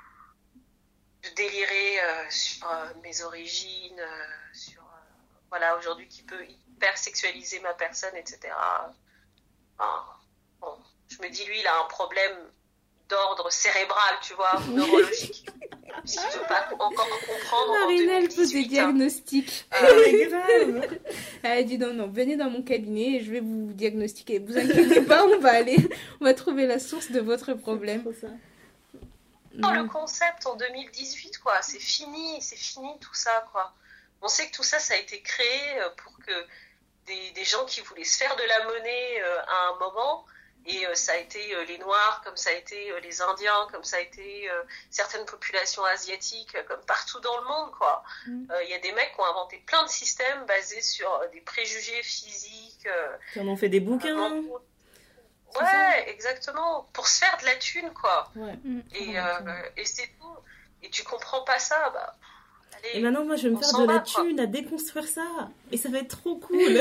Speaker 3: de délirer euh, sur euh, mes origines, euh, sur euh, voilà, aujourd'hui qui peut hyper sexualiser ma personne, et cetera. Enfin, bon, je me dis lui, il a un problème d'ordre cérébral, tu vois, ou neurologique. Si tu veux pas encore comprendre.
Speaker 2: Marina, elle pose des diagnostics. Euh... Elle dit non, non, venez dans mon cabinet et je vais vous diagnostiquer. Vous inquiétez pas, on va aller, on va trouver la source de votre problème.
Speaker 1: C'est trop ça.
Speaker 3: dans
Speaker 2: Mm.
Speaker 3: le concept en deux mille dix-huit, quoi. C'est fini, c'est fini tout ça, quoi. On sait que tout ça, ça a été créé euh, pour que des, des gens qui voulaient se faire de la monnaie euh, à un moment, et euh, ça a été euh, les Noirs, comme ça a été euh, les Indiens, comme ça a été euh, certaines populations asiatiques, euh, comme partout dans le monde, quoi. Il
Speaker 2: Mm.
Speaker 3: euh, y a des mecs qui ont inventé plein de systèmes basés sur euh, des préjugés physiques, euh,
Speaker 1: Puis on en fait des bouquins.
Speaker 3: mentaux.
Speaker 1: C'est
Speaker 3: Ouais,
Speaker 1: ça.
Speaker 3: exactement, pour se faire de la thune, quoi.
Speaker 1: Ouais.
Speaker 3: Et,
Speaker 1: Ah,
Speaker 3: euh, et c'est tout. Et tu comprends pas ça, bah. Allez,
Speaker 1: Et maintenant, moi, je vais me
Speaker 3: on
Speaker 1: faire
Speaker 3: s'en
Speaker 1: de
Speaker 3: va,
Speaker 1: la
Speaker 3: quoi.
Speaker 1: thune à déconstruire ça. Et ça va être trop cool.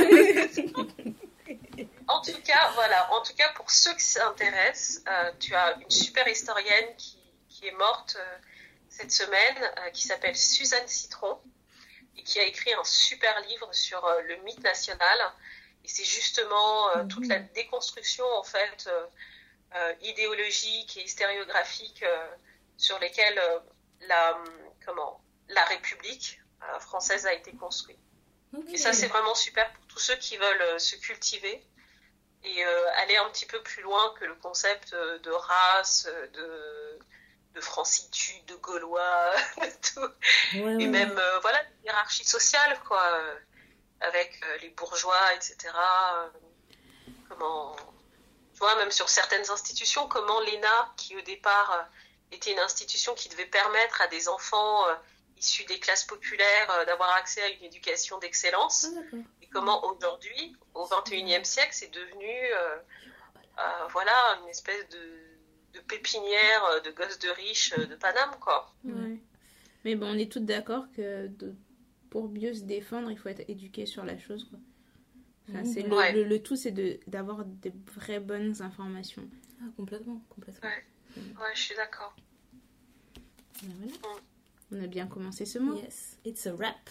Speaker 3: En tout cas, voilà, en tout cas, pour ceux qui s'intéressent, euh, tu as une super historienne qui, qui est morte euh, cette semaine, euh, qui s'appelle Suzanne Citron, et qui a écrit un super livre sur euh, le mythe national. Et c'est justement euh,
Speaker 1: Mhm.
Speaker 3: toute la déconstruction, en fait, euh, euh, idéologique et historiographique euh, sur lesquelles euh, la, comment, la République euh, française a été construite.
Speaker 1: Ok.
Speaker 3: Et ça, c'est vraiment super pour tous ceux qui veulent euh, se cultiver et euh, aller un petit peu plus loin que le concept euh, de race, euh, de, de francitude, de gaulois, tout.
Speaker 1: Ouais, ouais,
Speaker 3: Et même,
Speaker 1: ouais.
Speaker 3: euh, voilà, hiérarchie sociale, quoi, euh, avec euh, les bourgeois, et cetera. Euh, comment, tu vois, même sur certaines institutions, comment l'E N A, qui au départ euh, était une institution qui devait permettre à des enfants euh, issus des classes populaires euh, d'avoir accès à une éducation d'excellence,
Speaker 1: Ah, d'accord.
Speaker 3: et comment aujourd'hui, au vingt et unième siècle, c'est devenu euh, euh, voilà, une espèce de, de pépinière euh, de gosses de riches euh, de Paname, quoi.
Speaker 2: Ouais. Mais bon, on est toutes d'accord que de- pour mieux se défendre, il faut être éduqué sur la chose, quoi. Enfin,
Speaker 1: Mhm.
Speaker 2: c'est le,
Speaker 3: Ouais.
Speaker 2: le, le tout, c'est de, d'avoir des vraies bonnes informations.
Speaker 1: Ah, complètement, complètement.
Speaker 3: Ouais. Ouais, je suis d'accord.
Speaker 2: Ben voilà. On a bien commencé ce mois.
Speaker 1: Yes, it's a wrap.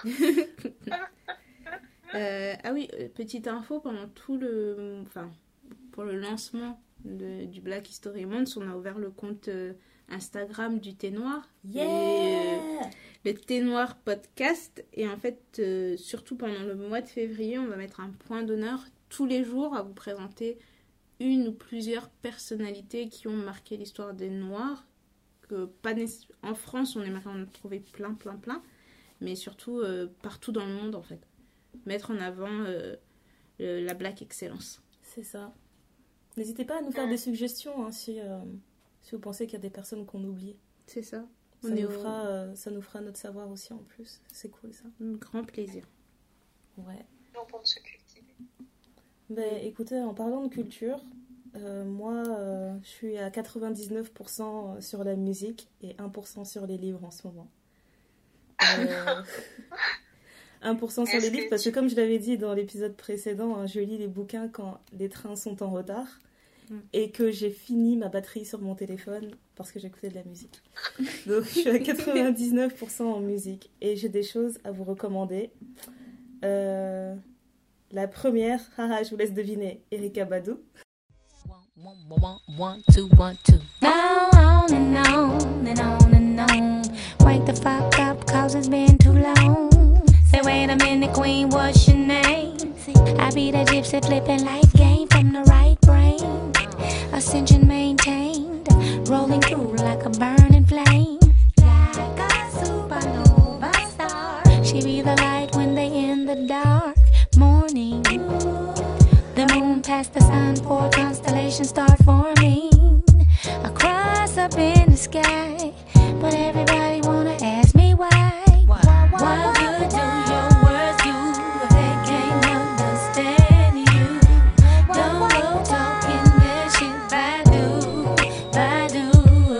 Speaker 2: Euh, ah oui, euh, petite info, pendant tout le... Enfin, pour le lancement de- du Black History Month, on a ouvert le compte euh, Instagram du Thé Noir.
Speaker 1: Yeah!
Speaker 2: Et, euh, le Thé Noir podcast. Et en fait, euh, surtout pendant le mois de février, on va mettre un point d'honneur tous les jours à vous présenter une ou plusieurs personnalités qui ont marqué l'histoire des Noirs. Que pas nécess- en France, on aimerait en trouver plein, plein, plein. Mais surtout euh, partout dans le monde, en fait. Mettre en avant euh, le- la Black Excellence.
Speaker 1: C'est ça. N'hésitez pas à nous faire des suggestions hein, si, euh, si vous pensez qu'il y a des personnes qu'on oublie.
Speaker 2: C'est ça.
Speaker 1: Ça
Speaker 2: On est
Speaker 1: nous,
Speaker 2: au-
Speaker 1: fera, euh, ça nous fera notre savoir aussi en plus. C'est cool ça.
Speaker 2: Un grand plaisir.
Speaker 1: Ouais.
Speaker 3: Donc, on se cultive.
Speaker 1: Ben, écoutez, en parlant de culture, euh, moi, euh, je suis à quatre-vingt-dix-neuf pour cent sur la musique et un pour cent sur les livres en ce moment. Euh, un pour cent sur
Speaker 3: Est-ce
Speaker 1: les
Speaker 3: que
Speaker 1: livres parce que
Speaker 3: tu-
Speaker 1: comme je l'avais dit dans l'épisode précédent, hein, je lis les bouquins quand les trains sont en retard
Speaker 2: Mm.
Speaker 1: et que j'ai fini ma batterie sur mon téléphone parce que j'écoutais de la musique. Donc je suis à quatre-vingt-dix-neuf pour cent en musique et j'ai des choses à vous recommander. Euh, la première, haha, je vous laisse deviner, Erykah Badu.
Speaker 5: One, one, one, one, two, one, two. On and on and on and on. Wake the fuck up, cause it's been too long. Say, wait a minute, queen, what's your name? I be the gypsy flipping life game from the right brain. Ascension maintained, rolling through like a burning flame. Like a supernova star. She be the light when they in the dark morning. The moon past the sun, four constellations start forming across up in the sky. But everybody wanna ask me why. What good do your words do if they can't understand you? Don't go talking that shit, Badu, Badu.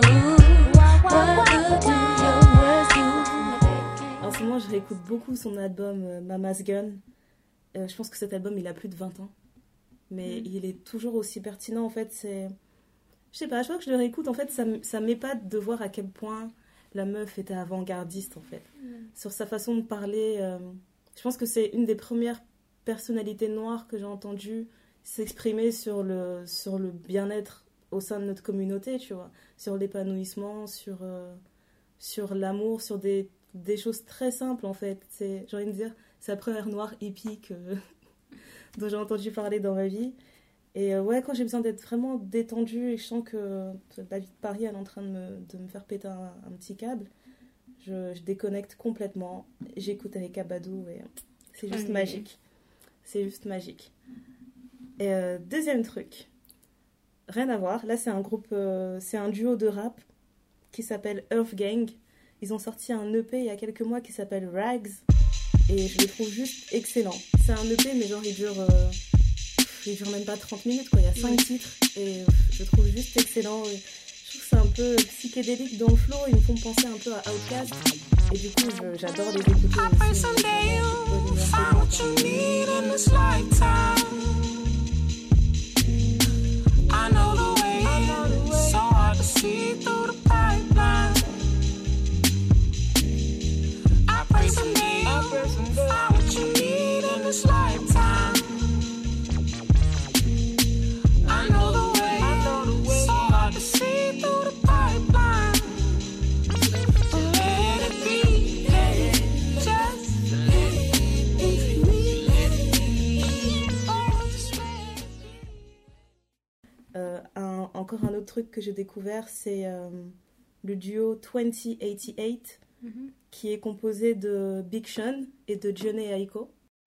Speaker 5: What good do your words do if they can't?
Speaker 1: En ce moment, je réécoute beaucoup son album euh, Mama's Gun. Euh, je pense que cet album, il a plus de vingt ans. Mais
Speaker 2: Mm.
Speaker 1: il est toujours aussi pertinent, en fait. C'est... Je sais pas, je crois que je le réécoute, en fait, ça, m- ça m'épate de voir à quel point la meuf était avant-gardiste, en fait. Sur sa façon de parler. euh, Je pense que c'est une des premières personnalités noires que j'ai entendues s'exprimer sur le, sur le bien-être au sein de notre communauté, tu vois. Sur l'épanouissement, sur, euh, sur l'amour, sur des, des choses très simples, en fait. C'est, j'ai envie de dire, c'est la première noire hippie que- dont j'ai entendu parler dans ma vie. Et euh, ouais, quand j'ai besoin d'être vraiment détendue et que je sens que la vie de Paris elle est en train de me, de me faire péter un, un petit câble, je, je déconnecte complètement. J'écoute avec Abadou et c'est juste mmh. magique. C'est juste magique. Et euh, deuxième truc, rien à voir. Là, c'est un groupe, euh, c'est un duo de rap qui s'appelle Earth Gang. Ils ont sorti un E P il y a quelques mois qui s'appelle Rags. Et je le trouve juste excellent. C'est un E P, mais genre il dure, euh, il dure même pas trente minutes, quoi. Il y a cinq titres et je le trouve juste excellent. Et je trouve que c'est un peu psychédélique dans le flow. Ils me font penser un peu à Outkast. Et du coup, je, j'adore les écouter aussi. Euh, un, encore un autre truc que j'ai découvert, c'est euh, le duo vingt quatre-vingt-dix-huit mm-hmm. qui est composé de Big Sean et de Johnny Aiko.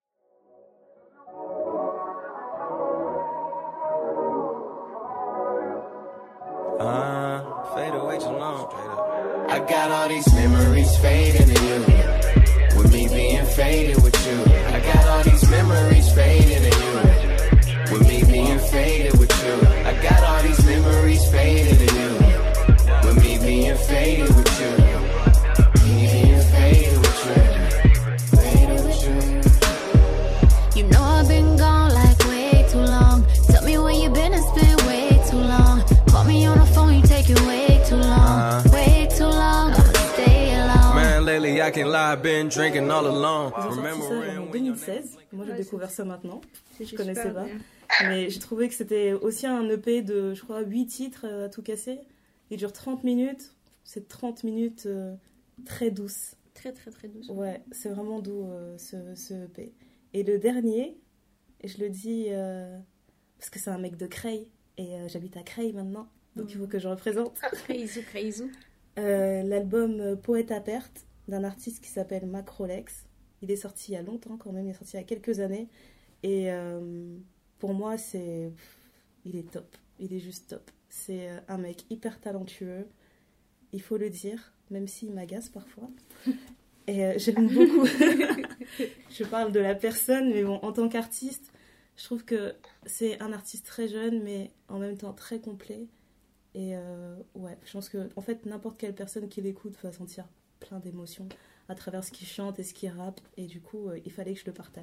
Speaker 6: Uh, fade away too long. I got all these memories fading in you. With me being faded with you. I got all these memories fading in you. With me being faded with you. I got all these memories faded in you. With me being faded with you. Me being faded with you. Faded with you.
Speaker 5: You know I've been gone like way too long. Tell me where you been, it's been way too long. Call me on the phone, you take it way too long. Uh-huh. Way too long, I'ma stay alone.
Speaker 6: Man, lately I can't lie, I've been drinking all alone.
Speaker 1: Ils ont sorti ça en deux mille seize. Moi, j'ai ouais, découvert ça maintenant. Je connaissais pas. Bien. Mais j'ai trouvé que c'était aussi un E P de, je crois, huit titres à tout casser. Il dure trente minutes. C'est trente minutes euh, très douces.
Speaker 2: Très, très, très douces.
Speaker 1: Ouais, c'est vraiment doux euh, ce, ce E P. Et le dernier, et je le dis euh, parce que c'est un mec de Creil. Et euh, j'habite à Creil maintenant. Donc mmh. il faut que je représente.
Speaker 2: Creizou, Creizou.
Speaker 1: euh, L'album Poète à perte d'un artiste qui s'appelle Macrolex. Il est sorti il y a longtemps quand même. Il est sorti il y a quelques années. Et... Euh, pour moi, c'est... il est top. Il est juste top. C'est un mec hyper talentueux. Il faut le dire, même s'il m'agace parfois. Et euh, j'aime beaucoup. Je parle de la personne, mais bon, en tant qu'artiste, je trouve que c'est un artiste très jeune, mais en même temps très complet. Et euh, ouais, je pense que en fait, n'importe quelle personne qui l'écoute va sentir plein d'émotions à travers ce qu'il chante et ce qu'il rappe, et du coup euh, il fallait que je le partage.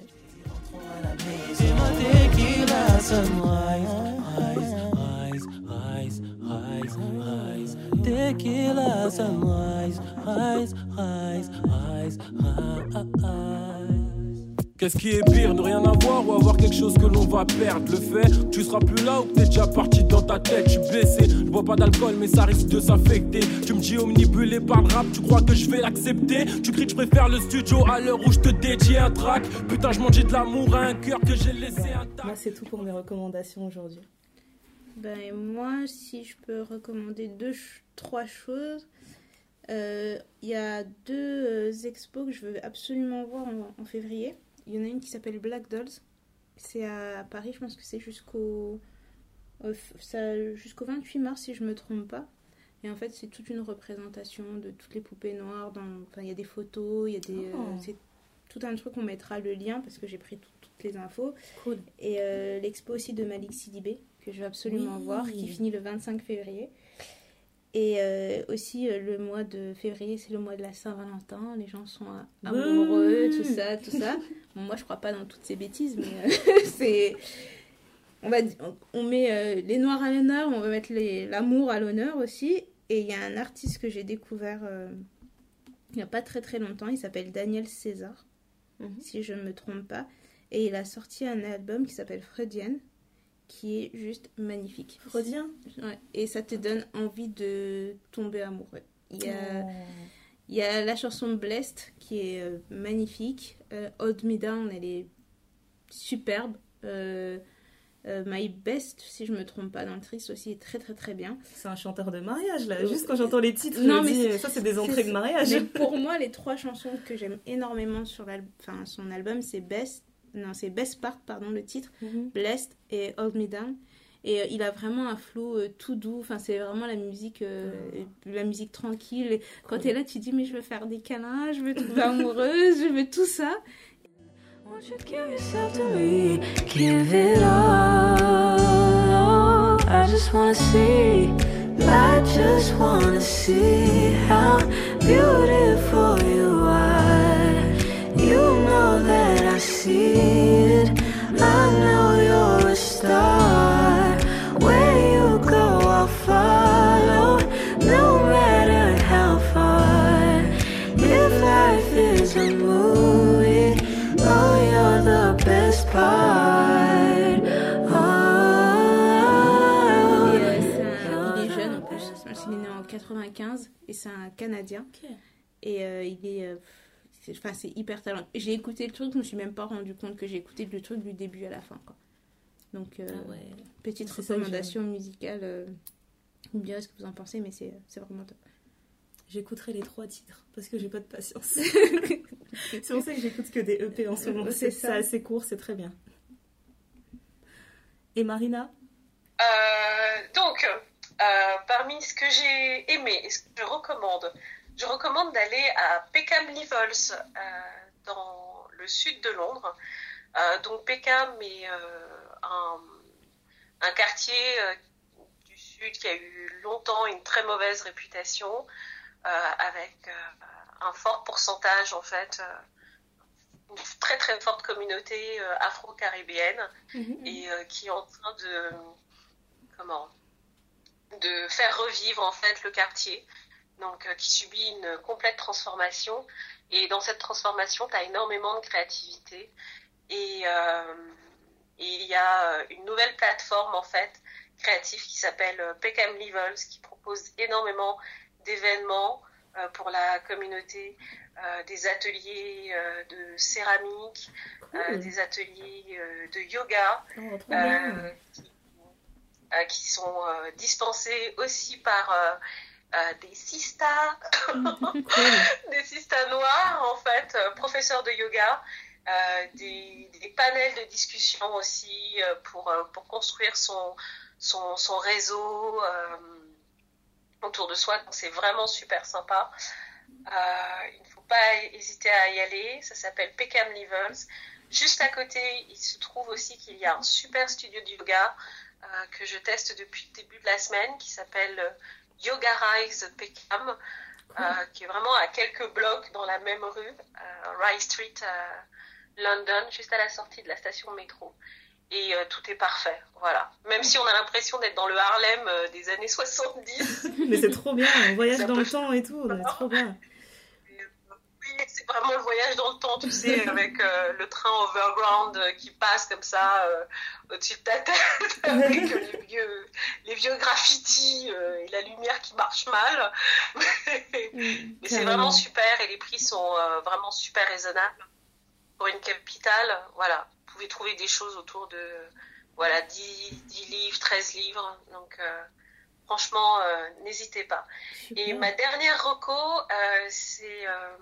Speaker 7: Qu'est-ce qui est pire, ne rien avoir ou avoir quelque chose que l'on va perdre? Le fait que tu seras plus là ou que t'es déjà parti dans ta tête. Je suis blessé, je bois pas d'alcool mais ça risque de s'affecter. Tu me dis omnibulé par le rap, tu crois que je vais l'accepter? Tu cries que je préfère le studio à l'heure où je te dédie un track. Putain, je mangeais de l'amour à un cœur que j'ai laissé intact.
Speaker 1: Moi c'est tout pour mes recommandations aujourd'hui.
Speaker 2: Ben moi, si je peux recommander deux, trois choses, il euh, y a deux euh, expos que je veux absolument voir en, en février. Il y en a une qui s'appelle Black Dolls. C'est à Paris, je pense que c'est jusqu'au, euh, ça, jusqu'au vingt-huit mars si je ne me trompe pas. Et en fait, c'est toute une représentation de toutes les poupées noires. Dans, enfin, il y a des photos, il y a des, oh. euh, c'est tout un truc, on mettra le lien parce que j'ai pris tout, toutes les infos.
Speaker 1: Cool.
Speaker 2: Et euh, l'expo aussi de Malik Sidibé, que je veux absolument oui. voir, qui finit le vingt-cinq février. Et euh, aussi, euh, le mois de février, c'est le mois de la Saint-Valentin. Les gens sont euh, amoureux, tout ça, tout ça. Bon, moi, je crois pas dans toutes ces bêtises, mais euh, c'est... On, va, on, on met euh, les noirs à l'honneur, on va mettre les, l'amour à l'honneur aussi. Et il y a un artiste que j'ai découvert euh, il n'y a pas très très longtemps. Il s'appelle Daniel César, mm-hmm. si je ne me trompe pas. Et il a sorti un album qui s'appelle Freudienne, qui est juste magnifique.
Speaker 1: Freudien ?
Speaker 2: Ouais. Et ça te donne envie de tomber amoureux. Il y a, oh. il y a la chanson Blessed qui est euh, magnifique. Euh, Hold Me Down, elle est superbe. Euh, Euh, My Best, si je me trompe pas, dans le triste aussi, est très très très bien.
Speaker 1: C'est un chanteur de mariage, là. Juste quand j'entends les titres,
Speaker 2: non,
Speaker 1: je
Speaker 2: mais
Speaker 1: me dis,
Speaker 2: c'est,
Speaker 1: ça, c'est des entrées
Speaker 2: c'est,
Speaker 1: de mariage.
Speaker 2: Mais pour moi, les trois chansons que j'aime énormément sur enfin, son album, c'est Best, non, c'est Best Part, pardon, le titre, mm-hmm. Blessed et Hold Me Down. Et euh, il a vraiment un flow euh, tout doux. Enfin, c'est vraiment la musique, euh, mm. la musique tranquille. Et quand cool. T'es là, tu dis, mais je veux faire des câlins, je veux tomber amoureuse, je veux tout ça.
Speaker 5: Won't you give yourself to me? Give it all. I just wanna see. I just wanna see how beautiful you are. You know that I see it. I know you're a star. Where you go, I'll follow. No matter how far. If life is a movie, oh, you're the best part. Oh,
Speaker 2: et, euh, il est jeune en plus. Il est né en quatre-vingt-quinze et c'est un Canadien. Okay. Et euh, il est, euh, c'est, enfin, c'est hyper talentueux. J'ai écouté le truc, je me suis même pas rendu compte que j'ai écouté le truc du début à la fin, quoi. Donc, euh, ah ouais. petite c'est recommandation musicale. Euh, vous me direz ce que vous en pensez, mais c'est, c'est vraiment top.
Speaker 1: J'écouterai les trois titres parce que j'ai pas de patience. C'est pour ça que j'écoute que des E P en ce moment. C'est, c'est, c'est assez court, c'est très bien. Et Marina
Speaker 3: euh, Donc, euh, parmi ce que j'ai aimé et ce que je recommande, je recommande d'aller à Peckham Levels, euh, dans le sud de Londres. Euh, donc Peckham est euh, un, un quartier euh, du sud qui a eu longtemps une très mauvaise réputation. Euh, avec euh, un fort pourcentage en fait, euh, une très très forte communauté euh, afro-caribéenne mmh. et euh, qui est en train de comment de faire revivre en fait le quartier, donc euh, qui subit une complète transformation, et dans cette transformation tu as énormément de créativité et, euh, et il y a une nouvelle plateforme en fait créative qui s'appelle Peckham Levels, qui propose énormément d'événements euh, pour la communauté, euh, des ateliers euh, de céramique, cool. euh, des ateliers euh, de yoga
Speaker 1: oh,
Speaker 3: euh, qui, euh, qui sont euh, dispensés aussi par euh, euh, des sistas, des sistas noirs en fait, euh, professeurs de yoga, euh, des, des panels de discussion aussi euh, pour, euh, pour construire son, son, son réseau euh, autour de soi, donc c'est vraiment super sympa. Euh, il ne faut pas hésiter à y aller, ça s'appelle Peckham Levels. Juste à côté, il se trouve aussi qu'il y a un super studio de yoga euh, que je teste depuis le début de la semaine, qui s'appelle Yoga Rise Peckham, cool. euh, qui est vraiment à quelques blocs dans la même rue, euh, Rye Street, euh, London, juste à la sortie de la station de métro. Et euh, tout est parfait, voilà. Même si on a l'impression d'être dans le Harlem euh, des années soixante-dix.
Speaker 1: Mais c'est trop bien, on voyage dans le temps et tout, c'est trop bien.
Speaker 3: Oui, c'est vraiment le voyage dans le temps, tu sais, avec euh, le train overground euh, qui passe comme ça euh, au-dessus de ta tête, avec euh, les, vieux, les vieux graffitis euh, et la lumière qui marche mal. Mais c'est vraiment super et les prix sont euh, vraiment super raisonnables. Pour une capitale, voilà. Vous pouvez trouver des choses autour de voilà, dix, dix livres, treize livres. Donc, euh, franchement, euh, n'hésitez pas. Super. Et ma dernière reco, euh, c'est euh,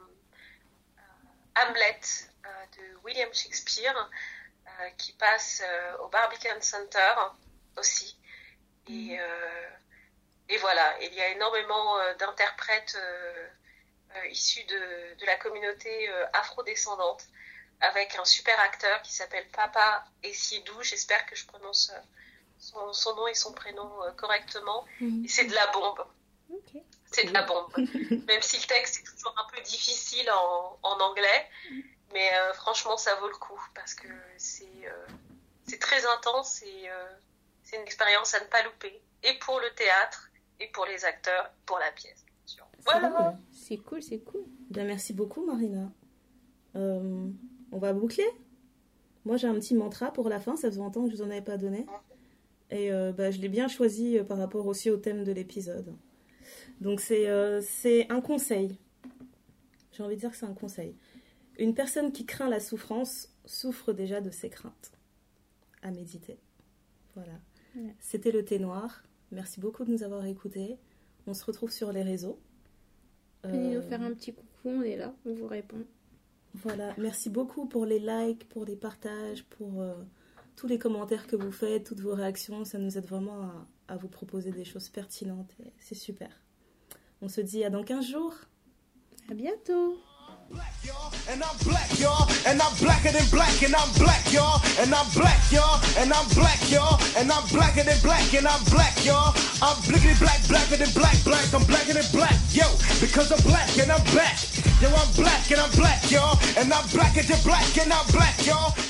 Speaker 3: Hamlet euh, de William Shakespeare, euh, qui passe euh, au Barbican Center aussi. Et, mmh. euh, et voilà, il y a énormément euh, d'interprètes euh, euh, issus de, de la communauté euh, afrodescendante, avec un super acteur qui s'appelle Papa Essiedu, j'espère que je prononce son, son nom et son prénom correctement, mmh. et c'est de la bombe. Okay. C'est de la bombe. Même si le texte est toujours un peu difficile en, en anglais, mmh. mais euh, franchement ça vaut le coup, parce que c'est, euh, c'est très intense et euh, c'est une expérience à ne pas louper, et pour le théâtre, et pour les acteurs, et pour la pièce.
Speaker 2: Voilà. Cool. C'est cool, c'est cool.
Speaker 1: Ben, merci beaucoup Marina. Euh... On va boucler. Moi, j'ai un petit mantra pour la fin. Ça faisait longtemps que je vous en avais pas donné. Et euh, bah, je l'ai bien choisi euh, par rapport aussi au thème de l'épisode. Donc, c'est, euh, c'est un conseil. J'ai envie de dire que c'est un conseil. Une personne qui craint la souffrance souffre déjà de ses craintes. À méditer. Voilà.
Speaker 2: Ouais.
Speaker 1: C'était le thé noir. Merci beaucoup de nous avoir écoutés. On se retrouve sur les réseaux.
Speaker 2: Venez
Speaker 1: Euh,
Speaker 2: nous faire un petit coucou, on est là, on vous répond.
Speaker 1: Voilà, merci beaucoup pour les likes, pour les partages, pour euh, tous les commentaires que vous faites, toutes vos réactions. Ça nous aide vraiment à, à vous proposer des choses pertinentes. Et c'est super. On se dit à dans quinze jours.
Speaker 2: À bientôt.
Speaker 4: Black, y'all, and I'm black, y'all, and I'm blacker than black, and I'm black, y'all, and I'm black, y'all, and I'm black, y'all, and I'm blacker than black, and I'm black, y'all. I'm blickety black, blacker than black, black, I'm blacker than black, yo, because I'm black and I'm back. Yo, I'm black and I'm black, y'all, and I'm blacker than black, and I'm black, y'all.